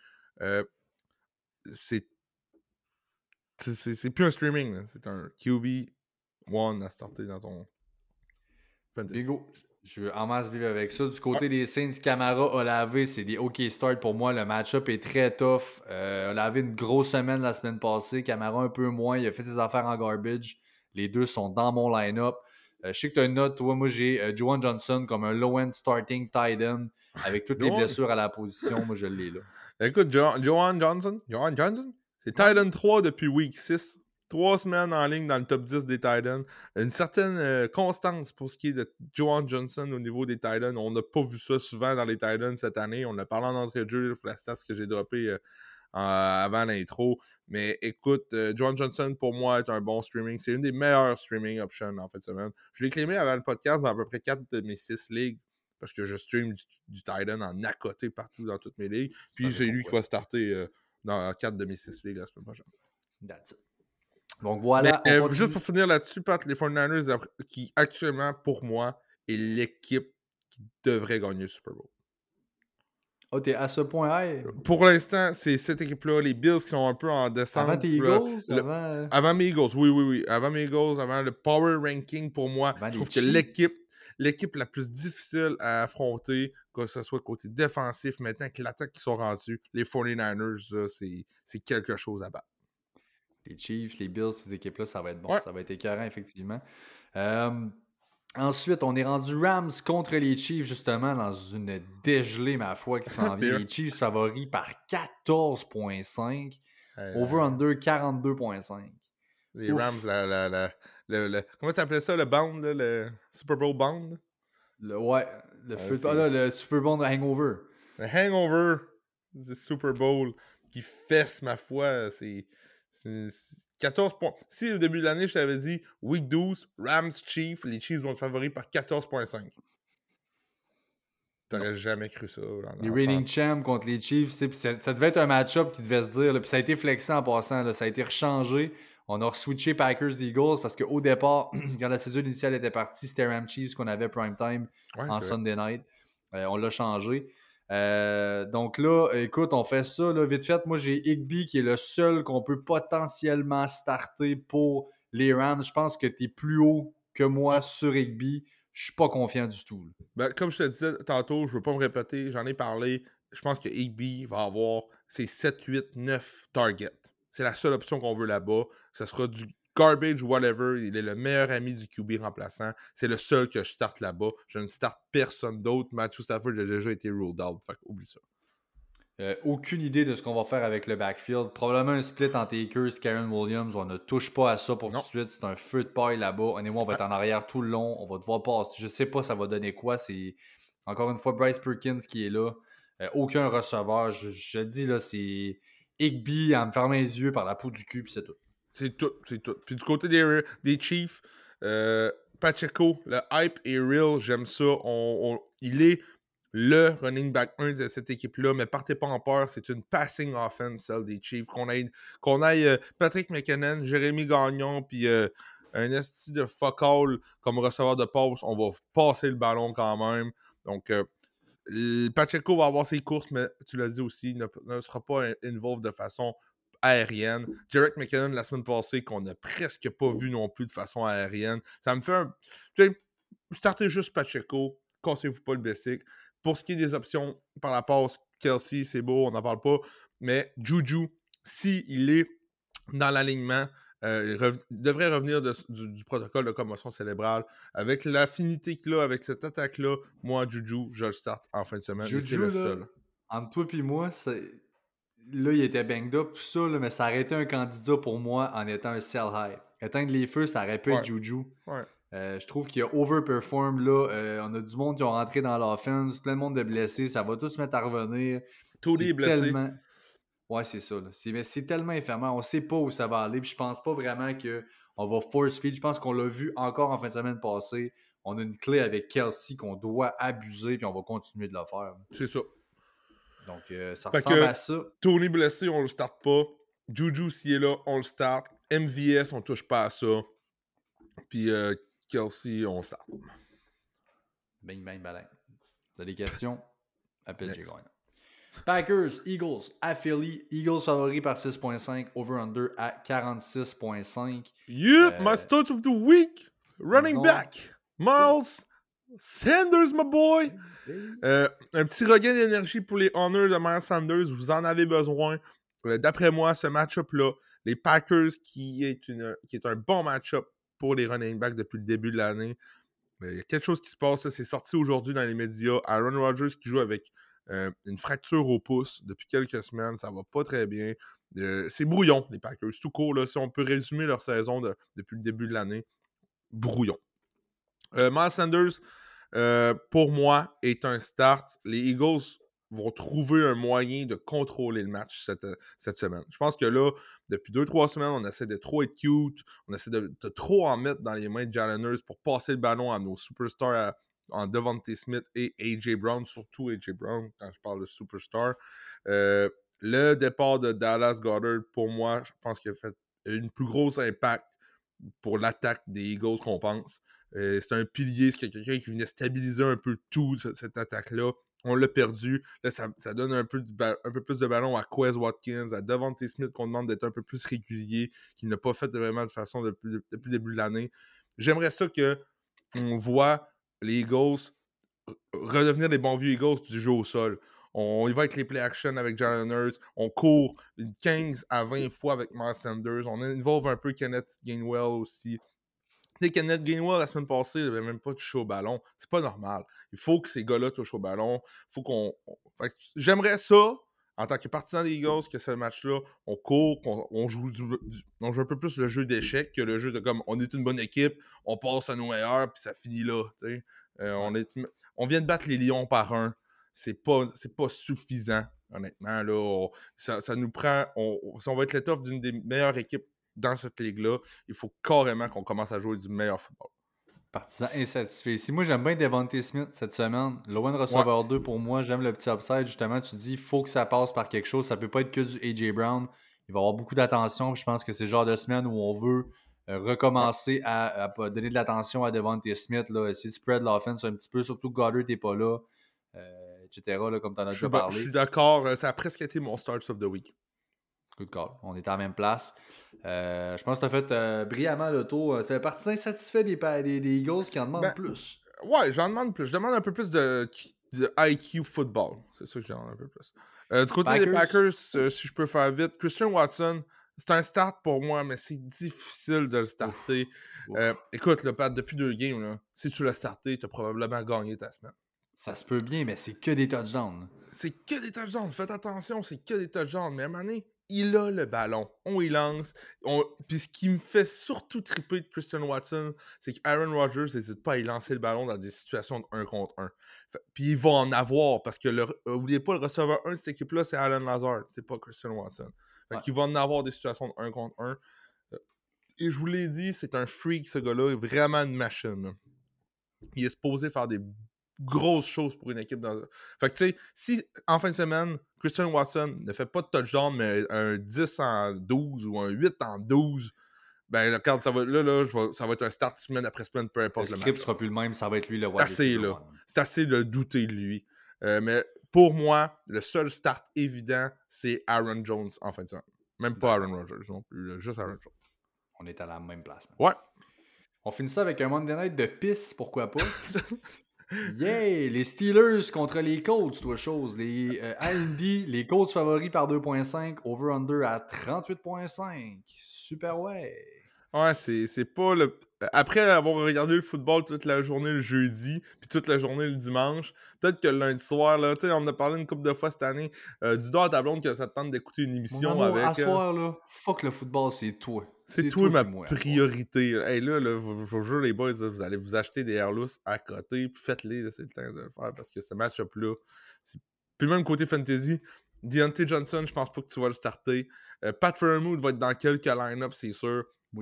C'est plus un streaming, là. C'est un QB1 à starter dans ton fantasy. Bingo, je veux en masse vivre avec ça. Du côté des Saints, Camara, Olave, c'est des OK start pour moi. Le match-up est très tough. Olave une grosse semaine la semaine passée. Camara un peu moins. Il a fait ses affaires en garbage. Les deux sont dans mon line-up. Je sais que tu as une note. Toi, moi, j'ai Juwan Johnson comme un low-end starting tight end avec toutes les blessures à la position. Moi, je l'ai là. Écoute, Juwan Johnson, c'est tight end 3 depuis week 6. 3 semaines en ligne dans le top 10 des tight ends. Une certaine constance pour ce qui est de Juwan Johnson au niveau des tight ends. On n'a pas vu ça souvent dans les tight ends cette année. On a parlé en entrée de jeu pour la stats que j'ai droppé avant l'intro. Mais écoute, Juwan Johnson, pour moi, est un bon streaming. C'est une des meilleures streaming options en fait semaine. Je l'ai claimé avant le podcast dans à peu près 4 de mes 6 ligues. Parce que je stream du tight end en à côté partout dans toutes mes ligues. Puis c'est lui qui va starter dans 4 de mes 6 ligues la semaine prochaine. That's it. Donc voilà. Mais, juste pour finir là-dessus, Pat, les 49ers, qui actuellement, pour moi, est l'équipe qui devrait gagner le Super Bowl. Oh, t'es à ce point high? Pour l'instant, c'est cette équipe-là, les Bills qui sont un peu en descente. Avant tes Eagles? Avant mes Eagles, oui. Avant mes Eagles, avant le power ranking, pour moi, je trouve que l'équipe la plus difficile à affronter, que ce soit côté défensif, maintenant que l'attaque qui sont rendus, les 49ers, là, c'est quelque chose à battre. Les Chiefs, les Bills, ces équipes-là, ça va être bon. Ouais. Ça va être écœurant, effectivement. Ensuite, on est rendu Rams contre les Chiefs, justement, dans une dégelée, ma foi, qui s'en vient. Les Chiefs favoris par 14,5. Over-under 42,5. Les Rams, comment t'appelais ça, le bound, là, le Super Bowl bound? Le Super Bowl hangover. Le hangover du Super Bowl. qui fesse, ma foi. C'est 14 points. Si au début de l'année, je t'avais dit Week 12, Rams, Chiefs, les Chiefs vont être favoris par 14,5. T'aurais jamais cru ça. Les reigning champs contre les Chiefs, ça devait être un match-up qui devait se dire. Là, puis ça a été flexé en passant. Là, ça a été rechangé. On a switché Packers-Eagles parce qu'au départ, quand la cédule initiale était partie, c'était Rams Chiefs qu'on avait prime time en Sunday night. On l'a changé. Donc là, écoute, on fait ça là, vite fait. Moi, j'ai Higbee qui est le seul qu'on peut potentiellement starter pour les Rams. Je pense que tu es plus haut que moi sur Higbee. Je suis pas confiant du tout. Ben, comme je te disais tantôt, je veux pas me répéter, j'en ai parlé. Je pense que Higbee va avoir ses 7, 8, 9 targets. C'est la seule option qu'on veut là-bas. Ce sera du garbage, whatever. Il est le meilleur ami du QB remplaçant. C'est le seul que je starte là-bas. Je ne starte personne d'autre. Matthew Stafford a déjà été ruled out. Fait oublie ça. Aucune idée de ce qu'on va faire avec le backfield. Probablement un split entre Akers, Karen Williams. On ne touche pas à ça pour tout de suite. C'est un feu de paille là-bas. Honnêtement, on va être en arrière tout le long. On va devoir passer. Je sais pas ça va donner quoi. C'est encore une fois Bryce Perkins qui est là. Aucun receveur. Je dis là, c'est Higbee en me fermant les yeux par la peau du cul, puis c'est tout. C'est tout. Puis du côté des Chiefs, Pacheco, le hype est real. J'aime ça. Il est le running back 1 de cette équipe-là, mais partez pas en peur, c'est une passing offense, celle des Chiefs. Qu'on aille Patrick McKinnon, Jérémy Gagnon, puis un esti de fuck all comme receveur de passe, on va passer le ballon quand même. Donc, Pacheco va avoir ses courses, mais tu l'as dit aussi, ne sera pas involved de façon aérienne. Jerick McKinnon, la semaine passée, qu'on n'a presque pas vu non plus de façon aérienne. Ça me fait un... Tu sais, startez juste Pacheco, cassez-vous pas le basic. Pour ce qui est des options par la passe, Kelsey, c'est beau, on n'en parle pas. Mais Juju, s'il est dans l'alignement, devrait revenir du protocole de commotion cérébrale. Avec l'affinité qu'il a avec cette attaque-là, moi, Juju, je le starte en fin de semaine. Juju, c'est le seul. Entre toi et moi, là, il était banged up, tout ça, là, mais ça aurait été un candidat pour moi en étant un sell high. Éteindre les feux, ça aurait pu être Juju. Ouais. Je trouve qu'il a overperform là. On a du monde qui ont rentré dans l'offense, plein de monde de blessés, ça va tous se mettre à revenir. Tony est blessé. Tellement... Ouais, c'est ça. Là. C'est tellement infernal. On sait pas où ça va aller. Puis je pense pas vraiment qu'on va force feed. Je pense qu'on l'a vu encore en fin de semaine passée. On a une clé avec Kelsey qu'on doit abuser, puis on va continuer de le faire. C'est ça. Donc, ça ressemble à ça. Tony blessé, on le starte pas. Juju, s'il est là, on le starte. MVS, on touche pas à ça. Puis Kelsey, on starte. Bing, bang, bang. Vous avez des questions? Appelle J. Gagnon. Packers, Eagles, à Philly. Eagles favoris par 6.5, over-under à 46.5. Yep, my start of the week. Running back. Miles Sanders, my boy. Un petit regain d'énergie pour les Honors de Miles Sanders. Vous en avez besoin. D'après moi, ce match-up-là, les Packers, qui est un bon match-up pour les running backs depuis le début de l'année. Il y a quelque chose qui se passe. Là, c'est sorti aujourd'hui dans les médias. Aaron Rodgers qui joue avec une fracture au pouce depuis quelques semaines. Ça va pas très bien. C'est brouillon, les Packers. Tout court, là, si on peut résumer leur saison depuis le début de l'année, brouillon. Miles Sanders, pour moi, est un start. Les Eagles vont trouver un moyen de contrôler le match cette semaine. Je pense que là, depuis 2-3 semaines, on essaie de trop être cute, on essaie de trop en mettre dans les mains de Jalen Hurts pour passer le ballon à nos superstars, en Devontae Smith et A.J. Brown, surtout A.J. Brown, quand je parle de superstar. Le départ de Dallas Goedert, pour moi, je pense qu'il a fait une plus grosse impact pour l'attaque des Eagles qu'on pense. C'est un pilier, c'est quelqu'un qui venait stabiliser un peu tout cette attaque-là. On l'a perdu. Là, ça donne un peu plus de ballon à Quez Watkins, à Devontae Smith qu'on demande d'être un peu plus régulier, qu'il n'a pas fait vraiment de façon depuis le début de l'année. J'aimerais ça qu'on voit les Eagles redevenir les bons vieux Eagles du jeu au sol. On y va avec les play-action avec Jalen Hurts. On court 15 à 20 fois avec Miles Sanders. On involve un peu Kenneth Gainwell aussi. Tu sais, Kenneth Gainwell, la semaine passée, il n'avait même pas touché au ballon. C'est pas normal. Il faut que ces gars-là touchent au ballon. Faut qu'on... J'aimerais ça, en tant que partisan des Eagles, que ce match-là, on court, on joue on joue un peu plus le jeu d'échecs que le jeu de comme on est une bonne équipe, on passe à nos meilleurs, puis ça finit là. On vient de battre les Lions par 1. C'est pas suffisant. Honnêtement, là, ça nous prend... si on va être l'étoffe d'une des meilleures équipes dans cette ligue-là, il faut carrément qu'on commence à jouer du meilleur football. Partisan insatisfait. Si moi, j'aime bien Devontae Smith cette semaine. Loin de Ouais. receveur 2 pour moi. J'aime le petit upside. Justement, tu dis, il faut que ça passe par quelque chose. Ça peut pas être que du A.J. Brown. Il va y avoir beaucoup d'attention. Je pense que c'est le genre de semaine où on veut recommencer à donner de l'attention à Devontae Smith. Là, essayer de spread l'offense un petit peu. Surtout que Goddard n'est pas là, etc. Là, comme tu en as déjà Je parlé. suis d'accord. Ça a presque été mon start of the week. Good call. On est à la même place. Je pense que tu as fait brillamment le tour. C'est le partisan insatisfait des Eagles qui en demandent plus. Ouais, j'en demande plus. Je demande un peu plus de IQ football. C'est ça que je demande un peu plus. Du côté des Packers, si je peux faire vite, Christian Watson, c'est un start pour moi, mais c'est difficile de le starter. Écoute, le Pat, depuis 2 games, là, si tu l'as starté, tu as probablement gagné ta semaine. Ça se peut bien, mais c'est que des touchdowns. C'est que des touchdowns. Faites attention, c'est que des touchdowns. Mais à un moment donné, il a le ballon. On y lance. Puis ce qui me fait surtout triper de Christian Watson, c'est qu'Aaron Rodgers n'hésite pas à y lancer le ballon dans des situations de 1 contre 1. Puis il va en avoir parce que, oubliez pas, le receveur 1 de cette équipe-là, c'est Allen Lazard. C'est pas Christian Watson. Fait qu'il va en avoir des situations de 1 contre 1. Et je vous l'ai dit, c'est un freak, ce gars-là. Vraiment une machine. Il est supposé faire des grosses choses pour une équipe. Fait que tu sais, si en fin de semaine, Christian Watson ne fait pas de touchdown, mais un 10 en 12 ou un 8 en 12, ben regarde, ça va être un start semaine après semaine, peu importe le le script match. Sera plus le même, ça va être lui le wide receiver. C'est assez de douter de lui. Mais pour moi, le seul start évident, c'est Aaron Jones en fin de semaine. Même pas Aaron Rodgers non plus, juste Aaron Jones. On est à la même place. Ouais. On finit ça avec un Monday Night de pisse, pourquoi pas? Yeah! Les Steelers contre les Colts, toi, chose. Les Andy, les Colts favoris par 2.5, over-under à 38.5. Super ouais! Ouais, c'est pas le... Après avoir regardé le football toute la journée le jeudi, puis toute la journée le dimanche, peut-être que le lundi soir, là, tu sais, on en a parlé une couple de fois cette année, du dos à ta blonde que ça te tente d'écouter une émission Mon amour, avec... à soir, là, fuck le football, c'est toi. C'est toi ma moi, priorité. Hey, là, je vous jure, les boys, là, vous allez vous acheter des Airlus à côté, puis faites-les, là, c'est le temps de le faire, parce que ce match-up-là... Puis même côté fantasy, Deontay Johnson, je pense pas que tu vas le starter. Pat Freiermuth va être dans quelques line-up, c'est sûr. Oui.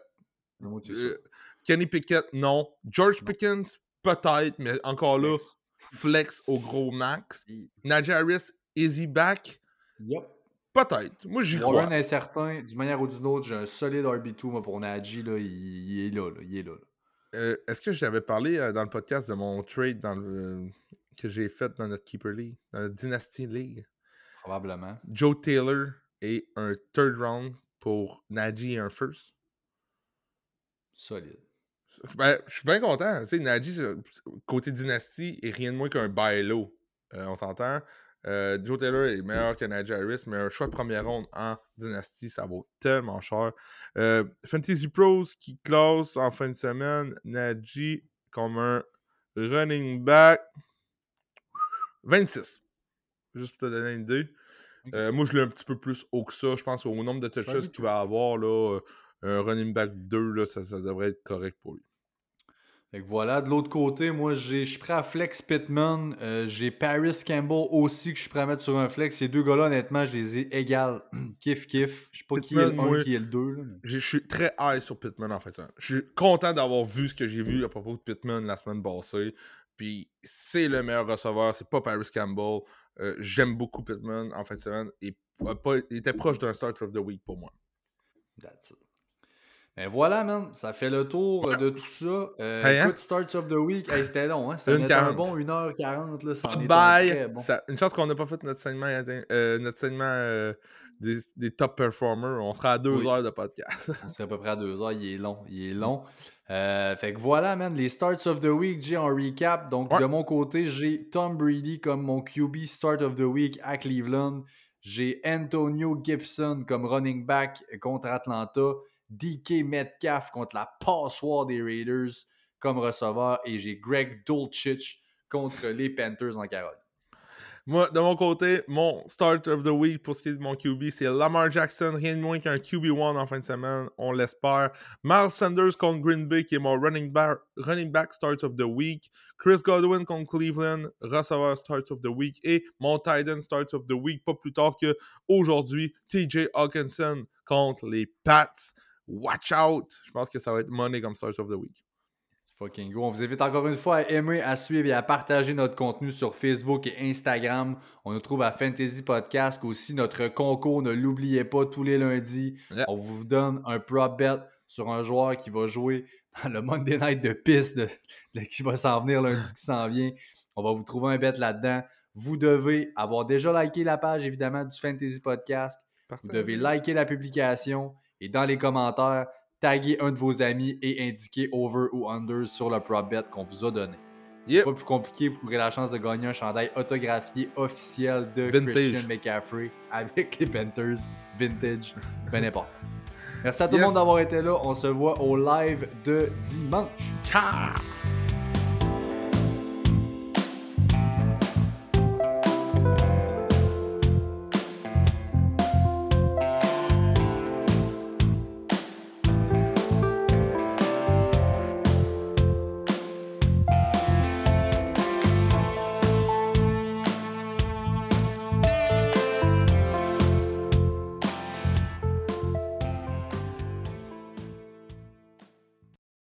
Kenny Pickett, non. George Pickens, peut-être, mais encore là, flex au gros max. Najee Harris, is he back? Yep. Peut-être. Moi, j'y crois. Warren est certain. D'une manière ou d'une autre, j'ai un solide RB2 moi, pour Najee. Là, il est là. Il est là. Est-ce que j'avais parlé dans le podcast de mon trade que j'ai fait dans notre Keeper League, dans notre Dynasty League? Probablement. Joe Taylor et un third round pour Najee et un first. Solide. Ben, je suis bien content. Tu sais, Najee, côté dynastie, est rien de moins qu'un buy low. On s'entend. Joe Taylor est meilleur que Najee Harris, mais un choix de première ronde en dynastie, ça vaut tellement cher. Fantasy Pros qui classe en fin de semaine Najee comme un running back 26. Juste pour te donner une idée. Okay. Moi, je l'ai un petit peu plus haut que ça. Je pense au nombre de touches qu'il va avoir, là, un running back 2, là, ça devrait être correct pour lui. Fait que voilà, de l'autre côté, moi, je suis prêt à flex Pittman. J'ai Paris Campbell aussi que je suis prêt à mettre sur un flex. Ces deux gars-là, honnêtement, je les ai égales. Kiff. Je sais pas qui est le 1, qui est le 2. Je suis très high sur Pittman, en fait. Je suis content d'avoir vu ce que j'ai vu à propos de Pittman la semaine passée. Puis c'est le meilleur receveur, c'est pas Paris Campbell. J'aime beaucoup Pittman en fin de semaine. Il était proche d'un start of the week pour moi. That's it. Ben voilà, man. Ça fait le tour de tout ça. Écoute, Starts of the Week. Hey, c'était long, hein? C'était un bon 1h40. Là. Ça en est très bon. Une chance qu'on n'a pas fait notre segment, des top performers. On sera à 2 heures de podcast. On serait à peu près à 2 heures. Il est long. Fait que voilà, man. Les Starts of the Week, j'ai en recap. Donc, de mon côté, j'ai Tom Brady comme mon QB Start of the Week à Cleveland. J'ai Antonio Gibson comme running back contre Atlanta. DK Metcalf contre la passoire des Raiders comme receveur. Et j'ai Greg Dulcich contre les Panthers en Caroline. Moi, de mon côté, mon start of the week pour ce qui est de mon QB, c'est Lamar Jackson, rien de moins qu'un QB1 en fin de semaine, on l'espère. Miles Sanders contre Green Bay, qui est mon running back start of the week. Chris Godwin contre Cleveland, receveur start of the week. Et mon tight end start of the week, pas plus tard qu'aujourd'hui, TJ Hawkinson contre les Pats. Watch out! Je pense que ça va être money comme start of the week. Fucking go. On vous invite encore une fois à aimer, à suivre et à partager notre contenu sur Facebook et Instagram. On nous trouve à Fantasy Podcast. Aussi, notre concours, ne l'oubliez pas, tous les lundis. Yeah. On vous donne un prop bet sur un joueur qui va jouer dans le Monday Night de piste qui va s'en venir lundi qui s'en vient. On va vous trouver un bet là-dedans. Vous devez avoir déjà liké la page, évidemment, du Fantasy Podcast. Vous devez liker la publication et dans les commentaires, taguer un de vos amis et indiquer over ou under sur le prop bet qu'on vous a donné. Yep. C'est pas plus compliqué, vous aurez la chance de gagner un chandail autographié officiel de Vintage. Christian McCaffrey avec les Panthers vintage, bien important. Merci à tout le monde d'avoir été là. On se voit au live de dimanche. Ciao!